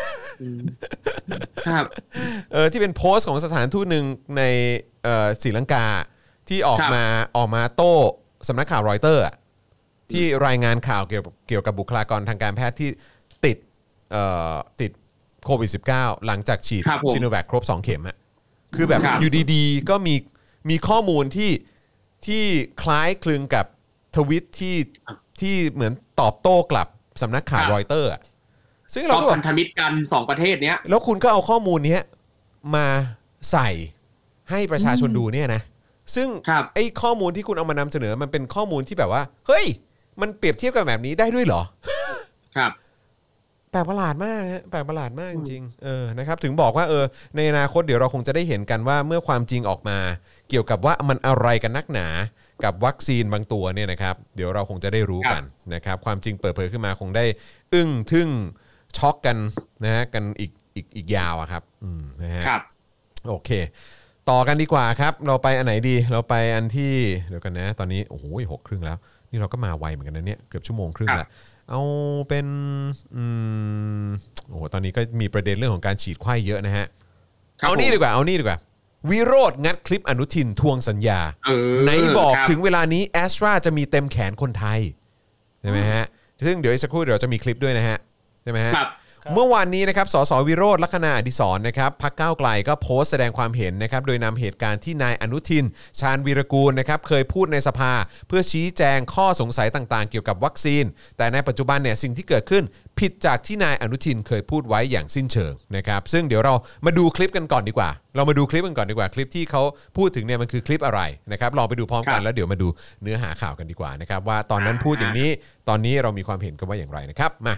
ครับเออที่เป็นโพสต์ของสถานทูตหนึ่งในเอ่อศรีลังกาที่ออกมาออกมาโต้สำนักข่าวรอยเตอร์ที่รายงานข่าวเกี่ยวเกี่ยวกับบุคลากรทางการแพทย์ที่ติดเอ่อติดโควิด สิบเก้า หลังจากฉีดซิโนแวคครบสองเข็มอะคือแบบอยู่ดีๆก็มีมีข้อมูลที่ที่คล้ายคลึงกับทวิตที่ที่เหมือนตอบโต้กลับสำนักข่าวรอยเตอร์อ่ะซึ่งเราก็พันธมิตรกันสองประเทศเนี้ยแล้วคุณก็เอาข้อมูลนี้มาใส่ให้ประชาชนดูเนี่ยนะซึ่งไอ้ข้อมูลที่คุณเอามานำเสนอมันเป็นข้อมูลที่แบบว่าเฮ้ยมันเปรียบเทียบกันแบบนี้ได้ด้วยเหรอครับแปลกประหลาดมากฮะแปลกประหลาดมากจริงๆเออนะครับถึงบอกว่าเออในอนาคตเดี๋ยวเราคงจะได้เห็นกันว่าเมื่อความจริงออกมาเกี่ยวกับว่ามันอะไรกันนักหนากับวัคซีนบางตัวเนี่ยนะครับเดี๋ยวเราคงจะได้รู้กันนะครับความจริงเปิดเผยขึ้นมาคงได้อึ้งทึ่งช็อกกันนะฮะกันอีกอีกอีกยาวอะครับอืมนะฮะโอเคต่อกันดีกว่าครับเราไปอันไหนดีเราไปอันที่เดี๋ยวกันนะตอนนี้โอ้โหหกครึ่งแล้วนี่เราก็มาไวเหมือนกันนะเนี่ยเกือบชั่วโมงครึ่งแล้วเอาเป็นอืมโอ้โหตอนนี้ก็มีประเด็นเรื่องของการฉีดไข้เยอะนะฮะเอานี่ดีกว่าเอานี่ดีกว่าวิโรจน์งัดคลิปอนุทินทวงสัญญาไหนบอกถึงเวลานี้แอสตราจะมีเต็มแขนคนไทยใช่ไหมฮะซึ่งเดี๋ยวอีกสักครู่เดี๋ยวจะมีคลิปด้วยนะฮะใช่ไหมฮะเมื่อวานนี้นะครับสสวิโรจน์ลัคนาอดิศรนะครับพรรคก้าวไกลก็โพสต์แสดงความเห็นนะครับโดยนำเหตุการณ์ที่นายอนุทินชาญวีรกูลนะครับเคยพูดในสภาเพื่อชี้แจงข้อสงสัยต่างๆเกี่ยวกับวัคซีนแต่ในปัจจุบันเนี่ยสิ่งที่เกิดขึ้นผิดจากที่นายอนุทินเคยพูดไว้อย่างสิ้นเชิงนะครับซึ่งเดี๋ยวเรามาดูคลิปกันก่อนดีกว่าเรามาดูคลิปกันก่อนดีกว่าคลิปที่เขาพูดถึงเนี่ยมันคือคลิปอะไรนะครับลองไปดูพร้อมกันแล้วเดี๋ยวมาดูเนื้อหาข่าวกันดีกว่านะครับว่าตอนนั้นพูดอย่างนี้ตอนนี้เรามีความเห็นกันว่าอย่างไรนะครับมา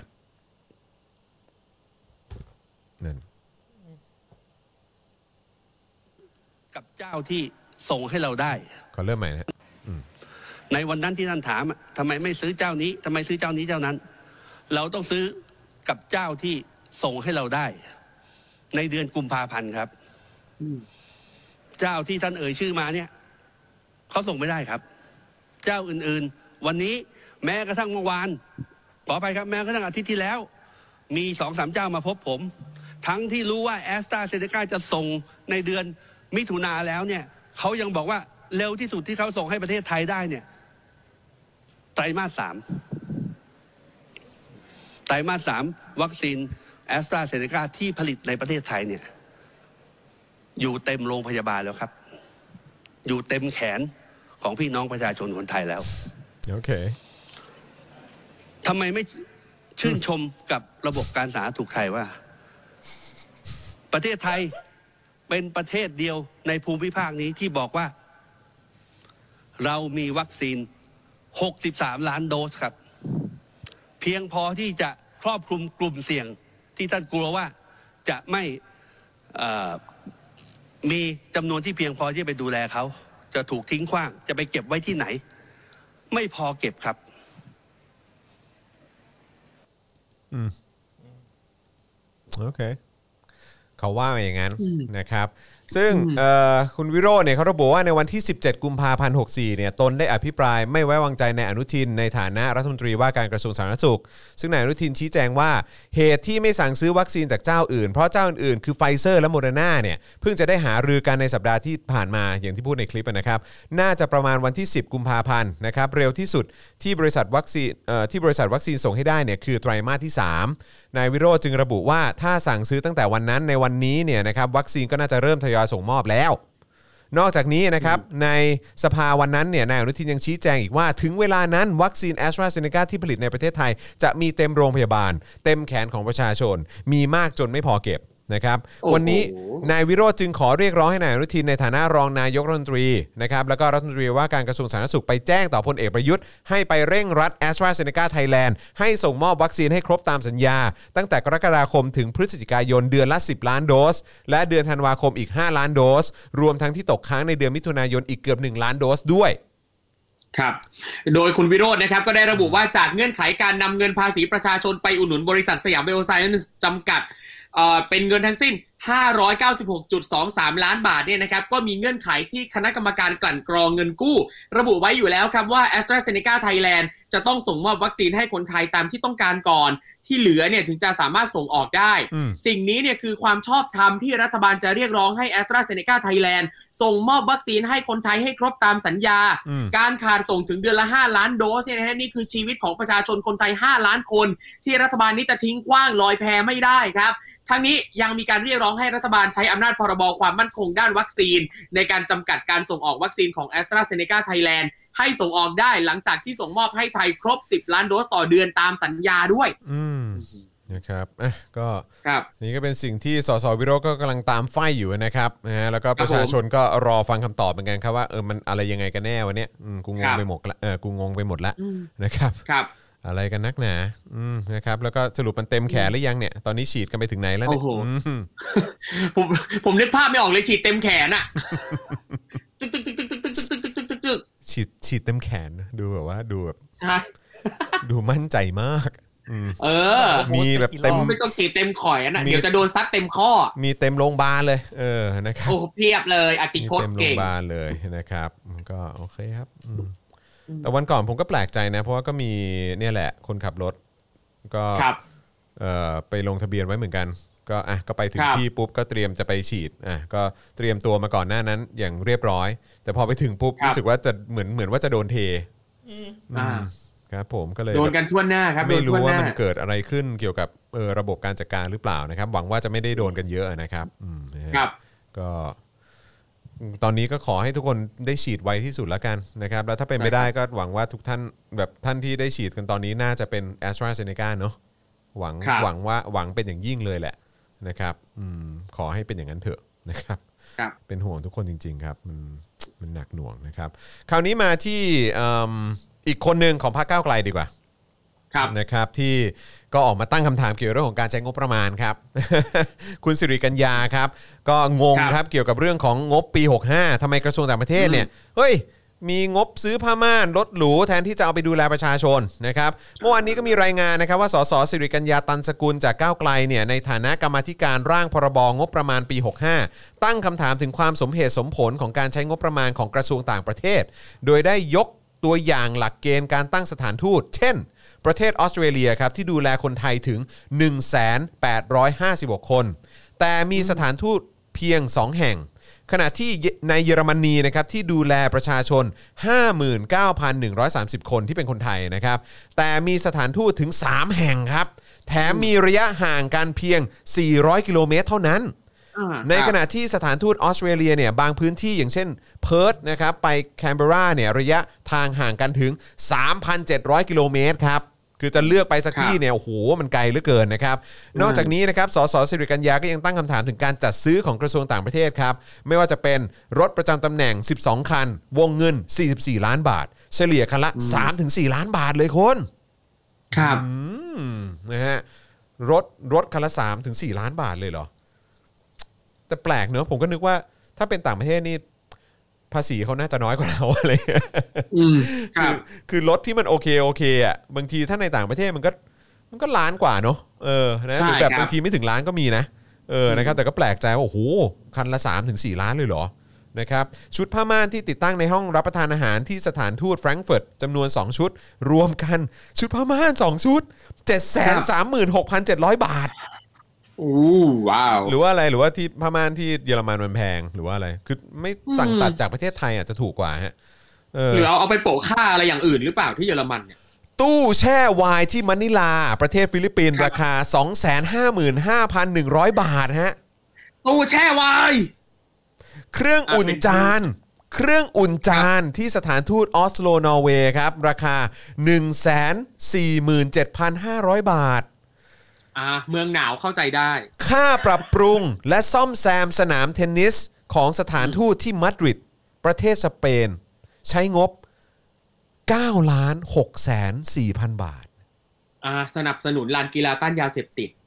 กับเจ้าที่ส่งให้เราได้ขอเริ่มใหม่นะในวันนั้นที่ท่านถามทำไมไม่ซื้อเจ้านี้ทำไมซื้อเจ้านี้เจ้านั้นเราต้องซื้อกับเจ้าที่ส่งให้เราได้ในเดือนกุมภาพันธ์ครับเจ้าที่ท่านเอ่ยชื่อมาเนี่ยเขาส่งไม่ได้ครับเจ้าอื่นๆวันนี้แม้กระทั่งเมื่อวานขอไปครับแม้กระทั่งอาทิตย์ที่แล้วมีสองสามเจ้ามาพบผมทั้งที่รู้ว่าแอสตราเซเนกาจะส่งในเดือนมิถุนาแล้วเนี่ยเขายังบอกว่าเร็วที่สุดที่เขาส่งให้ประเทศไทยได้เนี่ยไตรมาสสามไตรมาสสามวัคซีนแอสตราเซเนกาที่ผลิตในประเทศไทยเนี่ยอยู่เต็มโรงพยาบาลแล้วครับอยู่เต็มแขนของพี่น้องประชาชนคนไทยแล้วโอเคทำไมไม่ชื่นชมกับระบบการสาธารณสุขไทยว่าประเทศไทยเป็นประเทศเดียวในภูมิภาคนี้ที่บอกว่าเรามีวัคซีนหกสิบสามล้านโดสครับเพียงพอที่จะครอบคลุมกลุ่มเสี่ยงที่ท่านกลัวว่าจะไม่มีจำนวนที่เพียงพอที่จะไปดูแลเขาจะถูกทิ้งขว้างจะไปเก็บไว้ที่ไหนไม่พอเก็บครับอืมโอเคเขาว่ามาอย่างนั้นนะครับซึ่งคุณวิโรจน์เนี่ยเขาระบุว่าในวันที่สิบเจ็ดกุมภาพันธ์หกสี่เนี่ยตนได้อภิปรายไม่ไว้วางใจในอนุทินในฐานะรัฐมนตรีว่าการกระทรวงสาธารณสุขซึ่งนายอนุทินชี้แจงว่าเหตุที่ไม่สั่งซื้อวัคซีนจากเจ้าอื่นเพราะเจ้าอื่นๆคือไฟเซอร์และโมเดอร์นาเนี่ยเพิ่งจะได้หารือกันในสัปดาห์ที่ผ่านมาอย่างที่พูดในคลิปนะครับน่าจะประมาณวันที่สิบกุมภาพันธ์นะครับเร็วที่สุดที่บริษัทวัคซีนที่บริษัทวัคซีนส่งให้ได้เนี่ยคือไตรมาสที่สามนายวิโรจน์จึงระบุว่าถ้าสั่งซื้อตั้งแต่วันนั้นในวันนี้เนี่ยนะครับวัคซีนก็น่าจะเริ่มทยอยส่งมอบแล้วนอกจากนี้นะครับในสภาวันนั้นเนี่ยนายอนุทินยังชี้แจงอีกว่าถึงเวลานั้นวัคซีน AstraZeneca ที่ผลิตในประเทศไทยจะมีเต็มโรงพยาบาลเต็มแขนของประชาชนมีมากจนไม่พอเก็บนะครับวันนี้นายวิโรจน์จึงขอเรียกร้องให้นายอนุทินในฐานะรองนายกรัฐมนตรีนะครับแล้วก็รัฐมนตรีว่าการกระทรวงสาธารณสุขไปแจ้งต่อพลเอกประยุทธ์ให้ไปเร่งรัด AstraZeneca Thailand ให้ส่งมอบวัคซีนให้ครบตามสัญญาตั้งแต่กรกฎาคมถึงพฤศจิกายนเดือนละสิบล้านโดสและเดือนธันวาคมอีกห้าล้านโดสรวมทั้งที่ตกค้างในเดือนมิถุนายนอีกเกือบหนึ่งล้านโดสด้วยครับโดยคุณวิโรจน์นะครับก็ได้ระบุว่าจากเงื่อนไขการนำเงินภาษีประชาชนไปอุดหนุนบริษัทสยามไบโอไซเอนซ์จำกัดเอ่อเป็นเงินทั้งสิ้น ห้าร้อยเก้าสิบหกจุดสองสาม ล้านบาทเนี่ยนะครับก็มีเงื่อนไขที่คณะกรรมการกลั่นกรองเงินกู้ระบุไว้อยู่แล้วครับว่า AstraZeneca Thailand จะต้องส่งมอบวัคซีนให้คนไทยตามที่ต้องการก่อนที่เหลือเนี่ยถึงจะสามารถส่งออกได้สิ่งนี้เนี่ยคือความชอบธรรมที่รัฐบาลจะเรียกร้องให้ AstraZeneca Thailand ส่งมอบวัคซีนให้คนไทยให้ครบตามสัญญาการขาดส่งถึงเดือนละห้าล้านโดสเนี่ยนะฮะนี่คือชีวิตของประชาชนคนไทยห้าล้านคนที่รัฐบาลนี้จะทิ้งขว้างลอยแพไม่ได้ครับทั้งนี้ยังมีการเรียกร้องให้รัฐบาลใช้อำนาจพรบความมั่นคงด้านวัคซีนในการจำกัดการส่งออกวัคซีนของ AstraZeneca Thailand ให้ส่งออกได้หลังจากที่ส่งมอบให้ไทยครบสิบล้านโดสต่อเดือนตามสัญญาด้วยอืมนะครับอ่ะก็นี่ก็เป็นสิ่งที่สสวิโรจน์ก็กำลังตามไฟอยู่นะครับนะฮะแล้วก็ประชาชนก็รอฟังคำตอบเหมือนกันครับว่าเออมันอะไรยังไงกันแน่วันนี้อืมกูงงไปหมดละเออกูงงไปหมดละนะครับครับอะไรกันนักหนาอืมนะครับแล้วก็สรุปมันเต็มแขนหรือยังเนี่ยตอนนี้ฉีดกันไปถึงไหนแล้วเนี่ยผมผมนึกภาพไม่ออกเลยฉีดเต็มแขนอ่ะจึ๊กจึ๊กจึ๊กจึ๊กจึ๊กจึ๊กจึ๊กจึ๊กจึ๊กจึ๊กฉีดฉีดเต็มแขนดูแบบว่าดูแบบใช่ดูมั่นใจมากเออมีแบบเต็มไม่ต้องฉีดเต็มข่อยนะเดี๋ยวจะโดนซัดเต็มข้อมีเต็มโรงพยาบาลเลยเออนะครับโอ้เพียบเลยอติพจน์เก่งเต็มโรงพยาบาลเลยนะครับก็โอเคครับแต่วันก่อนผมก็แปลกใจนะเพราะว่าก็มีเนี่ยแหละคนขับรถก็เอ่อไปลงทะเบียนไว้เหมือนกันก็อ่ะก็ไปถึงที่ปุ๊บก็เตรียมจะไปฉีดอ่ะก็เตรียมตัวมาก่อนหน้านั้นอย่างเรียบร้อยแต่พอไปถึงปุ๊บรู้สึกว่าจะเหมือนเหมือนว่าจะโดนเทอ่าครับผมก็เลยโดนกันทั่วหน้าครับไม่รู้ว่ามันเกิดอะไรขึ้นเกี่ยวกับเออระบบการจัดการหรือเปล่านะครับหวังว่าจะไม่ได้โดนกันเยอะนะครับอืมครับก็ตอนนี้ก็ขอให้ทุกคนได้ฉีดไวที่สุดแล้วกันนะครับแล้วถ้าเป็นไปได้ก็หวังว่าทุกท่านแบบท่านที่ได้ฉีดกันตอนนี้น่าจะเป็น AstraZeneca เนาะหวังหวังว่าหวังเป็นอย่างยิ่งเลยแหละนะครับอืมขอให้เป็นอย่างนั้นเถอะนะครับเป็นห่วงทุกคนจริงๆครับมันมันหนักหน่วงนะครับคราวนี้มาที่อีกคนหนึ่งของพรรคก้าวไกลดีกว่านะครับที่ก็ออกมาตั้งคำถามเกี่ยวกับเรื่องของการใช้งบประมาณครับ คุณสิริกัญญาครับก็งงครับเกี่ยวกับเรื่องของงบปีหกสิบห้าทำไมกระทรวงต่างประเทศเนี่ยเฮ้ยมีงบซื้อผ้าม่านรถหรูแทนที่จะเอาไปดูแลประชาชนนะครับเมื่อวานนี้ก็มีรายงานนะครับว่าสสสิริกัญญาตันสกุลจากก้าวไกลเนี่ยในฐานะกรรมาธิการร่างพรบงบประมาณปีหกสิบห้าตั้งคำถามถึงความสมเหตุสมผลของการใช้งบประมาณของกระทรวงต่างประเทศโดยได้ยกตัวอย่างหลักเกณฑ์การตั้งสถานทูตเช่นประเทศออสเตรเลียครับที่ดูแลคนไทยถึง หนึ่งแสนแปดร้อยห้าสิบหก คนแต่มีสถานทูตเพียงสองแห่งขณะที่ในเยอรมนีนะครับที่ดูแลประชาชน ห้าหมื่นเก้าพันหนึ่งร้อยสามสิบ คนที่เป็นคนไทยนะครับแต่มีสถานทูตถึงสามแห่งครับแถมมีระยะห่างกันเพียงสี่ร้อยกิโลเมตรเท่านั้นในขณะที่สถานทูตออสเตรเลียเนี่ยบางพื้นที่อย่างเช่นเพิร์ธนะครับไปแคนเบราเนี่ยระยะทางห่างกันถึง สามพันเจ็ดร้อย กิโลเมตรครับคือจะเลือกไปสักที่เนี่ยโอ้โหมันไกลเหลือเกินนะครับนอกจากนี้นะครับสสสิริกัญญาก็ยังตั้งคำถามถึงการจัดซื้อของกระทรวงต่างประเทศครับไม่ว่าจะเป็นรถประจำตำแหน่งสิบสองคันวงเงินสี่สิบสี่ล้านบาทเฉลี่ยคันละ สามถึงสี่ ล้านบาทเลยคนครับนะฮะรถรถคันละ สามถึงสี่ ล้านบาทเลยเหรอแต่แปลกเนอะผมก็นึกว่าถ้าเป็นต่างประเทศนี่ภาษีเขาน่าจะน้อยกว่าเราอะไรคือคือรถที่มันโอเคโอเคอ่ะบางทีถ้าในต่างประเทศมันก็มันก็ล้านกว่าเนอะเออนะหรือแบบบางทีไม่ถึงล้านก็มีนะเออนะครับแต่ก็แปลกใจว่าโอ้โหคันละ สามถึงสี่ ล้านเลยเหรอนะครับชุดผ้าม่านที่ติดตั้งในห้องรับประทานอาหารที่สถานทูตแฟรงก์เฟิร์ตจำนวนสองชุดรวมกันชุดผ้าม่านสองชุด เจ็ดแสนสามหมื่นหกพันเจ็ดร้อย บาทอู้ว้าวหรือว่าอะไรหรือว่าที่ผ้าม่านที่เยอรมันมันแพงหรือว่าอะไรคือไม่สั่งตัดจากประเทศไทยอ่ะจะถูกกว่าฮะเออหรือเอาเอาไปโปะค่าอะไรอย่างอื่นหรือเปล่าที่เยอรมันเนี่ยตู้แช่ไวน์ที่มะนิลาประเทศฟิลิปปินส์ราคา สองแสนห้าหมื่นห้าพันหนึ่งร้อย บาทฮะตู้แช่ไวน์เครื่องอุ่นจานเครื่องอุ่นจานที่สถานทูตออสโลนอร์เวย์ครับราคา หนึ่งแสนสี่หมื่นเจ็ดพันห้าร้อย บาทอ่าเมืองหนาวเข้าใจได้ค่าปรับปรุงและซ่อมแซมสนามเทนนิสของสถานทูตที่มาดริดประเทศสเปนใช้งบ เก้าล้านหกแสนสี่พัน บาทอ่าสนับสนุนลานกีฬาต้านยาเสพติด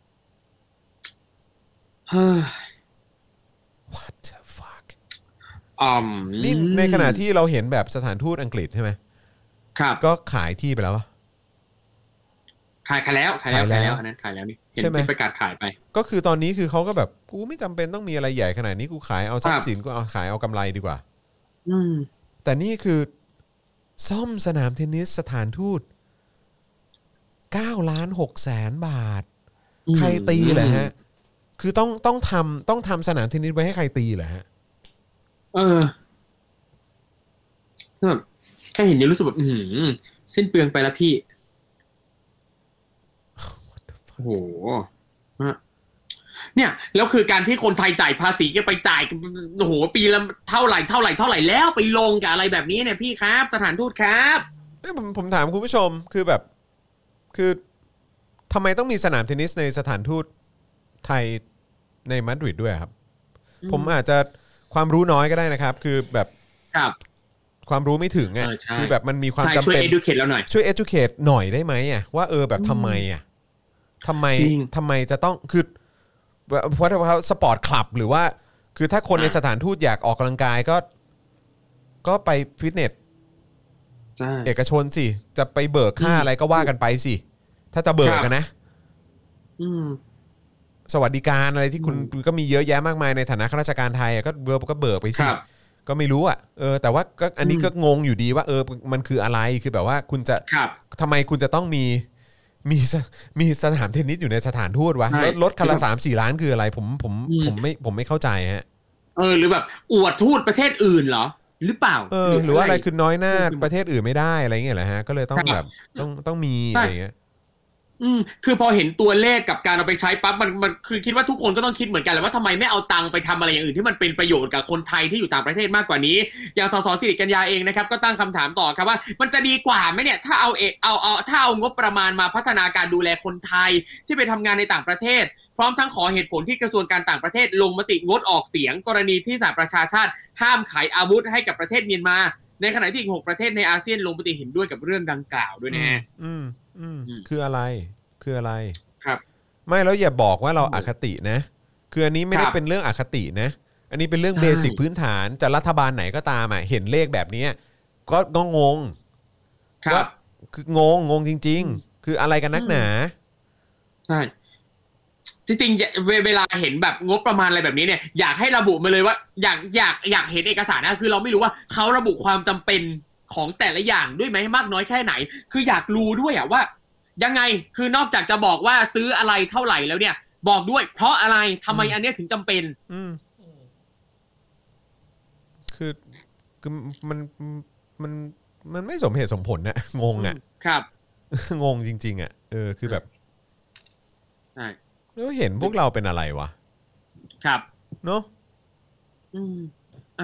เฮ้ย What the fuck อืมนี่ในขณะที่เราเห็นแบบสถานทูตอังกฤษใช่ไหมครับก็ขายที่ไปแล้ววะขายขายแล้วขายแล้วขายแล้วอันนั้นขายแล้วนี่เห็นที่ประกาศขายไปก็คือตอนนี้คือเขาก็แบบกูไม่จำเป็นต้องมีอะไรใหญ่ขนาดนี้กูขายเอาทรัพย์สินกูเอาขายเอากำไรดีกว่าอืมแต่นี่คือซ่อมสนามเทนนิสสถานทูตเก้าล้านหกแสนบาทใครตีเหรอฮะคือต้องต้องทำต้องทำสนามเทนนิสไว้ให้ใครตีเหรอฮะเออแบบแค่เห็นยังรู้สึกแบบอืมสิ้นเปลืองไปแล้วพี่โอ้โหเนี่ยแล้วคือการที่คนไทยจ่ายภาษีก็ไปจ่ายโอ้โหปีละเท่าไหร่เท่าไหร่เท่าไหร่แล้วไปลงกับอะไรแบบนี้เนี่ยพี่ครับสถานทูตครับผมผมถามคุณผู้ชมคือแบบคือทำไมต้องมีสนามเทนนิสในสถานทูตไทยในมาดริดด้วยครับผมอาจจะความรู้น้อยก็ได้นะครับคือแบบครับความรู้ไม่ถึงไงคือแบบมันมีความจำเป็นช่วย educate เราหน่อยช่วย educate หน่อยได้ไหมอ่ะว่าเออแบบทำไมอ่ะทำไมทำไมจะต้องคือเพราะว่าสปอร์ตคลับหรือว่าคือถ้าคนในสถานทูตอยากออกกำลังกายก็ก็ไปฟิตเนสเอกชนสิจะไปเบิกค่าอะไรก็ว่ากันไปสิถ้าจะเบิกกันนะสวัสดิการอะไรที่คุณก็มีเยอะแยะมากมายในฐานะข้าราชการไทยก็เบิกก็เบิกไปสิก็ไม่รู้อ่ะเออแต่ว่าก็อันนี้ก็งงอยู่ดีว่าเออมันคืออะไรคือแบบว่าคุณจะทำไมคุณจะต้องมีมีมีสนามเทนนิสอยู่ในสถานทูตวะรถคันละ สามสี่ ล้านคืออะไรผมผมผมไม่ผมไม่เข้าใจฮะเออหรือแบบอวดทูตประเทศอื่นเหรอหรือเปล่าเออหรือว่าอะไรคือน้อยหน้าประเทศอื่นไม่ได้อะไรเงี้ยแหละฮะก็เลยต้องแบบต้องต้องมีอะไรเงี้ยอืมคือพอเห็นตัวเลขกับการเอาไปใช้ปั๊บมันมันคือคิดว่าทุกคนก็ต้องคิดเหมือนกันแหละว่าทำไมไม่เอาตังค์ไปทำอะไรอย่างอื่นที่มันเป็นประโยชน์กับคนไทยที่อยู่ต่างประเทศมากกว่านี้อย่างสสสิริกัญญาเองนะครับก็ตั้งคำถามต่อครับว่ามันจะดีกว่าไหมเนี่ยถ้าเอาเอเอาเอาถ้าเอางบประมาณมาพัฒนาการดูแลคนไทยที่ไปทำงานในต่างประเทศพร้อมทั้งขอเหตุผลที่กระทรวงการต่างประเทศลงมติงดออกเสียงกรณีที่สหประชาชาติห้ามขายอาวุธให้กับประเทศเมียนมาในขณะที่อีกหกประเทศในอาเซียนลงมติเห็นด้วยกับเรื่องดังกล่าวด้วยนะอืมอืมคืออะไรคืออะไรครับไม่แล้วอย่าบอกว่าเราอคตินะคืออันนี้ไม่ได้เป็นเรื่องอคตินะอันนี้เป็นเรื่องเบสิกพื้นฐานจะรัฐบาลไหนก็ตามอ่ะเห็นเลขแบบนี้ก็ก็งงก็คืองงงงจริงๆคืออะไรกันนักหนาใช่จริงๆเวลาเห็นแบบงบประมาณอะไรแบบนี้เนี่ยอยากให้ระบุมาเลยว่าอยากอยากอยากเห็นเอกสารนะคือเราไม่รู้ว่าเขาระบุความจำเป็นของแต่ละอย่างด้วยไหมมากน้อยแค่ไหนคืออยากรู้ด้วยอ่ะว่ายังไงคือนอกจากจะบอกว่าซื้ออะไรเท่าไหร่แล้วเนี่ยบอกด้วยเพราะอะไรทำไมอันนี้ถึงจำเป็นอืมคือคือมันมันมันไม่สมเหตุสมผลนะงงอ่ะครับงงจริงๆอ่ะเออคือแบบใช่แล้วเห็นพวกเราเป็นอะไรวะครับเนาะอืมอ่ะ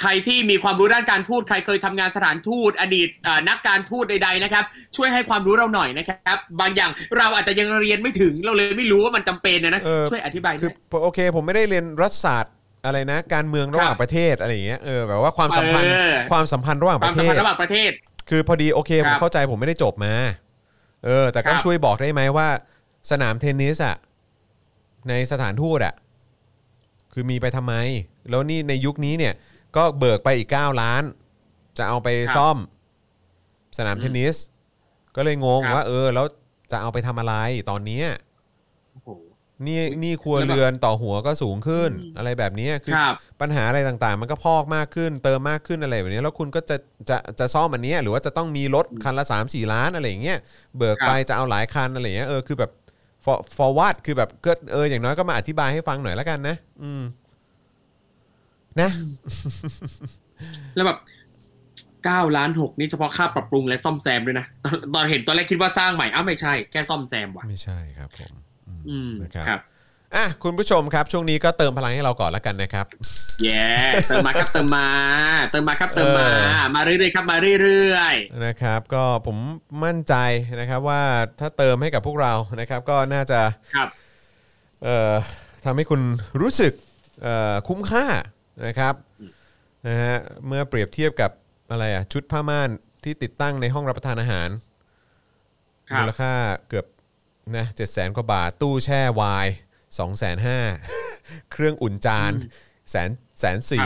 ใครที่มีความรู้ด้านการทูตใครเคยทำงานสถานทูตอดีตนักการทูตใดๆนะครับช่วยให้ความรู้เราหน่อยนะครับบางอย่างเราอาจจะยังเรียนไม่ถึงเราเลยไม่รู้ว่ามันจำเป็นนะช่วยอธิบายด้วยคือโอเคผมไม่ได้เรียนรัฐศาสตร์อะไรนะการเมืองระหว่างประเทศอะไรอย่างเงี้ยเออแบบว่าความสัมพันธ์ความสัมพันธ์ระหว่างประเทศระหว่างประเทศคือพอดีโอเคผมเข้าใจผมไม่ได้จบมาเออแต่ก็ช่วยบอกได้ไหมว่าสนามเทนนิสอ่ะในสถานทูตอ่ะคือมีไปทำไมแล้วนี่ในยุคนี้เนี่ยก็เบิกไปอีกเก้าล้านจะเอาไปซ่อมสนามเทนนิสก็เลยงงว่าเออแล้วจะเอาไปทำอะไรตอนนี้นี่นี่ครัวเรือนต่อหัวก็สูงขึ้นอะไรแบบนี้คือปัญหาอะไรต่างๆมันก็พอกมากขึ้นเติมมากขึ้นอะไรแบบนี้แล้วคุณก็จะจะจะซ่อมอันนี้หรือว่าจะต้องมีรถคันละ สามสี่ ล้านอะไรอย่างเงี้ยเบิกไปจะเอาหลายคันอะไรอย่างเงี้ยเออคือแบบ forward คือแบบก็เอออย่างน้อยก็มาอธิบายให้ฟังหน่อยแล้วกันนะอืมนะแล้วแบบเก้าล้านหกนี่เฉพาะค่าปรับปรุงและซ่อมแซมด้วยนะตอนเห็นตอนแรกคิดว่าสร้างใหม่อ้าวไม่ใช่แค่ซ่อมแซมว่ะไม่ใช่ครับผมอืมนะครับอ่ะคุณผู้ชมครับช่วงนี้ก็เติมพลังให้เราก่อนแล้วกันนะครับแย่เติมมาครับเติมมาเติมมาครับเติมมามาเรื่อยๆครับมาเรื่อยๆนะครับก็ผมมั่นใจนะครับว่าถ้าเติมให้กับพวกเรานะครับก็น่าจะครับเอ่อทำให้คุณรู้สึกเอ่อคุ้มค่านะครับนะฮะเมื่อเปรียบเทียบกับอะไรอ่ะชุดผ้าม่านที่ติดตั้งในห้องรับประทานอาหารมูลค่าเกือบนะเจ็ดแสนกว่าบาทตู้แช่ไวน์สองแสนห้าเครื่องอุ่นจานแสนแสนสี่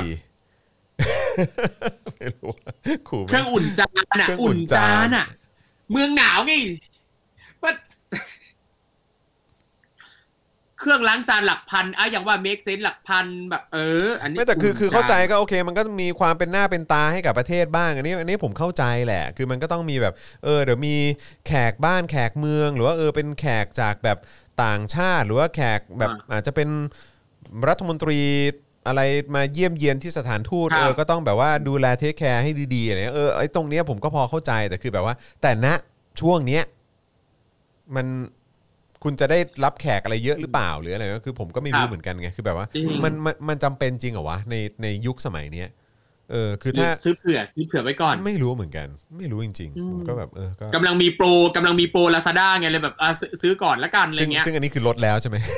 ไม่รู้ขู่เครื่องอุ่นจานอ่ะอุ่นจานอ่ะเมืองหนาวไงว่าเครื่องล้างจานหลักพันอ่ะอย่างว่าเมคเซนส์หลักพันแบบเอออันนี้ไม่แต่คือคือเข้าใจก็โอเคมันก็มีความเป็นหน้าเป็นตาให้กับประเทศบ้างอันนี้อันนี้ผมเข้าใจแหละคือมันก็ต้องมีแบบเออเดี๋ยวมีแขกบ้านแขกเมืองหรือว่าเออเป็นแขกจากแบบต่างชาติหรือว่าแขกแบบอาจจะเป็นรัฐมนตรีอะไรมาเยี่ยมเยียนที่สถานทูตเออก็ต้องแบบว่าดูแลเทคแคร์ให้ดีๆอะไรเออไอ้ตรงเนี้ยผมก็พอเข้าใจแต่คือแบบว่าแต่ณช่วงเนี้ยมันคุณจะได้รับแขกอะไรเยอะหรือเปล่าหรืออะไรก็คือผมก็ไม่รู้เหมือนกันไงคือแบบว่ามันมันมันจำเป็นจริงเหรอวะในในยุคสมัยเนี้ยเออคือถ้าซื้อเผื่อซื้อเผื่อไว้ก่อนไม่รู้เหมือนกันไม่รู้จริงๆผมก็แบบเออก็กำลังมีโปรกำลังมีโปร Lazada ไงเลยแบบอ่ะซื้อก่อนละกันอะไรเงี้ยซึ่งอันนี้คือลดแล้วใช่ไหม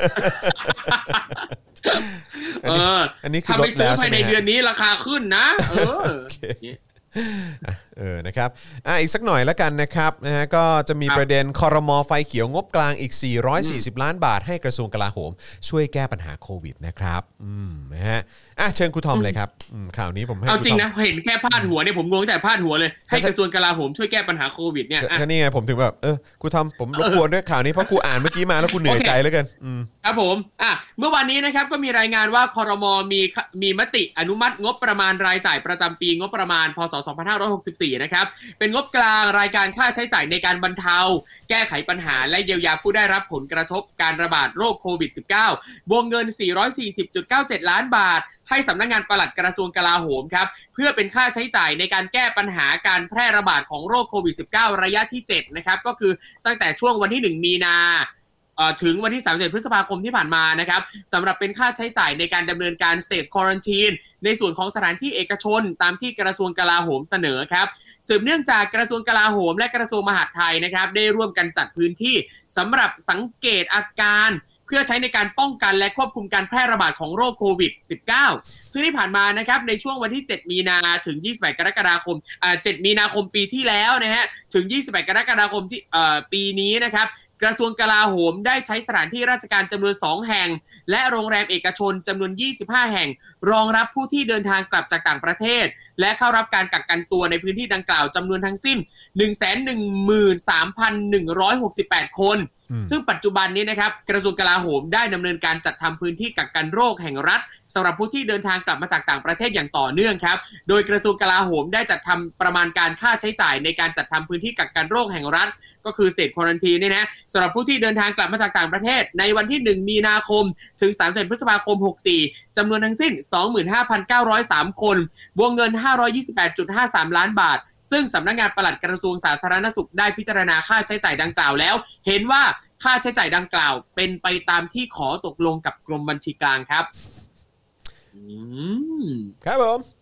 เอออันนี้คือลดแล้วใช่ไหมภายในเดือนนี้ราคาขึ้นนะเออเออนะครับอ่ะอีกสักหน่อยแล้วกันนะครับนะฮะก็จะมีประเด็นครม.ไฟเขียวงบกลางอีกสี่ร้อยสี่สิบล้านบาทให้กระทรวงกลาโหมช่วยแก้ปัญหาโควิดนะครับอืมนะฮะอ่ะเชิญครูทอมเลยครับข่าวนี้ผมให้เอาจริงนะเห็นแค่พาดหัวเนี่ยผมงงแต่พาดหัวเลยให้กระทรวงกลาโหมช่วยแก้ปัญหาโควิดเนี่ยก็นี่ไงผมถึงแบบเออครูทอมผมรบกวนด้วยข่าวนี้เพราะครูอ่านเมื่อกี้มาแล้วครูเหนื่อยใจแล้วกันครับผมอ่ะเมื่อวานนี้นะครับก็มีรายงานว่าครม.มีมีมติอนุมัติงบประมาณรายจ่ายประจำปีงบประมาณพ.ศ. สองพันห้าร้อยหกสิบสี่นะครับเป็นงบกลางรายการค่าใช้จ่ายในการบรรเทาแก้ไขปัญหาและเยียวยาผู้ได้รับผลกระทบการระบาดโรคโควิด สิบเก้า วงเงิน สี่ร้อยสี่สิบจุดเก้าเจ็ด ล้านบาทให้สำนักงานปลัดกระทรวงกลาโหมครับเพื่อเป็นค่าใช้จ่ายในการแก้ปัญหาการแพร่ระบาดของโรคโควิด สิบเก้า ระยะที่เจ็ดนะครับก็คือตั้งแต่ช่วงวันที่หนึ่งมีนาถึงวันที่สามสิบเอ็ดพฤษภาคมที่ผ่านมานะครับสำหรับเป็นค่าใช้จ่ายในการดำเนินการ State Quarantine ในส่วนของสถานที่เอกชนตามที่กระทรวงกลาโหมเสนอครับสืบเนื่องจากกระทรวงกลาโหมและกระทรวงมหาดไทยนะครับได้ร่วมกันจัดพื้นที่สำหรับสังเกตอาการเพื่อใช้ในการป้องกันและควบคุมการแพร่ระบาดของโรคโควิด สิบเก้า ซึ่งที่ผ่านมานะครับในช่วงวันที่เจ็ดมีนาถึงยี่สิบแปดกรกฎาคมอ่าเจ็ดมีนาคมปีที่แล้วนะฮะถึงยี่สิบแปดกรกฎาคมที่เอ่อปีนี้นะครับกระทรวงกลาโหมได้ใช้สถานที่ราชการจำนวนสองแห่งและโรงแรมเอกชนจำนวนยี่สิบห้าแห่งรองรับผู้ที่เดินทางกลับจากต่างประเทศและเข้ารับการกักกันตัวในพื้นที่ดังกล่าวจำนวนทั้งสิ้น หนึ่งแสนหนึ่งหมื่นสามพันหนึ่งร้อยหกสิบแปด คนซึ่งปัจจุบันนี้นะครับกระทรวงกลาโหมได้ดำเนินการจัดทำพื้นที่กักกันโรคแห่งรัฐสำหรับผู้ที่เดินทางกลับมาจากต่างประเทศอย่างต่อเนื่องครับโดยกระทรวงกลาโหมได้จัดทำประมาณการค่าใช้จ่ายในการจัดทำพื้นที่กักกันโรคแห่งรัฐก็คือ State Quarantine เนี่ยนะสำหรับผู้ที่เดินทางกลับมาจากต่างประเทศในวันที่หนึ่งมีนาคมถึงสามสิบเอ็ดพฤษภาคมหกสี่จำนวนทั้งสิ้น สองหมื่นห้าพันเก้าร้อยสาม คนวงเงิน ห้าร้อยยี่สิบแปดจุดห้าสาม ล้านบาทซึ่งสำนักงานปลัดกระทรวงสาธารณสุขได้พิจารณาค่าใช้จ่ายดังกล่าวแล้วเห็นว่าค่าใช้จ่ายดังกล่าวเป็นไปตามที่ขอตกลงกับกรมบัญชีกลางครับครับผม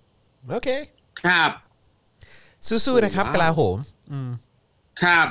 โอเคครับสู้ๆนะครับกลาโหมอืมครับ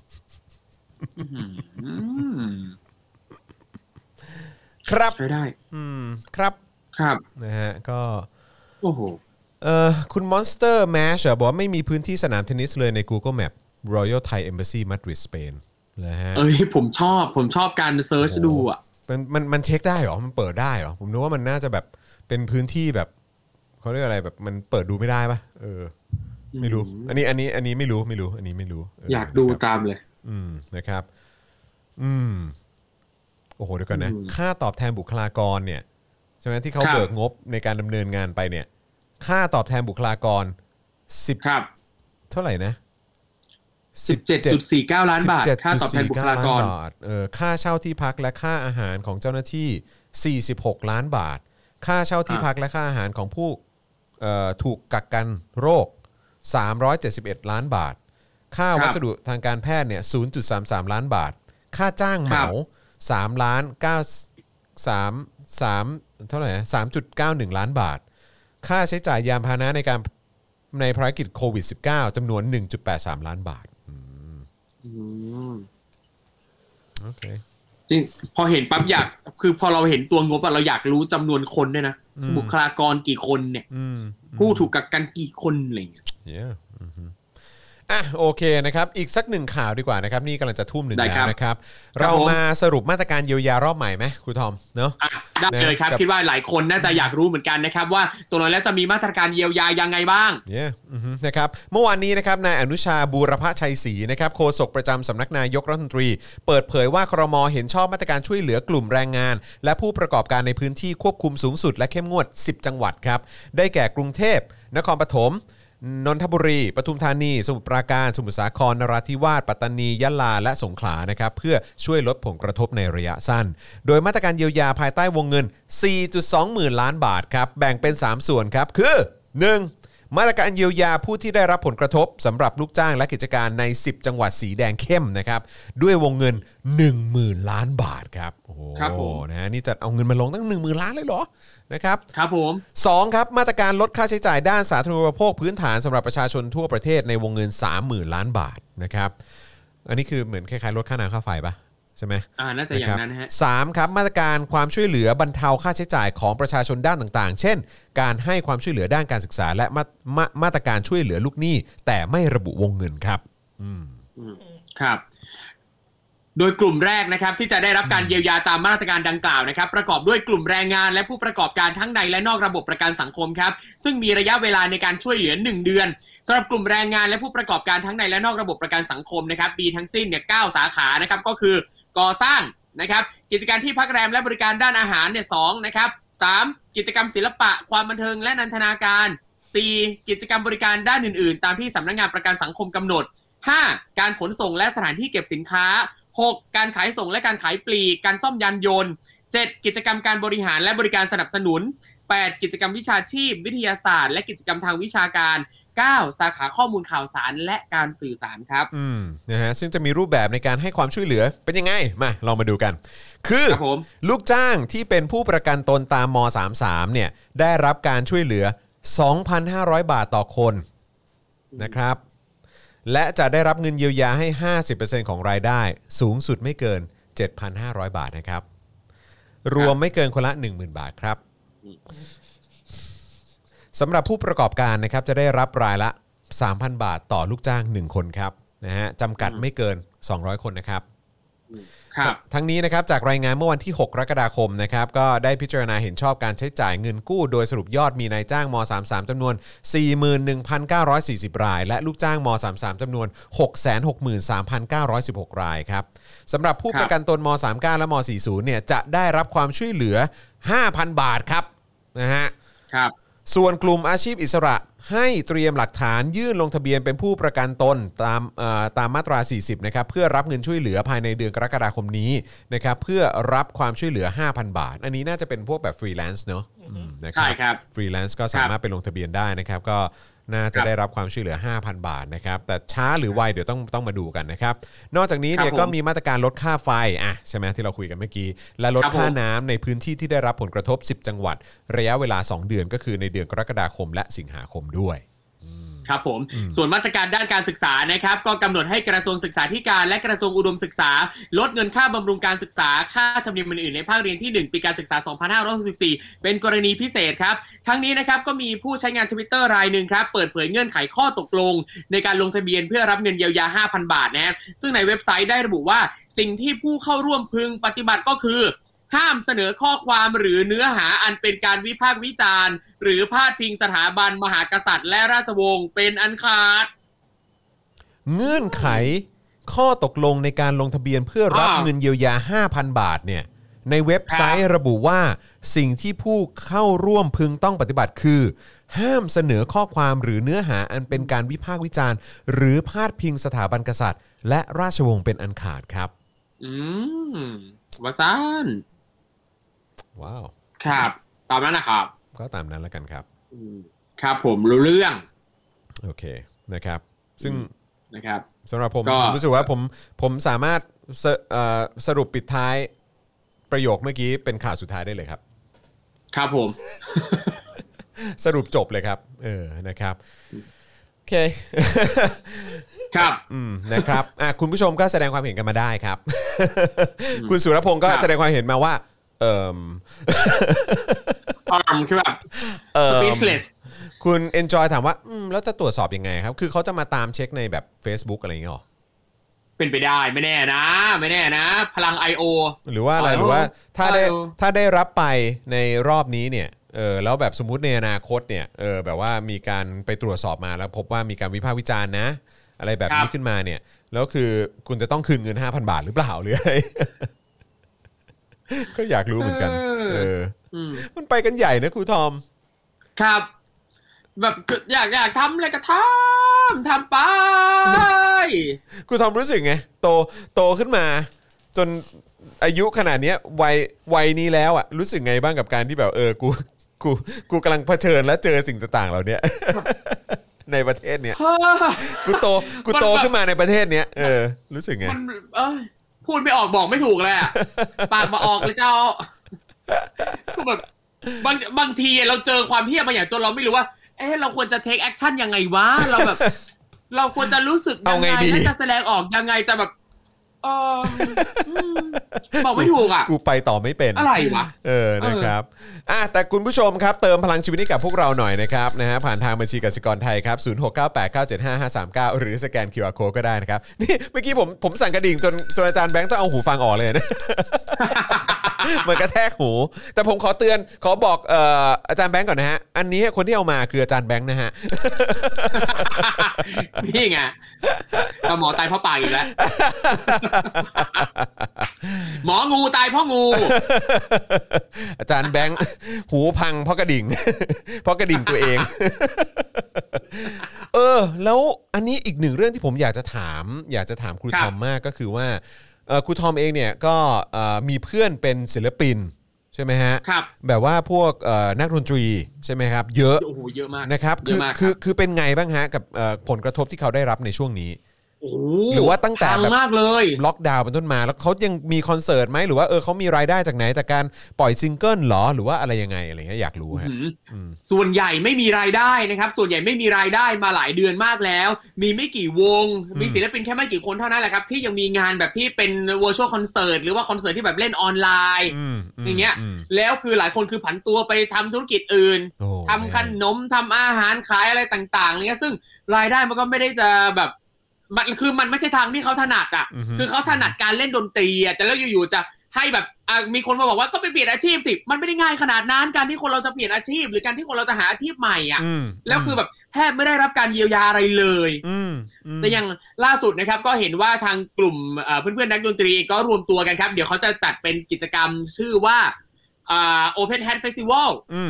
ครับใช้ได้อืมครับครับนะฮะก็โอ้โหเอ่อคุณ Monster Mash อ่ะบอกว่าไม่มีพื้นที่สนามเทนนิสเลยใน Google Map Royal Thai Embassy Madrid Spain นะฮะเอ้ยผมชอบผมชอบการเซิร์ชดูอ่ะมันมันมันเช็คได้เหรอมันเปิดได้เหรอผมนึกว่ามันน่าจะแบบเป็นพื้นที่แบบเขาเรียกอะไรแบบมันเปิดดูไม่ได้ป่ะเออไม่รู้อันนี้อันนี้อันนี้ไม่รู้ไม่รู้อันนี้ไม่รู้อยากดูตามเลยอืมนะครับอืมโอ้โหเดี๋ยวก่อนนะค่าตอบแทนบุคลากรเนี่ยใช่ไหมที่เขาเบิกงบในการดำเนินงานไปเนี่ยค่าตอบแทนบุคลากรสิบครับเท่าไหร่นะสิบเจ็ดจุดสี่เก้า ล้านบาทค่าตอบแทนบุคลากรเอ่อค่าเช่าที่พักและค่าอาหารของเจ้าหน้าที่สี่สิบหกล้านบาทค่าเช่าที่พักและค่าอาหารของผู้เอ่อถูกกักกันโรคสามร้อยเจ็ดสิบเอ็ดล้านบาทค่าวัสดุทางการแพทย์เนี่ย ศูนย์จุดสามสาม ล้านบาทค่าจ้างเหมาสามล้านเก้า สาม สามเท่าไหร่นะ สามจุดเก้าหนึ่ง ล้านบาทค่าใช้จ่ายยานพาหนะในการในภารกิจโควิด สิบเก้า จำนวน หนึ่งจุดแปดสาม ล้านบาทอืมโอเคจริงพอเห็นปั๊บอยากคือพอเราเห็นตัวงบอะเราอยากรู้จำนวนคนด้วยนะบุคลากรกี่คนเนี่ยผู้ถูกกักกันกี่คนอะไรอย่างเงี้ยอ่ะโอเคนะครับอีกสักหนึ่งข่าวดีกว่านะครับนี่กำลังจะทุ่มหนึ่งแล้วนะครับเรามาสรุปมาตรการเยียวยารอบใหม่ไหมครูทอมเนาะได้เลยครับคิดว่าหลายคนน่าจะอยากรู้เหมือนกันนะครับว่าตัวเราแล้วจะมีมาตรการเยียวยายังไงบ้างเนี่ยนะครับเมื่อวานนี้นะครับนายอนุชาบูรพชัยศรีนะครับโฆษกประจำสำนักนายกรัฐมนตรีเปิดเผยว่าครม.เห็นชอบมาตรการช่วยเหลือกลุ่มแรงงานและผู้ประกอบการในพื้นที่ควบคุมสูงสุดและเข้มงวดสิบจังหวัดครับได้แก่กรุงเทพนครปฐมนนทบุรีปทุมธานีสมุทรปราการสมุทรสาครนราธิวาสปัตตานียะลาและสงขลานะครับเพื่อช่วยลดผลกระทบในระยะสั้นโดยมาตรการเยียวยาภายใต้วงเงิน สี่จุดสองหมื่น ล้านบาทครับแบ่งเป็นสามส่วนครับคือ หนึ่งมาตรการเยียวยาผู้ที่ได้รับผลกระทบสำหรับลูกจ้างและกิจการในสิบจังหวัดสีแดงเข้มนะครับด้วยวงเงิน หนึ่งหมื่น ล้านบาทครับโอ้โหนะนี่จะเอาเงินมาลงตั้ง หนึ่งหมื่น ล้านเลยเหรอนะครับครับผมสองครับมาตรการลดค่าใช้จ่ายด้านสาธารณูปโภคพื้นฐานสำหรับประชาชนทั่วประเทศในวงเงิน สามหมื่น ล้านบาทนะครับอันนี้คือเหมือนคล้ายๆลดค่าน้ำค่าไฟปะใช่ไหมอ่าน่าจะอย่างนั้นนะฮะสามครับมาตรการความช่วยเหลือบรรเทาค่าใช้จ่ายของประชาชนด้านต่างๆเช่นการให้ความช่วยเหลือด้านการศึกษาและมามามาตรการช่วยเหลือลูกหนี้แต่ไม่ระบุวงเงินครับอืมครับโดยกลุ่มแรกนะครับที่จะได้รับการเยียวยาตามมาตรการดังกล่าวนะครับประกอบด้วยกลุ่มแรงงานและผู้ประกอบการทั้งในและนอกระบบประกันสังคมครับซึ่งมีระยะเวลาในการช่วยเหลือหนึ่งเดือนสำหรับกลุ่มแรงงานและผู้ประกอบการทั้งในและนอกระบบประกันสังคมนะครับมีทั้งสิ้นเนี่ยเก้าสาขานะครับก็คือก่อสร้างนะครับกิจการที่พักแรมและบริการด้านอาหารเนี่ยสองนะครับสามกิจกรรมศิลปะความบันเทิงและนันทนาการสี่กิจกรรมบริการด้านอื่นๆตามที่สำนักงานประกันสังคมกำหนดห้าการขนส่งและสถานที่เก็บสินค้าหกการขายส่งและการขายปลีกการซ่อมยานยนต์เจ็ดกิจกรรมการบริหารและบริการสนับสนุนแปดกิจกรรมวิชาชีพวิทยาศาสตร์และกิจกรรมทางวิชาการเก้าสาขาข้อมูลข่าวสารและการสื่อสารครับอืมนะฮะซึ่งจะมีรูปแบบในการให้ความช่วยเหลือเป็นยังไงมาลองมาดูกันคือลูกจ้างที่เป็นผู้ประกันตนตามม.สามสิบสามเนี่ยได้รับการช่วยเหลือ สองพันห้าร้อย บาทต่อคนนะครับและจะได้รับเงินเยียวยาให้ ห้าสิบเปอร์เซ็นต์ ของรายได้สูงสุดไม่เกิน เจ็ดพันห้าร้อย บาทนะครับรวมไม่เกินคนละ หนึ่งหมื่น บาทครับสำหรับผู้ประกอบการนะครับจะได้รับรายละ สามพัน บาทต่อลูกจ้างหนึ่งคนครับนะฮะจำกัดไม่เกินสองร้อยคนนะครับทั้งนี้นะครับจากรายงานเมื่อวันที่หกกรกฎาคมนะครับก็ได้พิจารณาเห็นชอบการใช้จ่ายเงินกู้โดยสรุปยอดมีนายจ้างม.สามสิบสามจำนวน สี่หมื่นหนึ่งพันเก้าร้อยสี่สิบ รายและลูกจ้างม.สามสิบสามจำนวน หกแสนหกหมื่นสามพันเก้าร้อยสิบหก รายครับสำหรับผู้ประกันตนม.สามสิบเก้าและม.สี่สิบเนี่ยจะได้รับความช่วยเหลือ ห้าพัน บาทครับนะฮะครับส่วนกลุ่มอาชีพอิสระให้เตรียมหลักฐานยื่นลงทะเบียนเป็นผู้ประกันตนตามตามมาตราสี่สิบนะครับเพื่อรับเงินช่วยเหลือภายในเดือนกรกฎาคมนี้นะครับเพื่อรับความช่วยเหลือ ห้าพัน บาทอันนี้น่าจะเป็นพวกแบบฟรีแลนซ์เนาะนะครับใช่ครับฟรีแลนซ์ก็สามารถไปลงทะเบียนได้นะครับก็น่าจะได้รับความช่วยเหลือ ห้าพัน บาทนะครับแต่ช้าหรือไวเดี๋ยวต้องต้องมาดูกันนะครับนอกจากนี้เนี่ยก็มีมาตรการลดค่าไฟอ่ะใช่ไหมที่เราคุยกันเมื่อกี้และลดค่าน้ำในพื้นที่ที่ได้รับผลกระทบสิบจังหวัดระยะเวลาสองเดือนก็คือในเดือนกรกฎาคมและสิงหาคมด้วยครับผมส่วนมาตรการด้านการศึกษานะครับก็กำหนดให้กระทรวงศึกษาธิการและกระทรวงอุดมศึกษาลดเงินค่าบำรุงการศึกษาค่าธรรมเนียมอื่นๆในภาคเรียนที่หนึ่งปีการศึกษาสองพันห้าร้อยหกสิบสี่เป็นกรณีพิเศษครับทั้งนี้นะครับก็มีผู้ใช้งาน Twitter รายหนึ่งครับเปิดเผยเงื่อนไขข้อตกลงในการลงทะเบียนเพื่อรับเงินเยียวยา ห้าพัน บาทนะซึ่งในเว็บไซต์ได้ระบุว่าสิ่งที่ผู้เข้าร่วมพึงปฏิบัติก็คือห้ามเสนอข้อความหรือเนื้อหาอันเป็นการวิพากษ์วิจารณ์หรือพาดพิงสถาบันมหากษัตริย์และราชวงศ์เป็นอันขาดเงื่อนไขข้อตกลงในการลงทะเบียนเพื่อรับเงินเยียวยา ห้าพัน บาทเนี่ยในเว็บไซต์ระบุว่าสิ่งที่ผู้เข้าร่วมพึงต้องปฏิบัติคือห้ามเสนอข้อความหรือเนื้อหาอันเป็นการวิพากษ์วิจารณ์หรือพาดพิงสถาบันกษัตริย์และราชวงศ์เป็นอันขาดครับอืมวาซานว้าวครับตามนั้นนะครับก็ตามนั้นแล้วกันครับครับผมรู้เรื่องโอเคนะครับซึ่งนะครับสำหรับผมผมรู้สึกว่าผมผมสามารถส, สรุปปิดท้ายประโยคเมื่อกี้เป็นข่าวสุดท้ายได้เลยครับครับผมสรุปจบเลยครับเออนะครับโอเคครับอืมนะครับอ่ะคุณผู้ชมก็แสดงความเห็นกันมาได้ครับคุณสุรพงศ์ก็แสดงความเห็นมาว่าเอ่ออ่าคือแบบ speechless คุณ enjoy ถามว่าอืมแล้วจะตรวจสอบยังไงครับคือเขาจะมาตามเช็คในแบบ Facebook อะไรอย่างเงี้ยหรอเป็นไปได้ไม่แน่นะไม่แน่นะพลัง ไอ โอหรือว่าอะไรหรือว่าถ้าได้ถ้าได้รับไปในรอบนี้เนี่ยเออแล้วแบบสมมุติในอนาคตเนี่ยเออแบบว่ามีการไปตรวจสอบมาแล้วพบว่ามีการวิพากษ์วิจารณ์นะอะไรแบบนี้ขึ้นมาเนี่ยแล้วคือคุณจะต้องคืนเงิน ห้าพัน บาทหรือเปล่าหรืออะไรก็อยากรู้เหมือนกันเออมันไปกันใหญ่นะครูทอมครับแบบอยากอยากทำอะไรก็ทำทำไปครูทอมรู้สึกไงโตโตขึ้นมาจนอายุขนาดนี้วัยวัยนี้แล้วอ่ะรู้สึกไงบ้างกับการที่แบบเออกูกูกูกำลังเผชิญและเจอสิ่งต่างๆเหล่านี้ในประเทศเนี้ยกูโตกูโตขึ้นมาในประเทศเนี้ยเออรู้สึกไงพูดไม่ออกบอกไม่ถูกเลยอ่ะปากมาออกเลยเจ้าคือแบบบางบางทีเราเจอความเหี้ยบางอย่างจนเราไม่รู้ว่าเอ๊ะเราควรจะ take action ยังไงวะเราแบบเราควรจะรู้สึกยังไงและจะแสดงออกยังไงจะแบบเออบอกไม่ถูกอ่ะกูไปต่อไม่เป็นอะไรวะเออนะครับอ่ะแต่คุณผู้ชมครับเติมพลังชีวิตให้กับพวกเราหน่อยนะครับนะฮะผ่านทางบัญชีกสิกรไทยครับศูนย์ หก เก้า แปด เก้า เจ็ด ห้า ห้า สาม เก้าหรือสแกน คิว อาร์ Code ก็ได้นะครับนี่เมื่อกี้ผมผมสั่นกระดิ่งจนจนอาจารย์แบงค์ต้องเอาหูฟังออกเลยนะมันกระแทกหูแต่ผมขอเตือนขอบอกเอ่ออาจารย์แบงค์ก่อนนะฮะอันนี้คนที่เอามาคืออาจารย์แบงค์นะฮะนี่ไงหมอตายเพราะปากอีกแล้วหมองูตายเพราะงูอาจารย์แบงค์หูพังเพราะกระดิ่งเพราะกระดิ่งตัวเองเออแล้วอันนี้อีกหนึ่งเรื่องที่ผมอยากจะถามอยากจะถามครูทอมมากก็คือว่าครูทอมเองเนี่ยก็มีเพื่อนเป็นศิลปินใช่ไหมฮะแบบว่าพวกนักดนตรีใช่ไหมครับเยอะโอ้โหเยอะมากนะครับคือคือคือเป็นไงบ้างฮะกับผลกระทบที่เขาได้รับในช่วงนี้หรือว่าตั้งแต่แบบล็อกดาวน์เป็นต้นมาแล้วเขายังมีคอนเสิร์ตไหมหรือว่าเออเขามีรายได้จากไหนจากการปล่อยซิงเกิลหรอหรือว่าอะไรยังไงอะไรเงี้ยอยากรู้ฮะส่วนใหญ่ไม่มีรายได้นะครับส่วนใหญ่ไม่มีรายได้มาหลายเดือนมากแล้วมีไม่กี่วงมีศิลปินแค่ไม่กี่คนเท่านั้นแหละครับที่ยังมีงานแบบที่เป็น virtual concert หรือว่าคอนเสิร์ตที่แบบเล่นออนไลน์อย่างเงี้ยแล้วคือหลายคนคือผันตัวไปทำธุรกิจอื่นทำขนมทำอาหารขายอะไรต่างๆเงี้ยซึ่งรายได้มันก็ไม่ได้จะแบบมันคือมันไม่ใช่ทางที่เขาถนัดอ่ะคือเขาถนัดการเล่นดนตรีอ่ะแต่แล้วอยู่ๆจะให้แบบอ่ะมีคนมาบอกว่าก็ไปเปลี่ยนอาชีพสิมันไม่ได้ง่ายขนาดนั้นการที่คนเราจะเปลี่ยนอาชีพหรือการที่คนเราจะหาอาชีพใหม่อ่ะแล้วคือแบบแทบไม่ได้รับการเยียวยาอะไรเลยแต่อย่างล่าสุดนะครับก็เห็นว่าทางกลุ่มเพื่อนๆนักดนตรีก็รวมตัวกันครับเดี๋ยวเขาจะจัดเป็นกิจกรรมชื่อว่าอ่า Open Hat Festival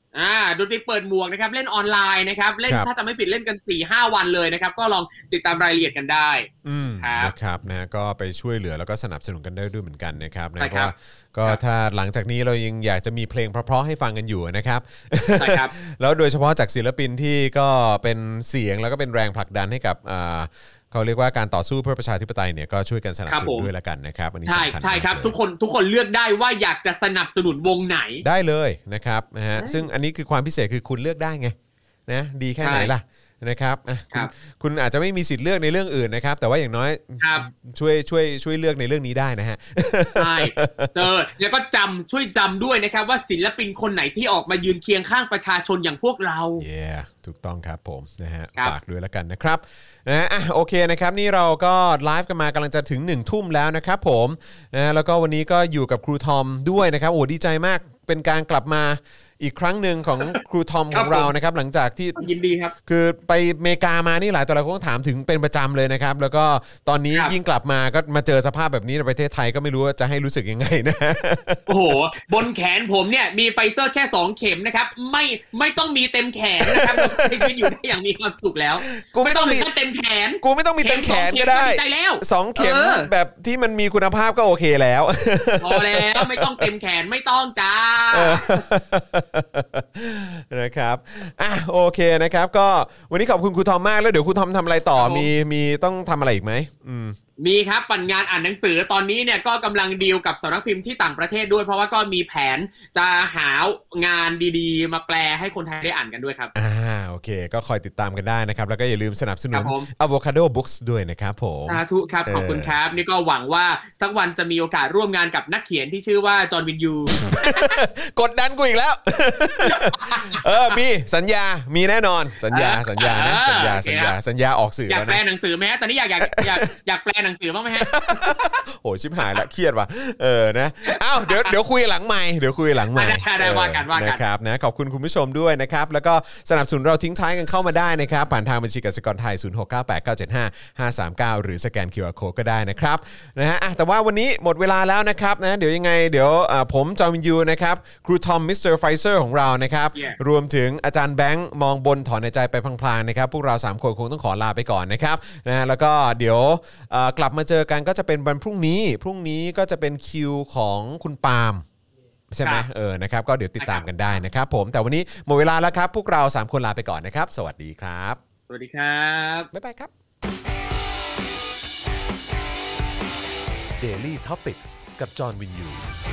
อ่าดนตรีเปิดหมวกนะครับเล่นออนไลน์นะครับเล่นถ้าจะไม่ผิดเล่นกัน สี่ห้า วันเลยนะครับก็ลองติดตามรายละเอียดกันได้ครับนะครับนะก็ไปช่วยเหลือแล้วก็สนับสนุนกันได้ด้วยเหมือนกันนะครับนะเพราะว่าก็ถ้าหลังจากนี้เรายังอยากจะมีเพลงเพราะๆให้ฟังกันอยู่นะครับใช่ครับแล้วโดยเฉพาะจากศิลปินที่ก็เป็นเสียงแล้วก็เป็นแรงผลักดันให้กับเขาเรียกว่าการต่อสู้เพื่อประชาธิปไตยเนี่ยก็ช่วยกันสนับสนุนด้วยละกันนะครับอันนี้สำคัญใช่ครับทุกคนทุกคนเลือกได้ว่าอยากจะสนับสนุนวงไหนได้เลยนะครับนะฮะซึ่งอันนี้คือความพิเศษคือคุณเลือกได้ไงนะดีแค่ไหนล่ะนะครับคุณคุณอาจจะไม่มีสิทธิ์เลือกในเรื่องอื่นนะครับแต่ว่าอย่างน้อยช่วยช่วยช่วยเลือกในเรื่องนี้ได้นะฮะใช่เจอแล้วก็จำช่วยจำด้วยนะครับว่าศิลปินคนไหนที่ออกมายืนเคียงข้างประชาชนอย่างพวกเราเย้ yeah, ถูกต้องครับผมนะฮะฝากด้วยแล้วกันนะครับนะอ่ะโอเคนะครับนี่เราก็ไลฟ์กันมากำลังจะถึงหนึ่งทุ่มแล้วนะครับผมนะแล้วก็วันนี้ก็อยู่กับครูทอมด้วยนะครับโอ้ดีใจมากเป็นการกลับมาอีกครั้งหนึ่งของครูทอมของเรานะครับหลังจากที่ยินดีครับคือไปอเมริกามานี่หลายต่อหลายคนถามถึงเป็นประจำเลยนะครับแล้วก็ตอนนี้ยิ่งกลับมาก็มาเจอสภาพแบบนี้ในประเทศไทยก็ไม่รู้ว่าจะให้รู้สึกยังไงนะโอ้โหบนแขนผมเนี่ยมีไฟเซอร์แค่สองเข็มนะครับไม่ไม่ต้องมีเต็มแขนนะครับใช้ชีวิตอยู่ได้อย่างมีความสุขแล้วกูไม่ต้องมีเต็มแขนกูไม่ต้องมีเต็มแขนก็ได้สองเข็มแบบที่มันมีคุณภาพก็โอเคแล้วพอแล้วไม่ต้องเต็มแขนไม่ต้องจ้านะครับอ่ะโอเคนะครับก็วันนี้ขอบคุณครูทอมมากแล้วเดี๋ยวครูทอมทำอะไรต่อมีมีต้องทำอะไรอีกไหมอืมมีครับปั่นงานอ่านหนังสือตอนนี้เนี่ยก็กำลังดีลกับสำนักพิมพ์ที่ต่างประเทศด้วยเพราะว่าก็มีแผนจะหางานดีๆมาแปลให้คนไทยได้อ่านกันด้วยครับอ่าโอเคก็คอยติดตามกันได้นะครับแล้วก็อย่าลืมสนับสนุน Avocado Books ด้วยนะครับผมสาธุครับขอบคุณครับนี่ก็หวังว่าสักวันจะมีโอกาสร่วมงานกับนักเขียนที่ชื่อว่าจอห์นวินยูกดดันกูอีกแล้วเออมีสัญญามีแน่นอนสัญญาสัญญานะสัญญาสัญญาสัญญาออกสื่อแล้วนะอยากแปลหนังสือไหมตอนนี้อยากอยากอยากอยากแปลหนังสือบ้างไหมฮะโหชิบหายละเครียดว่ะเออนะอ้าวเดี๋ยวเดี๋ยวคุยหลังใหม่เดี๋ยวคุยหลังใหม่ได้ว่ากันว่ากันนะครับนะขอบคุณคุณผู้ชมด้วยนะครับแล้วก็สนับสนุนเราทิ้งท้ายกันเข้ามาได้นะครับผ่านทางบัญชีกสิกรไทยศูนย์ หก เก้า แปด เก้า เจ็ด ห้า ห้า สาม เก้าหรือสแกน คิว อาร์ Code ก็ได้นะครับนะฮะแต่ว่าวันนี้หมดเวลาแล้วนะครับนะเดี๋ยวยังไงเดี๋ยวผมจอห์นวินยูนะครับครูทอมมิสเตอร์ไฟเซอร์ของเรานะครับรวมถึงอาจารย์แบงค์มองบนถอนในใจไปพลางๆนะครับพวกเราสามคนคงต้องขอลาไปก่อนนะครับนะแล้วก็เดี๋ยวกลับมาเจอกันก็จะเป็นวันพรุ่งนี้พรุ่งนี้ก็จะเป็นคิวของคุณปาล์มใช่ไหมเออนะครับก็เดี๋ยวติดตามกันได้นะครับผมแต่วันนี้หมดเวลาแล้วครับพวกเราสามคนลาไปก่อนนะครับสวัสดีครับสวัสดีครับบ๊ายบายครับ Daily Topics กับจอห์นวินยู